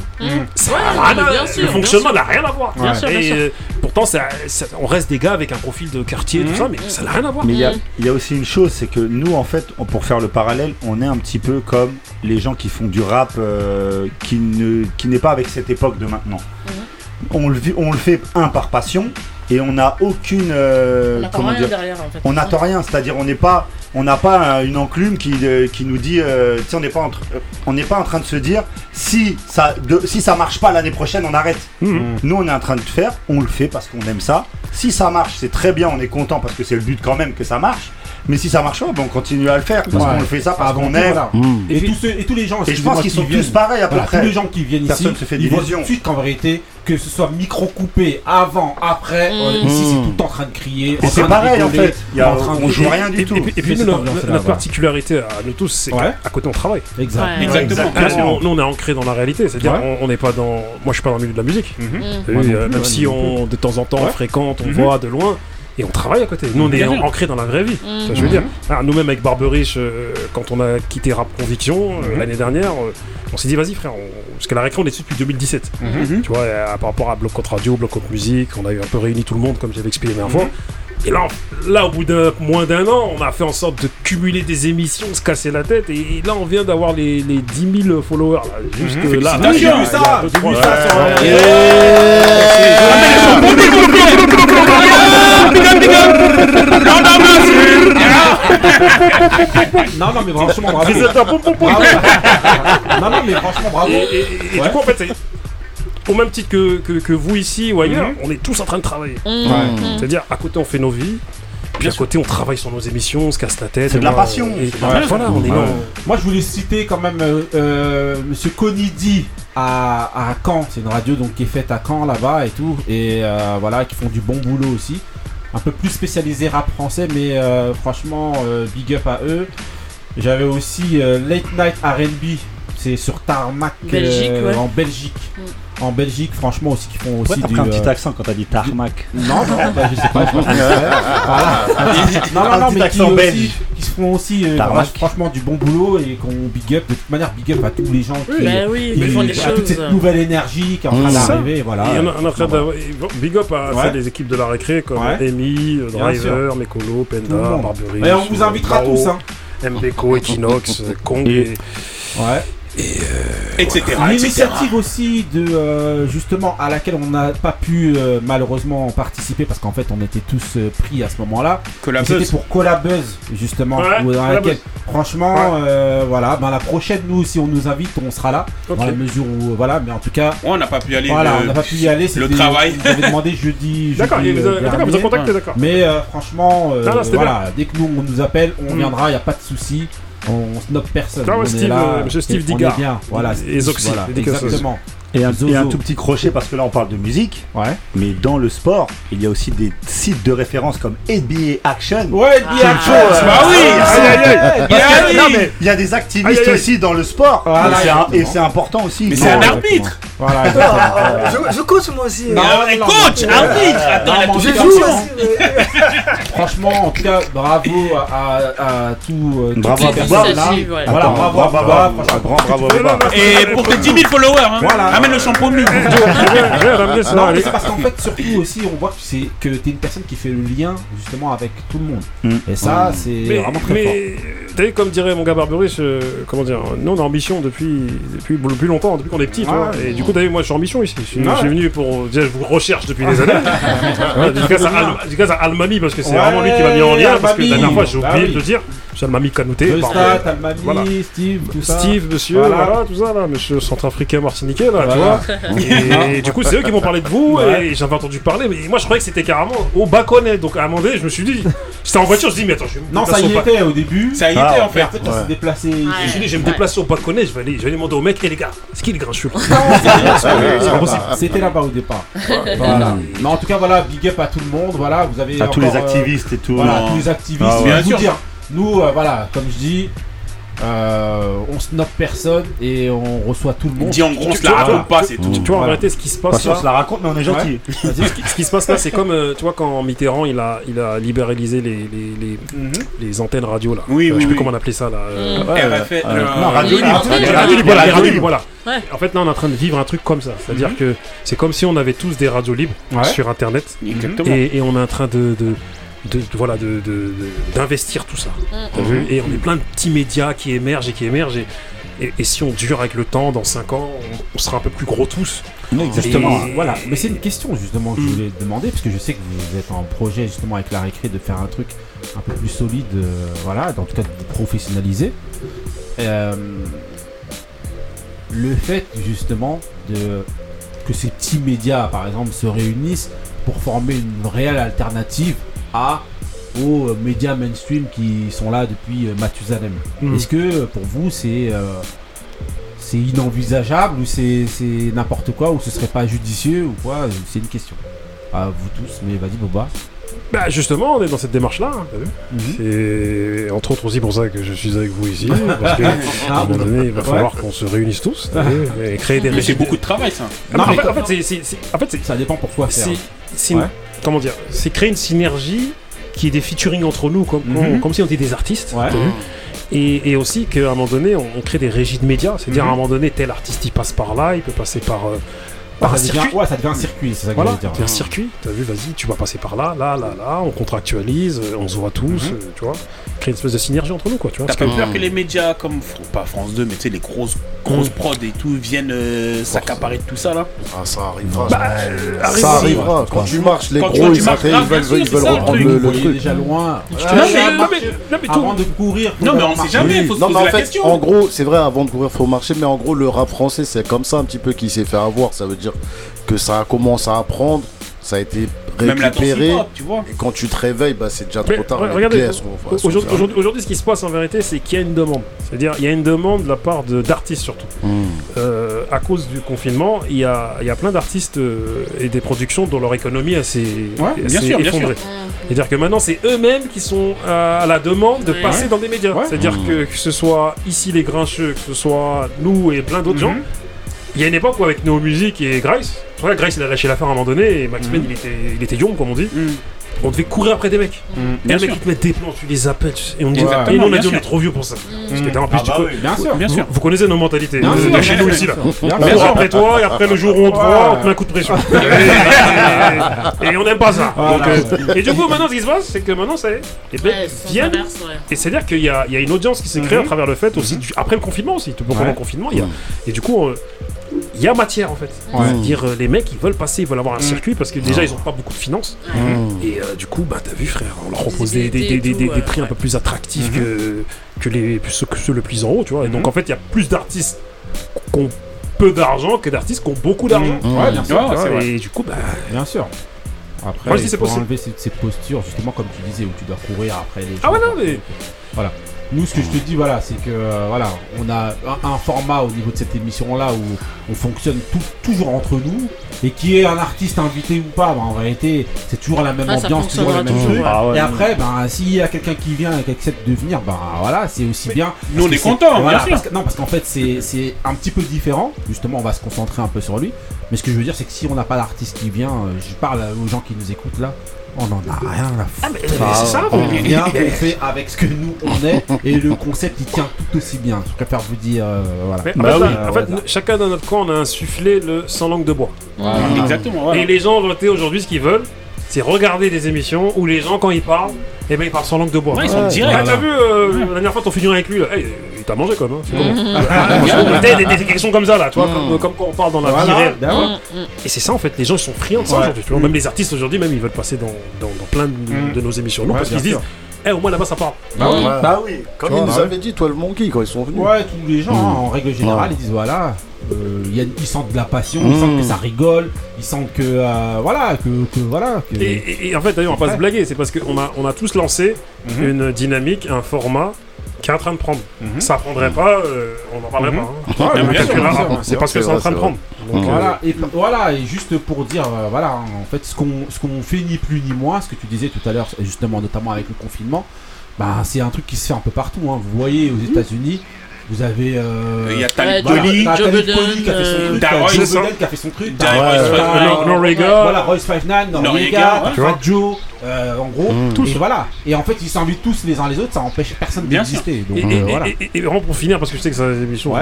Le fonctionnement n'a rien à voir. Et pourtant, on reste des gars avec un profil de quartier et tout ça, mais ça n'a rien à voir. Mais il y a aussi une chose, c'est que nous, en fait, pour faire le parallèle, on est un petit peu comme les gens qui font du rap qui n'est pas avec cette époque de maintenant. On le fait par passion et on n'a aucune comment dire derrière, en fait. On n'attend rien, c'est-à-dire on n'a pas une enclume qui nous dit on n'est pas en train de se dire si ça marche pas l'année prochaine on arrête. Nous on est en train de le faire, on le fait parce qu'on aime ça. Si ça marche, c'est très bien, on est content parce que c'est le but quand même que ça marche. Mais si ça marche pas, on continue à le faire parce qu'on le fait ça parce qu'on aime. Voilà. Et tous les gens, et je pense qu'ils sont tous pareils à peu près. Tous les gens qui viennent ici, ils voient tout de suite qu'en vérité, que ce soit micro coupé, avant, après, ici c'est tout le temps en train de crier. Et c'est pareil en fait, on joue rien du tout. Et puis notre particularité à nous tous, c'est qu'à côté on travaille. Exactement. Nous on est ancré dans la réalité, c'est-à-dire on n'est pas dans. Moi je suis pas dans le milieu de la musique. Même si de temps en temps on fréquente, on voit de loin. Et on travaille à côté. Nous, on est ancrés dans la vraie vie. Je veux dire. Alors, nous-mêmes, avec Barberich, quand on a quitté Rap Conviction l'année dernière, on s'est dit, vas-y, frère. Parce qu'à la récré, on est dessus depuis 2017. Tu vois, par rapport à Bloc Contre Radio, Bloc Contre Musique, on a un peu réuni tout le monde, comme j'avais expliqué la dernière fois. Et là, au bout de moins d'un an, on a fait en sorte de cumuler des émissions, se casser la tête. Et là, on vient d'avoir les 10 000 followers. Là, juste là. J'ai vu ça. Non, mais franchement, bravo. Non, mais franchement, bravo. Et du coup, en fait, au même titre que vous ici ou ailleurs, on est tous en train de travailler. C'est-à-dire, à côté, on fait nos vies. Puis à côté, on travaille sur nos émissions, on se casse la tête. C'est de la passion. Voilà, on est Moi, je voulais citer quand même Monsieur Konidi à Caen. C'est une radio donc qui est faite à Caen là-bas et tout. Et voilà, qui font du bon boulot aussi. Un peu plus spécialisé rap français, mais franchement, big up à eux. J'avais aussi Late Night R&B. C'est sur Tarmac en Belgique. En Belgique, franchement aussi qui font aussi du. Un petit accent quand t'as dit Tarmac. Non, je sais pas. Non, mais qui se font aussi franchement du bon boulot et qu'on big up. De toute manière, big up à tous les gens qui font des choses. À toute cette nouvelle énergie qui est en train d'arriver. Voilà. On a fait big up à des équipes de la récré comme Amy, Driver, Mekolo, Penda, Barberich. Et on vous invitera tous. Mbeko, Equinox, Kong et etc. L'initiative aussi de justement à laquelle on n'a pas pu malheureusement participer parce qu'en fait on était tous pris à ce moment-là. C'était pour Collabuzz justement dans laquelle franchement voilà, la prochaine nous si on nous invite on sera là dans la mesure où voilà, mais en tout cas on n'a pas pu y aller. Voilà, on n'a pas pu y aller. Le travail. Vous avez demandé jeudi. D'accord, vous avez contacté, d'accord. Mais franchement voilà, dès que nous on nous appelle, on viendra, il y a pas de souci. On snob personne. Monsieur Steve Digard. Voilà, et Zoxy. Exactement. Et un tout petit crochet, parce que là on parle de musique, mais dans le sport, il y a aussi des sites de référence comme NBA Action. Ouais, NBA Action. Bah oui, il y a des activistes aussi dans le sport, et c'est important aussi. Mais c'est un arbitre. Voilà. Je coach moi aussi. Non, coach, arbitre. Attends, je joue aussi. Franchement, en tout cas, bravo à tout. Bravo à bravo. Et pour tes 10 000 followers, ramène le shampoing de c'est parce qu'en fait, surtout aussi, on voit que t'es une personne qui fait le lien justement avec tout le monde. Et ça, c'est vraiment très fort. T'as vu, comme dirait mon gars Barberis, comment dire, nous on est en mission depuis longtemps, depuis qu'on est petit, et du coup, t'as vu, moi je suis en mission ici. Je suis venu pour. Déjà, je vous recherche depuis des années. Du cas, à Almami, parce que c'est vraiment lui qui m'a mis en lien, parce que la dernière fois, j'ai oublié de le dire. J'ai Almami Kanouté. Almami, Steve, tout ça. Steve, monsieur, voilà, tout ça, là, monsieur centrafricain martiniquais, là, tu vois. Et du coup, c'est eux qui m'ont parlé de vous, et j'avais entendu parler, mais moi je croyais que c'était carrément au Baconnet. Donc à un moment donné, je me suis dit, j'étais en voiture, je dis, mais attends, je vais me non, ça y était au début. Ça y était en fait. Après, ça s'est déplacé. Je me suis dit, je vais me déplacer au Baconnet, je vais aller demander au mec, les gars, c'est qui les grincheux? C'était là-bas au départ. Voilà. Mais en tout cas, voilà, big up à tout le monde. Voilà, vous avez. À tous les activistes et tout. Voilà, tous les activistes. Bien sûr. Nous, voilà, comme je dis. On snob personne et on reçoit tout le monde. Dis en gros, on se la raconte pas, c'est tout. Tu vois, en réalité, ce qui se passe là, on se la raconte, mais on est gentil. Ce qui se passe là, c'est comme, tu vois, quand Mitterrand il a libéralisé les antennes radio là. Oui, je sais plus comment on appelait ça là. Radio libre. Voilà. En fait, là, on est en train de vivre un truc comme ça. C'est-à-dire que c'est comme si on avait tous des radios libres sur Internet. Exactement. Et on est en train d'investir tout ça. T'as vu ? Et on est plein de petits médias qui émergent. Et si on dure avec le temps, dans 5 ans, on sera un peu plus gros tous. Exactement. Voilà. Mais c'est une question justement que je voulais te demander, parce que je sais que vous êtes en projet justement avec la récré de faire un truc un peu plus solide, voilà, en tout cas de vous professionnaliser. Le fait justement que ces petits médias, par exemple, se réunissent pour former une réelle alternative aux médias mainstream qui sont là depuis Mathusalem. Est-ce que pour vous c'est inenvisageable ou c'est n'importe quoi ou ce serait pas judicieux ou quoi? C'est une question à vous tous, mais vas-y Boba. Bah justement, on est dans cette démarche-là, hein, t'as vu. C'est entre autres aussi pour ça que je suis avec vous ici, parce qu'à un moment donné, il va falloir qu'on se réunisse tous et créer des. Mais c'est beaucoup de travail, ça. En fait, ça dépend pourquoi faire. Comment dire, c'est créer une synergie qui est des featuring entre nous, comme si on était des artistes. Et aussi qu'à un moment donné, on crée des régies de médias, c'est-à-dire à un moment donné, tel artiste il passe par là, il peut passer par un circuit. Ça devient un circuit, c'est ça que voilà, je veux dire. Ça devient un circuit, t'as vu, vas-y, tu vas passer par là, on contractualise, on se voit tous, tu vois, créer une espèce de synergie entre nous, quoi, tu vois. T'as pas peur que les médias comme, pas France 2, mais tu sais, les grosses prods et tout viennent s'accaparer de tout ça, là? Ah, ça arrivera. Ça arrivera. Quand tu marches, les gros, ils veulent reprendre le truc. Déjà loin. Avant de courir. Non, mais on sait jamais, il faut se poser la question. En gros, c'est vrai, avant de courir, faut marcher, mais en gros, le rap français, c'est comme ça un petit peu qui s'est fait avoir. Ça veut dire que ça commence à apprendre, ça a été récupéré, tu vois. et quand tu te réveilles, c'est déjà trop tard. Regardez, aujourd'hui, ce qui se passe en vérité, c'est qu'il y a une demande. C'est-à-dire, il y a une demande de la part d'artistes surtout. À cause du confinement, il y a plein d'artistes et des productions dont leur économie s'est effondrée. C'est-à-dire que maintenant, c'est eux-mêmes qui sont à la demande de passer dans des médias. C'est-à-dire que ce soit ici les Grincheux, que ce soit nous et plein d'autres gens. Il y a une époque où avec Néo Musique et Grace, Grace il a lâché l'affaire à un moment donné et Max Payne il était young comme on dit. On devait courir après des mecs. Et les mecs qui te mettent des plans, tu les appelles. Et on dit, et nous on a dit on est trop vieux pour ça. Parce que en plus, bien sûr. Vous connaissez nos mentalités de chez nous ici là. On court après toi et après le jour où on te voit, on te met un coup de pression. Et on n'aime pas ça. Et du coup maintenant ce qui se passe, c'est que maintenant ça y est, les mecs viennent. Et c'est-à-dire qu'il y a une audience qui s'est créée à travers le fait aussi, après le confinement aussi, pendant le confinement, et du coup il y a matière en fait. C'est-à-dire les mecs ils veulent passer, ils veulent avoir un circuit parce que déjà ils ont pas beaucoup de finances. Et du coup t'as vu frère, on leur propose des prix un peu plus attractifs que ceux le plus en haut, tu vois. Et donc en fait il y a plus d'artistes qui ont peu d'argent que d'artistes qui ont beaucoup d'argent. Bien sûr. Et du coup bien sûr. Après, moi, je dis il faut enlever ces postures, justement, comme tu disais, où tu dois courir après les gens. Ah ouais, non, mais Voilà. Nous, ce que je te dis, voilà, c'est que voilà, on a un format au niveau de cette émission-là où on fonctionne toujours entre nous, et qui est un artiste invité ou pas, en réalité, c'est toujours la même ambiance, toujours la même chose. Et après, s'il y a quelqu'un qui vient et qui accepte de venir, voilà, c'est aussi bien. Nous, on est contents, voilà, parce qu'en fait, c'est un petit peu différent. Justement, on va se concentrer un peu sur lui. Mais ce que je veux dire, c'est que si on n'a pas d'artiste qui vient, je parle aux gens qui nous écoutent là. On n'en a rien à foutre. C'est ça, on fait avec ce que nous on est, et le concept il tient tout aussi bien. Je préfère vous dire, voilà. En fait, chacun dans notre coin on a insufflé le sans langue de bois. Exactement. Voilà. Et les gens aujourd'hui, ce qu'ils veulent, c'est regarder des émissions où les gens quand ils parlent, ils parlent sans langue de bois. Ouais, ils sont directs. T'as vu la dernière fois ton figurant avec lui là, il t'a mangé quand même. Des questions comme ça là, tu vois, comme quand on parle dans la vie réelle. Et c'est ça en fait, les gens ils sont friands de ça aujourd'hui. Même les artistes aujourd'hui, même ils veulent passer dans plein de nos émissions, parce qu'ils se disent. Au moins là-bas ça parle. Bah oui. Comme ils nous avaient dit, toi le Monkey, quand ils sont venus. Ouais, tous les gens, en règle générale, ils disent voilà, ils sentent de la passion, ils sentent que ça rigole, ils sentent que voilà, que Et en fait, d'ailleurs, on va pas se blaguer, c'est parce qu'on a tous lancé une dynamique, un format qui est en train de prendre. Ça prendrait pas, on n'en parlerait pas. C'est parce que c'est en train de prendre. Donc, et juste pour dire, en fait, ce qu'on fait ni plus ni moins, ce que tu disais tout à l'heure, justement, notamment avec le confinement, c'est un truc qui se fait un peu partout. Vous voyez, aux États-Unis, vous avez. Il y a Talib Kweli qui a fait son truc, qui a fait son truc. Noriega, Royce 59, Noriega, Fat Joe, en gros. Et voilà. Et en fait, ils s'invitent tous les uns les autres, ça empêche personne d'exister. Et vraiment pour finir, parce que je sais que c'est une émission.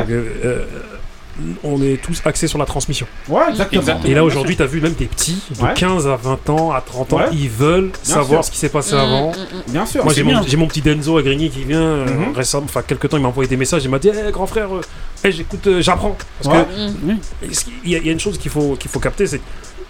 On est tous axés sur la transmission. Ouais, exactement. Et là aujourd'hui, t'as vu même des petits de 15 à 20 ans, à 30 ans, ils veulent savoir ce qui s'est passé avant. Bien sûr. Moi j'ai mon petit Denzo à Grigny qui vient récemment, quelques temps, il m'a envoyé des messages, il m'a dit grand frère, j'écoute, j'apprends. Parce que il y a une chose qu'il faut capter, c'est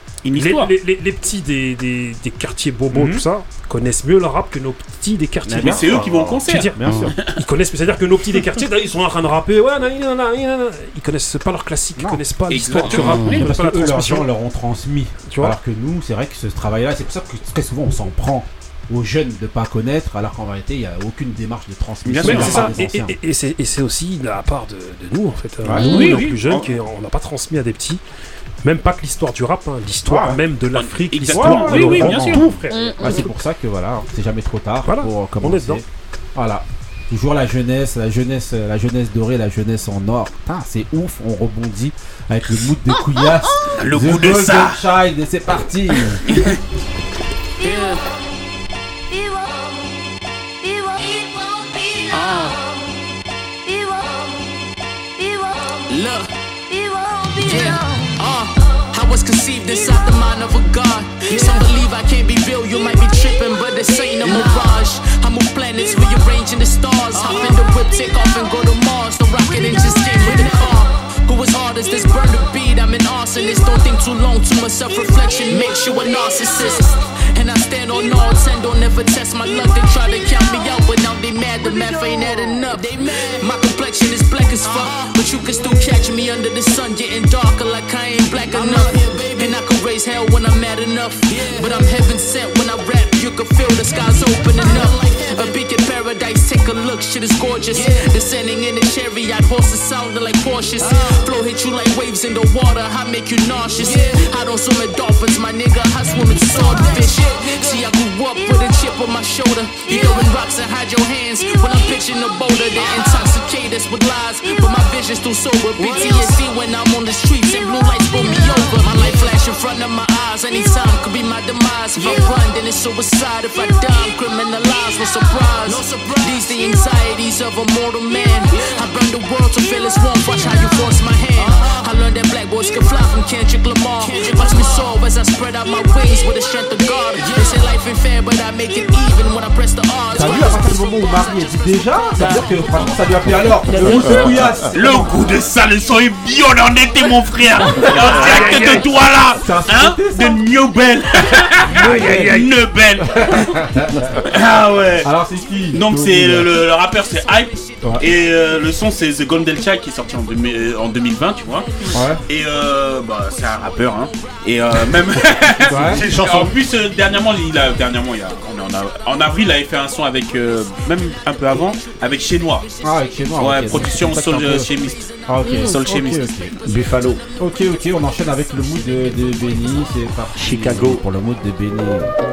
les petits des quartiers bobos, tout ça, connaissent mieux le rap que nos petits des quartiers. Mais c'est eux qui vont au concert. Bien sûr. Ils connaissent, c'est-à-dire que nos petits des quartiers, ils sont en train de rapper, ils connaissent pas leur classique, ils connaissent pas l'histoire du rap, ils connaissent pas la transmission. Leurs gens leur ont transmis. Alors que nous, c'est vrai que ce travail-là, c'est pour ça que très souvent on s'en prend aux jeunes de pas connaître, alors qu'en réalité il n'y a aucune démarche de transmission. C'est ça. Et c'est aussi de la part de nous en fait, nous les plus jeunes, qu'on n'a pas transmis à des petits. Même pas que l'histoire du rap, l'histoire même de l'Afrique, l'histoire de bien sûr. tout, frère. C'est pour ça que voilà, c'est jamais trop tard pour commencer. On est dedans. Voilà. Toujours la jeunesse dorée, la jeunesse en or. Putain, c'est ouf, on rebondit avec le mood de Couillasse. Le goût de ça. Child, et c'est parti. I was conceived inside the mind of a god. Some believe I can't be real, you might be tripping, but this ain't a mirage. I move planets, rearranging the stars. Hop in the whip, take off and go to Mars. The rocket engines came with the car. Who was hard as this burn the beat? I'm an arsonist. Don't think too long, too much self-reflection makes you a narcissist. And I stand on all 10, don't ever test my luck. They try to count me out, but now they mad. The math ain't adding up. My complexion is black as fuck, but you can still catch me under the sun, getting darker like I ain't black enough. And I can raise hell when I'm mad enough, but I'm heaven sent when I rap. You can feel the skies opening up. A beacon paradise, take a look, shit is gorgeous. Descending in the chariot, horses sounding like Porsches. Flow hit you like waves in the water, I make you nauseous. I don't swim with dolphins, my nigga, I swim with swordfish. See, I grew up with a chip on my shoulder. You throwing rocks and hide your hands when I'm pitching a boulder. They intoxicate us with lies, but my vision's still sober. PTSD when I'm on the streets and blue lights pull me over. My life flash in front of my eyes, anytime could be my demise. If I run, then it's suicide. If I die, I'm criminalized, no surprise. These the anxieties of a mortal man. I burn the world to feel its warmth, watch how you force my hand. I learned that black boys can fly from Kendrick Lamar. Watch me soar as I spread out my wings with the strength of God. They say life ain't fair, but I make it even when I press the odds. T'as vu à partir du moment où Marie est dit déjà, ça veut dire que franchement ça lui a fait alors. Le goût de ça, le son est violent, on était mon frère. En direct de toi là, de New Bell. Nebel. Ah ouais. Alors c'est qui? Donc c'est le rappeur c'est Hype. Ouais. Et le son c'est The Golden Child qui est sorti en 2020, tu vois. Ouais. Et c'est un rappeur, hein. Et même. C'est une chanson. En plus, dernièrement, en avril, il avait fait un son avec, même un peu avant, avec Chez Noir. Ah, avec Chez Noir. Ouais, okay, production Soul Chemist. Ah, ok. Soul Chemist. Buffalo. Ok, on enchaîne avec le mood de Benny. C'est parti. Chicago. Pour le mood de Benny.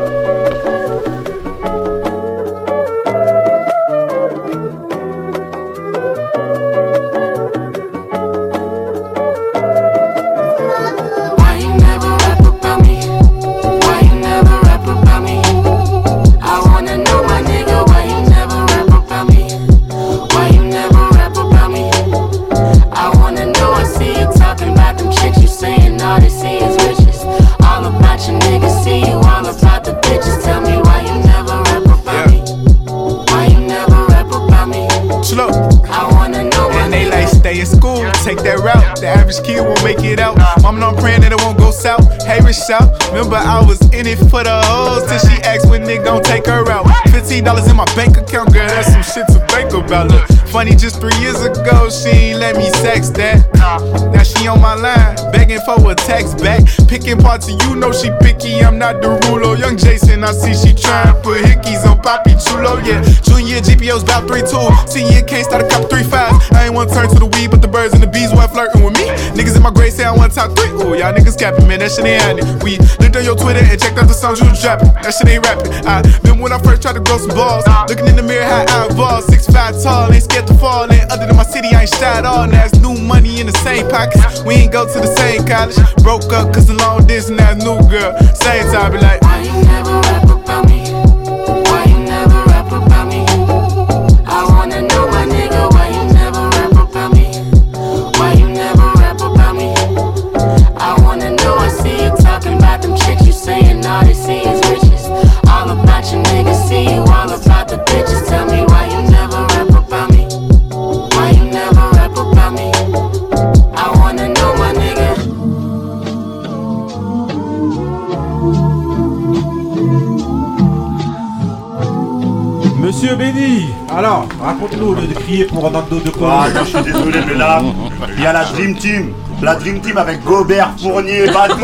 Remember I was in it for the hoes till she asked when they gon' take her out. $15 in my bank account, girl, that's some shit to think about. Look, funny, just 3 years ago, she ain't let me sex that. Now she on my line, begging for a text back. Picking parts of you know she picky, I'm not the ruler. Young Jason, I see she tryin' put hickeys on Papi Chulo, yeah. Junior GPO's about 3.2, senior can't start a couple 3.5. I ain't wanna turn to the weed, but the birds and the bees weren't flirting with me. Niggas in my grade say I want top 3, ooh, y'all niggas capping, man, that shit ain't happening. We looked on your Twitter and checked out the songs you was dropping. That shit ain't rapping. I remember when I first tried to grow some balls. Looking in the mirror, how I evolved. 6'5" tall, ain't scared to fall. And other than my city, I ain't shy at all. Now it's new money in the same pockets. We ain't go to the same college. Broke up cause the long distance, now it's new girl. Same time, be like, why you never rap about me? Why you never rap about me? I wanna know my nigga, why you never rap about me? Why you never rap about me? I wanna know, I see you talking about them chicks, you saying all they see is riches. All about your niggas, see you all about the bitches. Tell me why you never rap about me? Why you never rap about me? I wanna know my nigga. Monsieur Benny, alors raconte-nous le crier pour Ronaldo de quoi? Ah non, je suis désolé, mais là, il y a la Dream Team. La Dream Team avec Gobert, Fournier, Batum,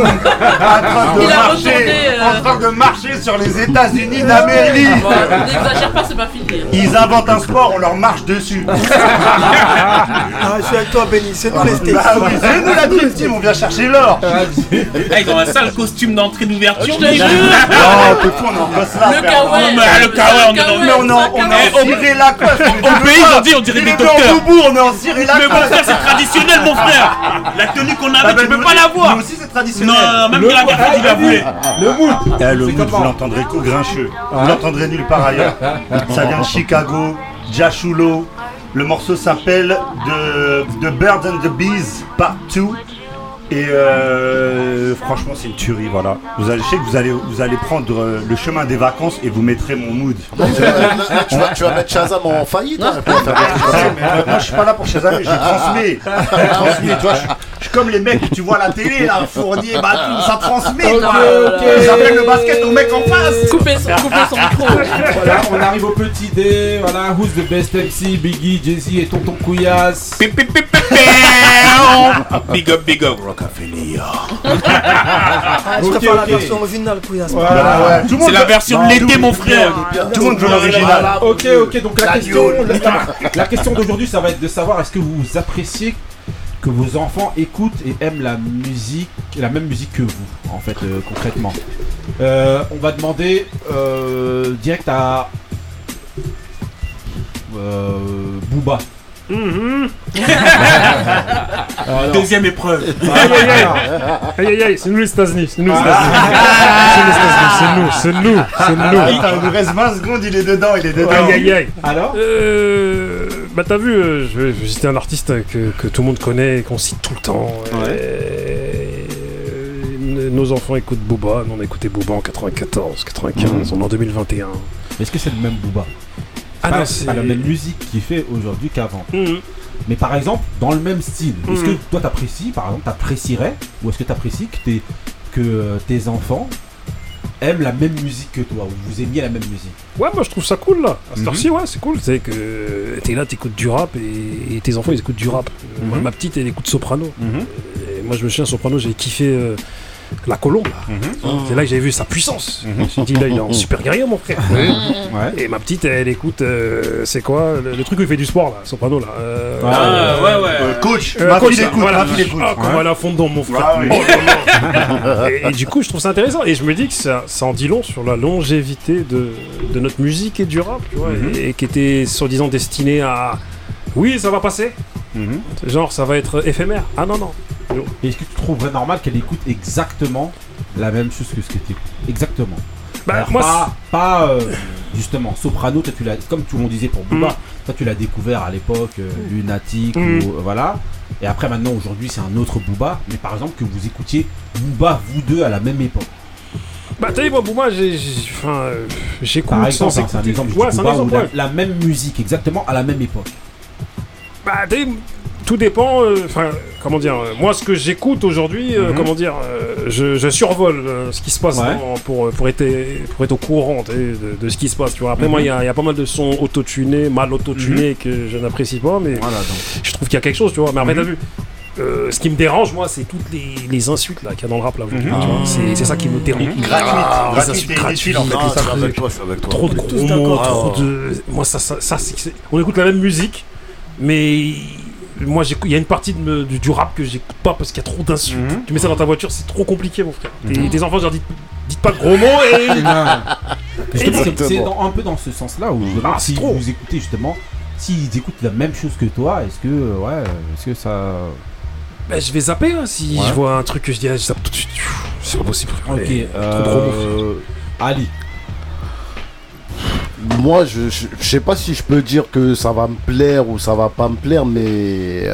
en train de marcher sur les États-Unis d'Amérique. N'exagère pas, c'est pas fini. Ils inventent un sport, on leur marche dessus. Ah, je suis avec toi, Benny, c'est nous les States. Bah oui, c'est nous la Dream Team, on vient chercher l'or. Ils ont un sale costume d'entrée d'ouverture. Non, t'es fou, on en bosse là. Le kawaii. Le kawaii, on a ciré la coiffe. Au pays, ils ont dit, on dirait des docteurs. On est en ciré la Mais mon frère, c'est traditionnel, mon frère. La tenue qu'on avait, tu peux pas l'avoir. Nous aussi, c'est traditionnel. Non, même que la personne, il a voulu. Le mood. Le mood, vous l'entendrez qu'au grincheux. Vous l'entendrez nulle part ailleurs. Ça vient de Chicago, Jashulo. Le morceau s'appelle The Birds and the Bees Part 2. Et franchement c'est une tuerie, voilà. Je sais que vous allez prendre le chemin des vacances et vous mettrez mon mood. Tu vas mettre Shazam en faillite, hein, moi je suis pas là pour Shazam, j'ai transmis. Tu vois, je suis comme les mecs que tu vois à la télé là, Fournier, Batum, ça transmet quoi. Ils appellent le basket au mec en face. Coupez son micro. Voilà, on arrive au petit dé. Voilà, who's the best MC? Biggie, Jay-Z et Tonton Couillasse. Big up, Rockefeller. Je préfère la version originale, Couillasse. Voilà, ouais. C'est la version l'été, mon frère. Tout le monde veut l'original. Ok, donc la question d'aujourd'hui, ça va être de savoir est-ce que vous appréciez que vos enfants écoutent et aiment la même musique que vous, en fait, concrètement. On va demander direct à Booba. Deuxième épreuve. Aïe, c'est nous les États-Unis. C'est nous. Il reste 20 secondes, il est dedans. Aïe. Alors bah t'as vu, je vais citer un artiste que tout le monde connaît et qu'on cite tout le temps. Ouais. Nos enfants écoutent Booba, nous on a écouté Booba en 94, 95, on est en 2021. Est-ce que c'est le même Booba? Ah non, c'est pas la même musique qu'il fait aujourd'hui qu'avant. Mais par exemple, dans le même style, est-ce que toi t'apprécies, par exemple, t'apprécierais, ou est-ce que t'apprécies que tes enfants aiment la même musique que toi, ou vous aimiez la même musique. Ouais, moi je trouve ça cool là. À cette heure-ci, ouais, c'est cool. C'est que t'es là, t'écoutes du rap et tes enfants ils écoutent du rap. Moi, ma petite elle écoute Soprano. Et moi je me souviens, Soprano, j'ai kiffé La Colombe. C'est là que j'avais vu sa puissance. Je me suis dit, là il est en super guerrier, mon frère. Et ma petite elle écoute, c'est quoi le truc où il fait du sport là, Soprano là. Coach, ma fille écoute. Voilà, comment elle a fond dans mon frère. Et du coup, je trouve ça intéressant. Et je me dis que ça en dit long sur la longévité de notre musique et du rap, tu vois, et qui était soi-disant destiné à. Oui, ça va passer. Genre, ça va être éphémère. Ah non. Et est-ce que tu trouverais normal qu'elle écoute exactement la même chose que ce que tu écoutes? Exactement. Alors, moi, justement, Soprano, toi, comme tout le monde disait pour Booba, toi tu l'as découvert à l'époque, Lunatic, voilà. Et après maintenant, aujourd'hui, c'est un autre Booba. Mais par exemple, que vous écoutiez Booba, vous deux, à la même époque. Bah t'as dit, moi Booba, j'écoute par exemple, c'est un exemple. Ouais, c'est un exemple. La même musique, exactement à la même époque. Bah t'as dit, tout dépend, comment dire, moi ce que j'écoute aujourd'hui, comment dire, je survole ce qui se passe pour être au courant de ce qui se passe, tu vois. Après moi il y a pas mal de sons autotunés, mal autotunés que je n'apprécie pas, mais je trouve qu'il y a quelque chose, tu vois. Mais après t'as vu, ce qui me dérange moi c'est toutes les insultes là qu'il y a dans le rap là aujourd'hui, c'est ça qui me dérange. Les insultes gratuites en fait, c'est avec toi. Trop de gros mots, trop de... Moi ça c'est... On écoute la même musique, mais... Moi, il y a une partie du rap que j'écoute pas parce qu'il y a trop d'insultes. Tu mets ça dans ta voiture, c'est trop compliqué, mon frère. Tes enfants, je leur dis pas de gros mots c'est un peu dans ce sens-là où si vous écoutez justement, s'ils écoutent la même chose que toi, est-ce que ça... Ben, je vais zapper si je vois un truc que je dis, je zappe tout de suite. C'est pas possible. Ok. Trop de gros mots. Ali. Moi, je sais pas si je peux dire que ça va me plaire ou ça va pas me plaire, mais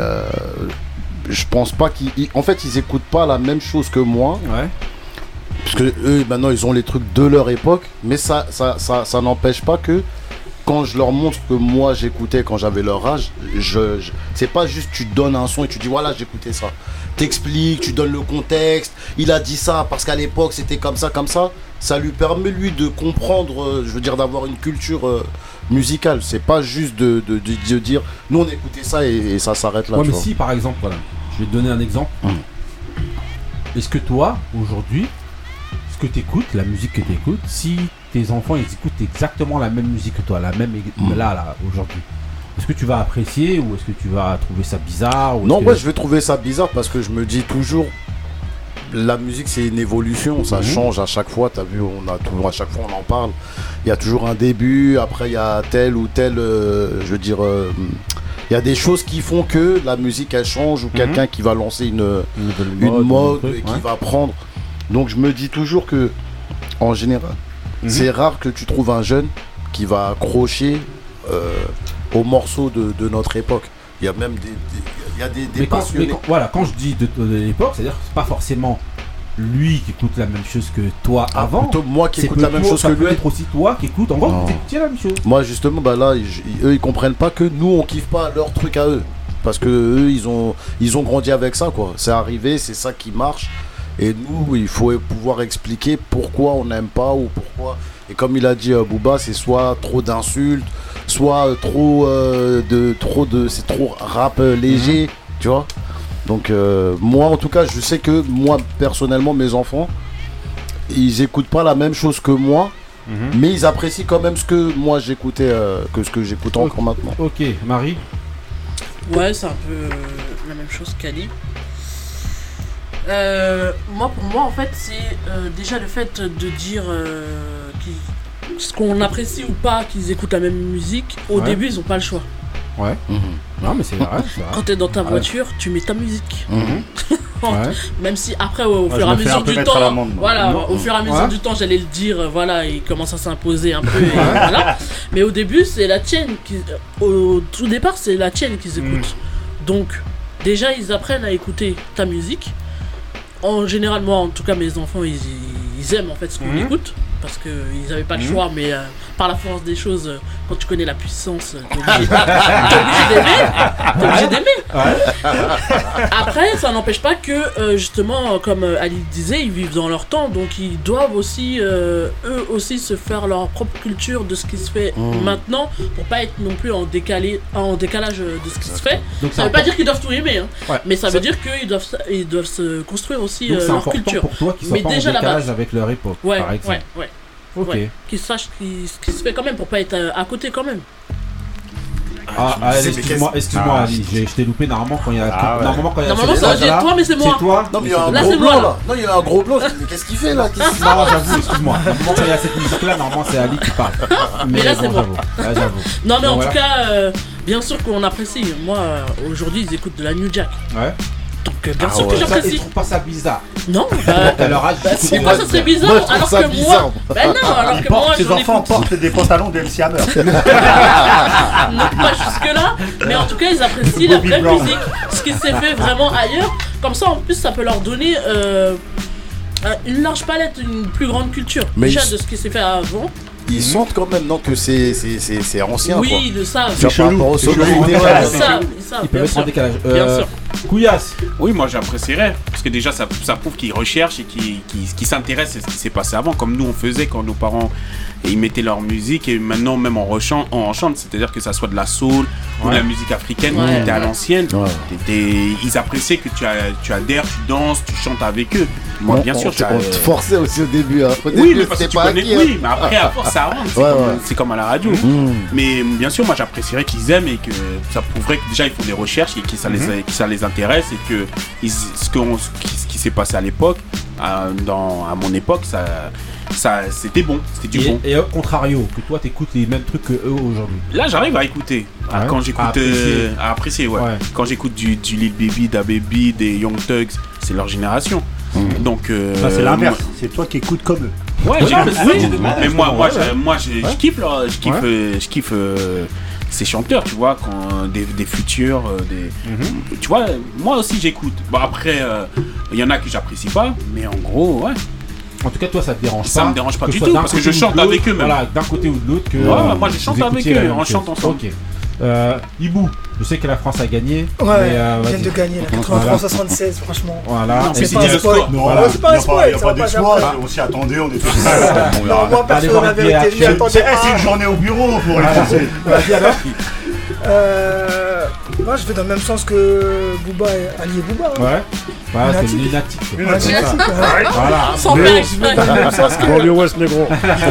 je pense pas en fait, ils écoutent pas la même chose que moi. Ouais. Parce que eux, maintenant, ils ont les trucs de leur époque, mais ça n'empêche pas que quand je leur montre que moi j'écoutais quand j'avais leur âge, c'est pas juste tu donnes un son et tu dis voilà, j'écoutais ça. T'expliques, tu donnes le contexte, il a dit ça parce qu'à l'époque c'était comme ça. Ça lui permet lui de comprendre, je veux dire d'avoir une culture musicale. C'est pas juste de dire nous on écoutait ça et ça s'arrête là. Ouais, mais si par exemple, voilà, je vais te donner un exemple. Est-ce que toi aujourd'hui, ce que tu écoutes, la musique que tu écoutes, si tes enfants ils écoutent exactement la même musique que toi, la même là aujourd'hui, est-ce que tu vas apprécier ou est-ce que tu vas trouver ça bizarre ou Non, moi je vais trouver ça bizarre parce que je me dis toujours la musique c'est une évolution, ça change à chaque fois, t'as vu, on a toujours, à chaque fois on en parle, il y a toujours un début, après il y a tel ou tel, je veux dire, il y a des choses qui font que la musique elle change ou quelqu'un qui va lancer une mode et qui va prendre. Donc je me dis toujours que en général, c'est rare que tu trouves un jeune qui va accrocher aux morceaux de notre époque. Il y a même des passionnés. Quand je dis de l'époque, c'est-à-dire que c'est pas forcément lui qui écoute la même chose que toi avant. Plutôt moi qui écoute la même chose que lui. Ça peut être aussi toi qui écoute. En gros, vous écoutiez la même chose. Moi justement, là, eux ils comprennent pas que nous on kiffe pas leur truc à eux. Parce que eux ils ont grandi avec ça quoi. C'est arrivé, c'est ça qui marche. Et nous, il faut pouvoir expliquer pourquoi on n'aime pas ou pourquoi. Et comme il a dit Booba, c'est soit trop d'insultes, soit c'est trop rap léger, tu vois. Donc moi, en tout cas, je sais que moi, personnellement, mes enfants, ils écoutent pas la même chose que moi, mais ils apprécient quand même ce que moi j'écoutais, que ce que j'écoute encore maintenant. Ok, Marie. Ouais, c'est un peu la même chose qu'Ali. Pour moi en fait c'est déjà le fait de dire ce qu'on apprécie ou pas qu'ils écoutent la même musique. Au début ils ont pas le choix. Ouais. Non mais c'est vrai. Quand t'es dans ta voiture, tu mets ta musique. Même si après au fur et à mesure du temps, au fur et à mesure du temps j'allais le dire, voilà, il commence à s'imposer un peu. Et voilà. Mais au début c'est la tienne au tout départ c'est la tienne qu'ils écoutent. Donc déjà ils apprennent à écouter ta musique. En général, moi, en tout cas, mes enfants, ils aiment en fait ce qu'on écoute. parce qu'ils n'avaient pas le choix, mais par la force des choses, quand tu connais la puissance, t'es obligé d'aimer. Après, ça n'empêche pas que, justement, comme Ali disait, ils vivent dans leur temps, donc ils doivent aussi, eux aussi, se faire leur propre culture de ce qui se fait maintenant, pour pas être non plus en décalage de ce qui se fait. Donc, ça veut pas dire qu'ils doivent tout aimer, mais ça veut dire qu'ils doivent se construire aussi leur culture. Pour toi, qu'ils soient pas en décalage avec leur époque, par exemple. Ok. Qu'ils sachent ce qui se fait quand même, pour pas être à côté quand même. Excuse-moi Ali, je t'ai loupé normalement quand il y a. Normalement ça va dire toi, mais c'est moi. C'est toi. Non, mais il y a un gros blanc là. Non, il y a un gros blanc. Qu'est-ce qu'il fait là? Non, j'avoue, excuse-moi. Normalement quand il y a cette musique là, normalement c'est Ali qui parle. Mais là c'est moi. J'avoue. Non, mais en tout cas, bien sûr qu'on apprécie. Moi, aujourd'hui, ils écoutent de la New Jack. Ouais. Donc bien sûr que j'apprécie. Ils trouvent pas ça bizarre. Non, à leur âge, pourquoi ça serait bizarre alors que moi alors que moi tes enfants portent des pantalons d'MC Hammer. Non, pas jusque là, mais en tout cas ils apprécient la vraie musique, ce qui s'est fait vraiment ailleurs. Comme ça en plus ça peut leur donner une large palette, une plus grande culture déjà de ce qui s'est fait avant. Ils sentent quand même, non, que c'est ancien. Oui, quoi. Ils le savent. C'est chelou. Ils savent. Ils peuvent être en décalage. Bien sûr. Couillasse. Oui, moi j'apprécierais. Parce que déjà ça prouve qu'ils recherchent et qu'ils s'intéressent à ce qui s'est passé avant. Comme nous on faisait quand nos parents ils mettaient leur musique. Et maintenant même on chante. C'est-à-dire que ça soit de la soul ou de la musique africaine qui était à l'ancienne. Ils appréciaient que tu adhères, tu danses, tu chantes avec eux. Moi bien sûr. On te forçait aussi au début. Oui, mais parce que tu connais. Oui, mais après à force ça rentre. C'est comme à la radio. Mais bien sûr moi j'apprécierais qu'ils aiment et que ça prouverait que déjà ils font des recherches et que ça les intéresse et que ce qui s'est passé à l'époque, à mon époque, ça c'était bon, c'était du bon. Et au contrario, que toi t'écoutes les mêmes trucs que eux aujourd'hui. Là j'arrive à écouter, quand j'écoute, à apprécier, quand j'écoute du Lil Baby, Da Baby, des Young Thugs, c'est leur génération. Donc c'est l'inverse, c'est toi qui écoutes comme eux. Ouais, mais moi je kiffe ces chanteurs, tu vois, quand des futurs, tu vois, moi aussi j'écoute. Bon après, il y en a que j'apprécie pas, mais en gros, ouais. En tout cas, toi, ça te dérange pas. Ça me dérange pas du tout, parce que je chante avec eux même. Voilà, d'un côté ou de l'autre. Moi je chante avec eux, on chante ensemble. Ok. Ibou, je sais que la France a gagné. Ouais, vient de gagner, la 83-76, franchement. Voilà. Non, c'est pas un spoil. Non, c'est pas un spoil. Il n'y a pas d'espoir. On s'y attendait, on est tous là. Non, moi, perso, la vérité, j'y attendais pas. C'est une journée au bureau pour les Français. Vas-y alors. Moi, je vais dans le même sens que Booba et Ali et Booba. Ouais. Voilà, c'est une lunatique. Voilà. Sans faire exprès. Banlieue Ouest Négro.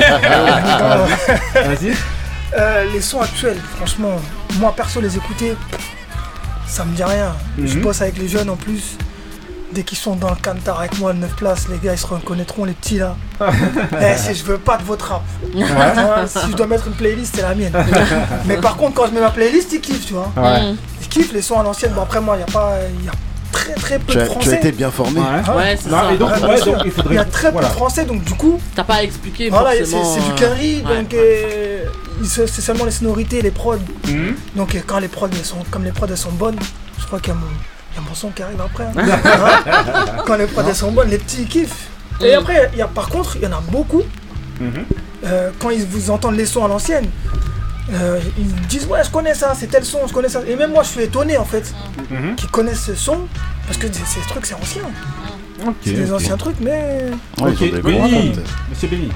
Vas-y. Les sons actuels, franchement, moi perso les écouter, ça me dit rien. Je bosse avec les jeunes en plus. Dès qu'ils sont dans le cantar avec moi, le 9 places, les gars ils se reconnaîtront, les petits là. Si je veux pas de votre rap. Si je dois mettre une playlist, c'est la mienne. Mais par contre, quand je mets ma playlist, ils kiffent, tu vois. Ils kiffent les sons à l'ancienne. Bon, après, moi, il y a très peu de français. Tu as été bien formé. Ouais, c'est ça. Et donc, il y a très peu de français, donc du coup. T'as pas à expliquer. Voilà, c'est du curry, donc c'est seulement les sonorités, les prods. Donc quand les prods elles sont bonnes, je crois qu'il y a mon son qui arrive après. Quand les prods elles sont bonnes, les petits ils kiffent. Et après, par contre, il y en a beaucoup. Quand ils vous entendent les sons à l'ancienne, ils disent ouais je connais ça, c'est tel son, je connais ça. Et même moi je suis étonné en fait qu'ils connaissent ce son parce que ces trucs c'est ancien. C'est des anciens trucs mais. Benny. Monsieur Benny.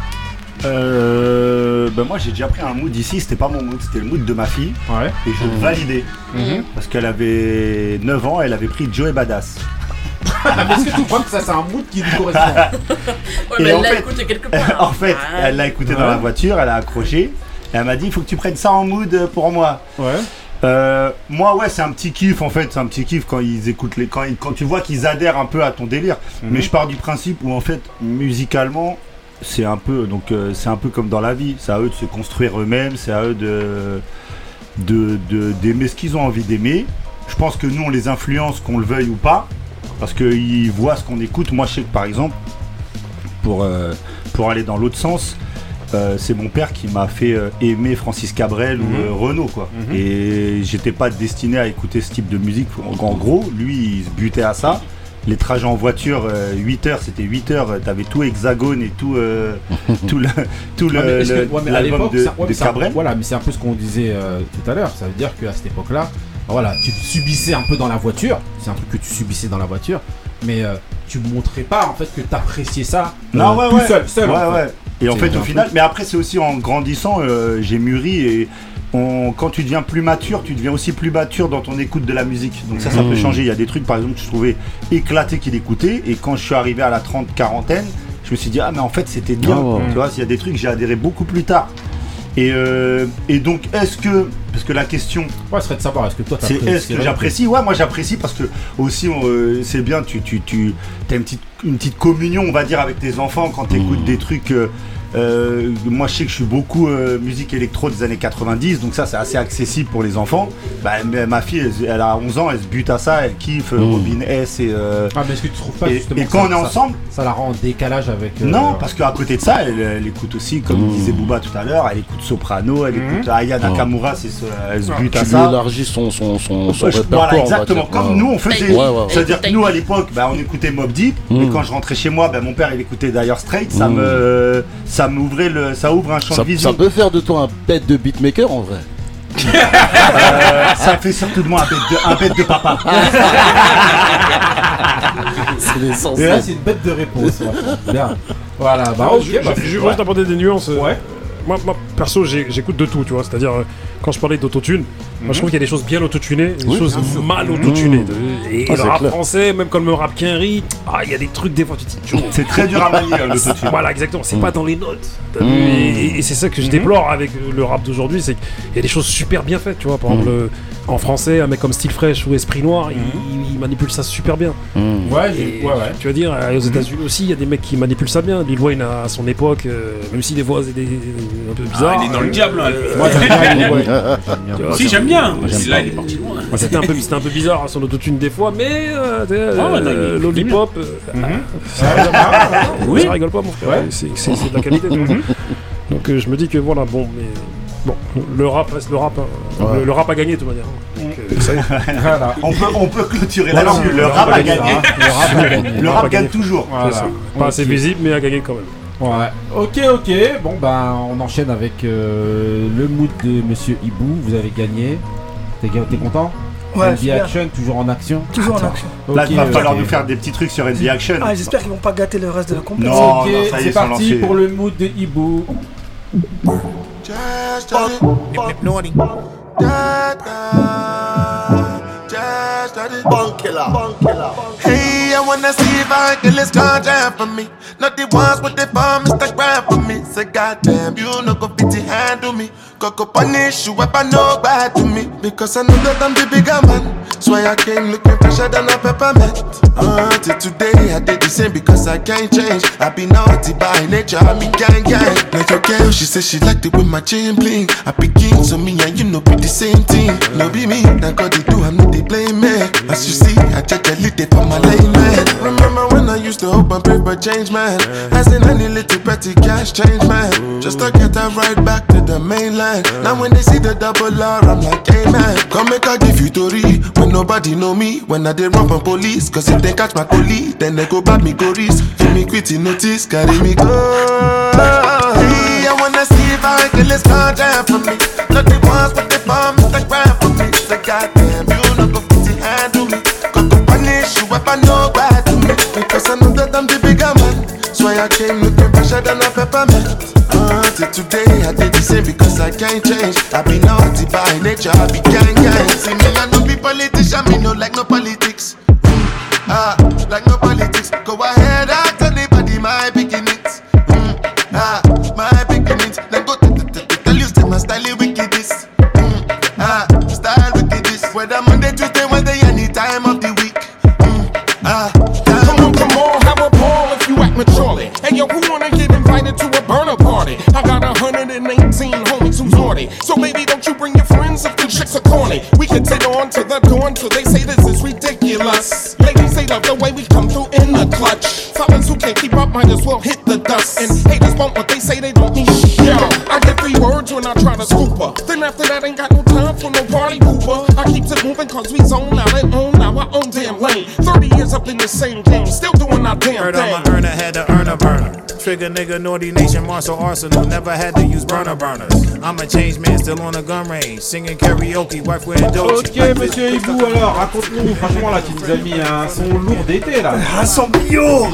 Moi j'ai déjà pris un mood ici, c'était pas mon mood, c'était le mood de ma fille. Et je le validais. Parce qu'elle avait 9 ans, elle avait pris Joey Badass. Est-ce que tu crois que ça c'est un mood qui lui correspond? Mais elle l'a écouté quelque part. En fait, elle l'a écouté dans la voiture, elle a accroché. Et elle m'a dit, il faut que tu prennes ça en mood pour moi. Moi, c'est un petit kiff en fait. C'est un petit kiff quand ils écoutent quand tu vois qu'ils adhèrent un peu à ton délire. Mais je pars du principe où en fait, musicalement, c'est un peu comme dans la vie. C'est à eux de se construire eux-mêmes. C'est à eux d'aimer ce qu'ils ont envie d'aimer. Je pense que nous, on les influence, qu'on le veuille ou pas, parce qu'ils voient ce qu'on écoute. Moi, je sais que par exemple, pour aller dans l'autre sens. C'est mon père qui m'a fait aimer Francis Cabrel ou Renaud quoi. Et j'étais pas destiné à écouter ce type de musique. En gros, lui il se butait à ça les trajets en voiture, 8 heures, c'était 8 heures, t'avais tout Hexagone et tout l'album de Cabrel. Voilà, mais c'est un peu ce qu'on disait tout à l'heure. Ça veut dire qu'à cette époque-là, voilà, tu subissais un peu dans la voiture. C'est un truc que tu subissais dans la voiture, mais tu montrais pas en fait que t'appréciais ça. Non, seul. Ouais. Et en fait, au final, mais après, c'est aussi en grandissant, j'ai mûri et quand tu deviens plus mature, tu deviens aussi plus mature dans ton écoute de la musique. Donc ça peut changer. Il y a des trucs, par exemple, que je trouvais éclatés qu'il écoutait. Et quand je suis arrivé à la 30-40aine, je me suis dit, ah, mais en fait, c'était bien. Tu vois, s'il y a des trucs, j'ai adhéré beaucoup plus tard. Et donc, est-ce que... Parce que la question... Ouais, serait de savoir, est-ce que toi, t'apprécies? Est-ce que j'apprécie? Ouais, moi, j'apprécie parce que, aussi, c'est bien, tu as une petite communion, on va dire, avec tes enfants quand t'écoutes des trucs... moi je sais que je suis beaucoup musique électro des années 90, donc ça c'est assez accessible pour les enfants. Ma fille elle a 11 ans, elle se bute à ça, elle kiffe Robin S et mais est-ce que tu trouves pas justement et quand on est ensemble ça la rend en décalage avec non, parce qu'à côté de ça elle écoute aussi, comme disait Booba tout à l'heure, elle écoute Soprano, elle écoute Aya Nakamura, elle se bute à ça. Tu élargis son répertoire. Voilà, exactement, comme nous on faisait. C'est-à-dire que nous à l'époque on écoutait Mobb Deep, et quand je rentrais chez moi, mon père il écoutait Dire Straits, ça ouvre un champ de vision. Ça peut faire de toi un bête de beatmaker en vrai. Ça fait surtout de moi un bête de papa. C'est l'essentiel. Et là c'est une bête de réponse. Bien. Voilà. Je vais juste apporter des nuances. Ouais. Moi, perso, j'écoute de tout, tu vois. C'est-à-dire, quand je parlais d'autotune, moi je trouve qu'il y a des choses bien autotunées, des choses mal autotunées. Et le rap français, même comme le rap Quinry, il y a des trucs, des fois, tu te dis, c'est très dur à manier l'autotune. Voilà, exactement. C'est pas dans les notes. Et c'est ça que je déplore avec le rap d'aujourd'hui, c'est qu'il y a des choses super bien faites, tu vois. Par exemple, en français, un mec comme Style Fresh ou Esprit Noir, il manipule ça super bien. Ouais. Tu vas dire, aux États-Unis aussi, il y a des mecs qui manipulent ça bien. Lil Wayne à son époque, même si des voix un peu bizarre. Il est dans le diable. Moi si, j'aime bien. Là, il est parti loin. C'était un peu bizarre son autotune des fois, mais Lollipop, ça rigole pas, mon frère. C'est de la qualité. Donc je me dis que voilà, bon, mais bon, le rap reste le rap. Le rap a gagné de toute manière. On peut clôturer là-dessus. Le rap a gagné. Le rap gagne toujours. Pas assez visible, mais a gagné quand même. Ouais. Ok. Bon on enchaîne avec le mood de Monsieur Ibou. Vous avez gagné. T'es content? Ouais. NBA Action, toujours en action. Toujours en action. Là, il va falloir nous faire des petits trucs sur NBA Action. J'espère qu'ils vont pas gâter le reste de la compétition. Non, ça y est, c'est parti pour le mood de Ibou. Hey, I wanna see if I can this contract for me. Not the ones with the bomb, Instagram for me. Say goddamn, you no go fit handle me. Go punish you if I know bad to me. Because I know that I'm the bigger man. So I came looking fresher than a peppermint. Till today I did the same because I can't change. I be naughty by nature, I be gang. Like your girl, she said she liked it with my chain bling. I be king, so me and you know be the same thing. No be me, now God they do, I'm not they blame me. As you see, I check a little for my lane man. Remember when I used to hope and pray for change, man? As in any little petty cash change, man. Just to get that right back to the mainland. Now when they see the double R, I'm like, hey man, come make I give you Tori. When nobody know me, when I did run from police. Cause if they catch my collie, then they go back me go risk. Give me quitty notice, carry me go. Hey, I wanna see if I can this contract for me. Not the ones with the bomb, Instagram for me. Say goddamn, you no go fit handle me. Go punish you if I know bad to me. Because I know that I'm the bigger man. So I came looking fresher than a peppermint. Till today I did the same because I can't change. I be naughty by nature, I be gang. See me I no be politician, me no like no politics. Like no politics. Go ahead, ask anybody my beginnings. My beginnings. Then go tell you say my style is wickedness. Style wickedness. Whether Monday, Tuesday, Wednesday, any time of the week. Come on, have a ball if you act maturely. Hey yo, who wanna get invited to a burner party? I got 118 homies who's naughty. So baby, don't you bring your friends if the chicks are corny. We can sit on to the door until they say this is ridiculous. Ladies, they love the way we come through in the clutch. Fellas who can't keep up might as well hit the dust. And haters want what they say they don't need. Yo, I get 3 words when I try to scoop her. Then after that, ain't got no time for no party pooper. I keep it moving cause we zone out and own our own damn lane. 30 years up in the same game, still doing our damn Heard thing. I'm a earner, had to earn a burner. Trigger nigga, Naughty Nation, Marshall Arsenal. Never had to use burner burners. I'm a change man, still on the gun range. Singing karaoke, wife wearing Dolce. Ok, monsieur Hibou, alors, raconte-nous, franchement, là, tu nous as mis un son lourd d'été, là. Un son bio.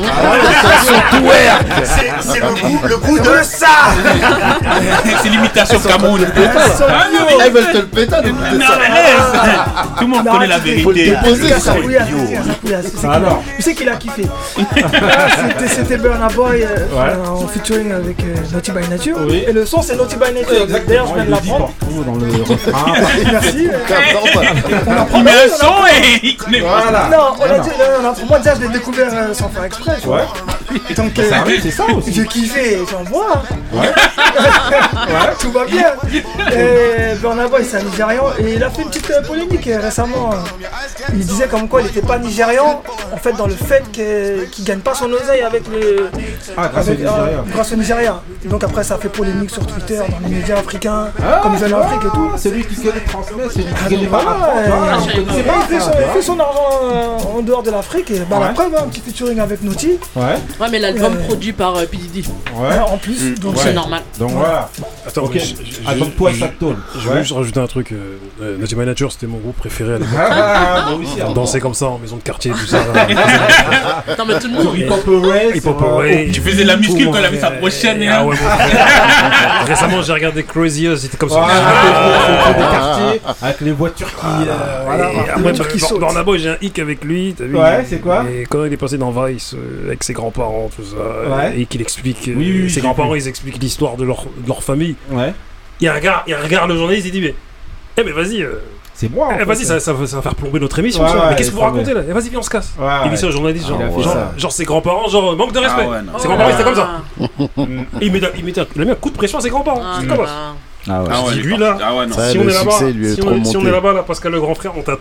C'est le goût de ça. C'est l'imitation Cameroun. Ils veulent te le péter, le goût de ça. Tout le monde connaît la vérité. Faut le déposer, ça. Alors, Tu sais qu'il a kiffé. C'était Burna Boy en featuring avec Naughty by Nature. Oui. Et le son c'est Naughty by Nature. D'ailleurs je viens de l'apprendre. dans le refrain. Merci. Il met un son et il connaît pas. Voilà. Non, moi déjà je l'ai découvert sans faire exprès. Tu vois. Donc c'est ça aussi. j'ai kiffé, j'en vois. Ouais. Tout va bien. Et Burna Boy c'est un Nigérian et il a fait une petite polémique récemment. Il disait comme quoi il n'était pas Nigérian en fait dans le fait qu'il gagne pas son oseille avec le grâce au Nigeria. Donc après ça fait polémique sur Twitter, dans les médias africains, comme ils viennent en Afrique et tout. Celui qui connaît transmet, celui qui connaît pas il fait son argent en dehors de l'Afrique et la preuve, un petit featuring avec Naughty. Ouais mais l'album produit par P. Diddy. En plus, donc c'est normal. Donc voilà. Attends, ok. Attends-toi, ça te Je voulais juste rajouter un truc. Naughty by Nature, c'était mon groupe préféré à l'époque. Moi aussi. On dansait comme ça en maison de quartier, tout ça. Attends, mais tout le monde. Hip-hop Away. Tu faisais la muscu quand elle avait sa prochaine. Ah ouais, récemment, j'ai regardé Crazy Us, c'était comme ça. Des quartiers avec les voitures qui. Après, Burna Boy, j'ai un hic avec lui. Ouais, c'est quoi? Et quand il est passé dans Vice avec ses grands-parents, tout ça, et qu'il explique. Ses grands-parents, ils expliquent l'histoire de leur famille. Ouais. Il regarde le journaliste, il dit mais vas-y. C'est moi. Vas-y, ça va faire plomber notre émission. Mais qu'est-ce que vous racontez là? Vas-y, viens, on se casse. Il dit ça au journaliste, genre ses grands-parents, genre manque de respect. Ses grands-parents, c'était comme ça. Et il a mis un coup de pression à ses grands-parents. C'est comme ça. Lui là, si on est là-bas, là, Pascal le grand frère, on t'a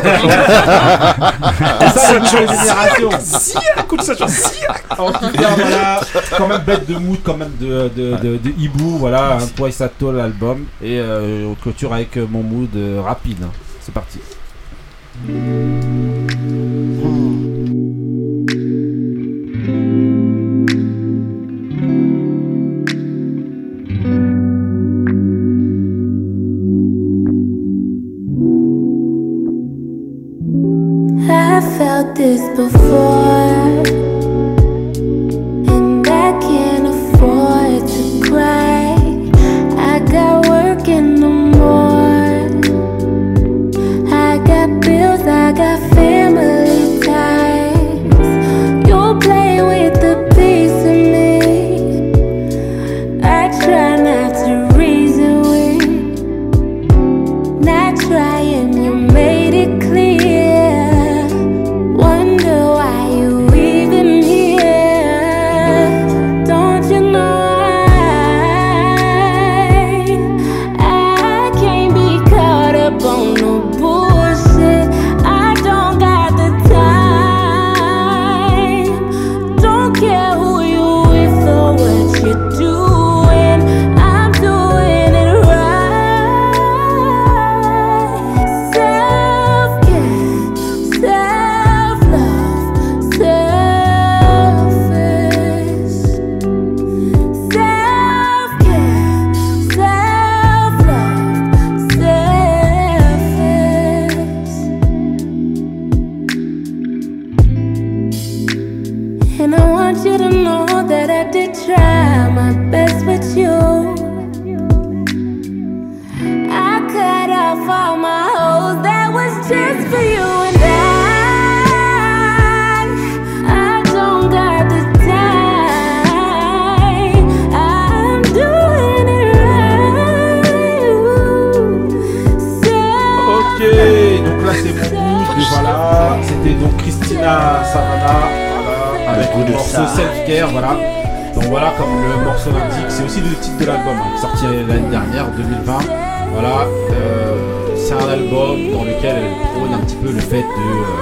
ça, la nouvelle génération. Coup de saturation. En tout cas, voilà, quand même bête de mood, quand même de Hibou, voilà, un Twice at All album. Et on clôture avec mon mood rapide. C'est parti. I felt this before, and I can't afford to cry. I got work in the morning, I got bills, I got family ties. You play with the piece of me, I try not to reason with, not trying, you made it clear. Voilà. Donc voilà, comme le morceau l'indique, c'est aussi le titre de l'album sorti l'année dernière, 2020. Voilà, c'est un album dans lequel elle prône un petit peu le fait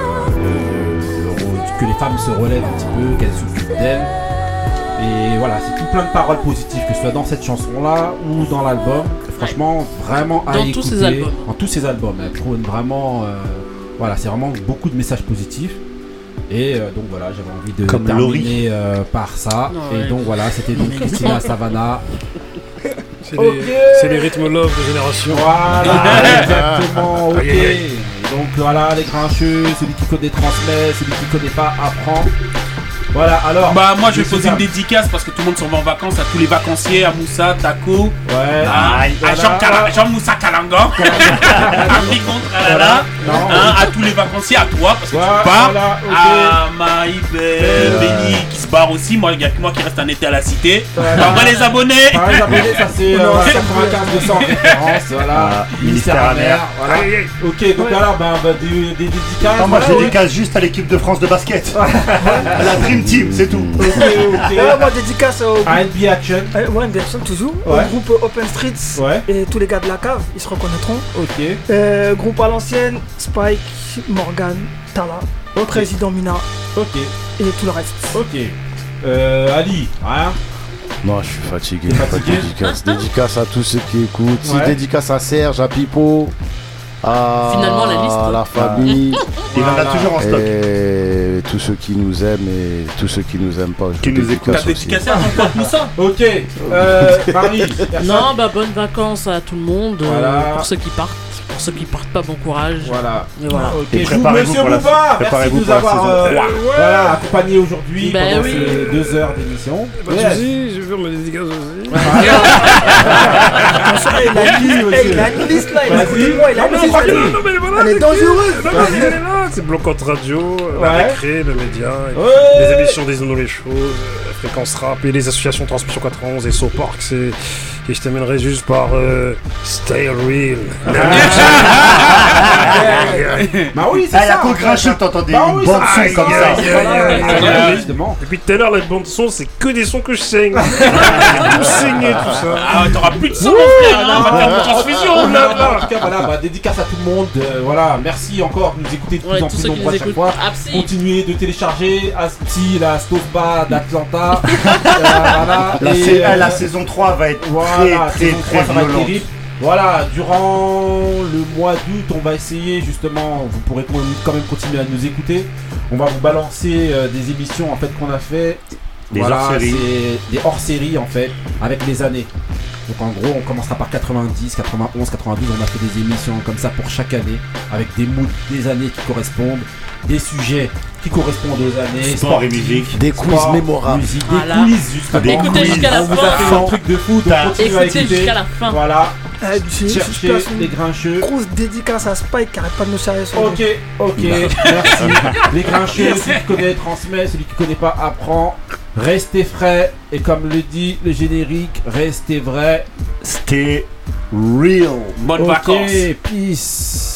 que les femmes se relèvent un petit peu, qu'elles s'occupent d'elles. Et voilà, c'est tout plein de paroles positives, que ce soit dans cette chanson-là ou dans l'album. Franchement, vraiment à Dans écouter. tous ses albums. Dans tous ses albums. Elle prône vraiment. Voilà, c'est vraiment beaucoup de messages positifs. Et donc voilà, j'avais envie de Comme terminer par ça. Non, et ouais. donc voilà, c'était donc Christina Savannah. C'est les rythmes love de génération. Voilà, exactement. Ok. Aïe, aïe, aïe. Donc voilà, les grincheux, celui qui connaît transmet, celui qui connaît pas apprend. Voilà, alors. Bah, moi je vais poser une dédicace parce que tout le monde s'en va en vacances à tous les vacanciers, à Moussa, Taco, Ouais. à Jean-Moussa Kalangan, à tous les vacanciers, à toi parce que tu pars, voilà, ok. à Maïb, Benny qui se barre aussi, moi il y a que moi qui reste un été à la cité. On va les abonnés. Par les abonnés, ça c'est 95 200 références, voilà. Ministère amer, voilà. Ok, donc voilà, des dédicaces. Non, moi je dédicace juste à l'équipe de France de basket. La Dream Team, c'est tout. Ok. Moi, dédicace au à NBA Action. Ouais, NBA Action toujours. Ouais. Au groupe Open Streets et tous les gars de la cave, ils se reconnaîtront. Ok. Groupe à l'ancienne, Spike, Morgan, Tala, Président Mina. Ok. Et tout le reste. Ok. Ali, rien. Non, je suis fatigué. Dédicace à tous ceux qui écoutent. Si dédicace à Serge, à Pipo, à Finalement, la liste, la famille. Il en a toujours en stock. Et tous ceux qui nous aiment et tous ceux qui nous aiment pas. Qui nous écoutent. T'as dédicacé à ton pote Moussa. Ok. Marie. Non, bonnes vacances à tout le monde. Voilà. Pour ceux qui partent. Pour ceux qui partent pas, bon courage. Voilà. Et voilà. Ok, Et préparez-vous Monsieur pour la- Bouba, merci de préparez-vous nous pour la avoir voilà, accompagné aujourd'hui Ben pendant oui. ces 2 heures d'émission. Pas de soucis, je vais faire mes dédicaces aussi. Il a une liste là, il a écouté moi, il a une liste. Elle est dangereuse. Elle est là, c'est Bloquante Radio, la Ouais. Récré, le média, Ouais. les émissions Disons-nous les choses, Fréquence Rap et les associations Transmission 91 et So Parks. Et je terminerai juste par Stay Real. Bah oui, c'est Ah, il y a ça. qu'au grincheux que t'entendais Bah une oui, bande ça- son comme ça. Voilà, justement. Depuis tout à l'heure, la bande son, c'est que des sons que je saigne. Tout saigné, tout ça. Ah, t'auras plus de son, mon frère, hein, on va faire une transfusion. En tout cas, voilà, dédicace à tout le monde. Voilà, merci encore de nous écouter de plus en tous plus ceux qui nombreux à nous chaque écoutent. fois. Apsi. Continuez de télécharger Apsi, la Stofba d'Atlanta. Voilà. Et, La saison 3 va être voilà, très saison 3, ça va être violente. terrible. Voilà, durant le mois d'août, on va essayer justement, vous pourrez quand même continuer à nous écouter. On va vous balancer des émissions en fait qu'on a fait. Des Voilà, hors-séries. c'est des hors-séries en fait, avec les années. Donc en gros, on commencera par 90, 91, 92. On a fait des émissions comme ça pour chaque année, avec des moods des années qui correspondent, des sujets qui correspondent aux années, Sport et sportifs, musique. Des quiz sport, mémorables. musique, Voilà. des quiz justement. Des Écoutez quiz. jusqu'à la On vous a fait fin. un truc de fou, donc continuez à Écoutez écouter. jusqu'à la fin. Voilà, Je cherchez place les une grincheux. grosse dédicace à Spike qui arrête pas de nous charrier sur Ok, merci. Les grincheux, celui qui connaît transmet, celui qui connaît pas apprend. Restez frais et comme le dit le générique, restez vrai. Stay real. Bonnes Ok, vacances. peace.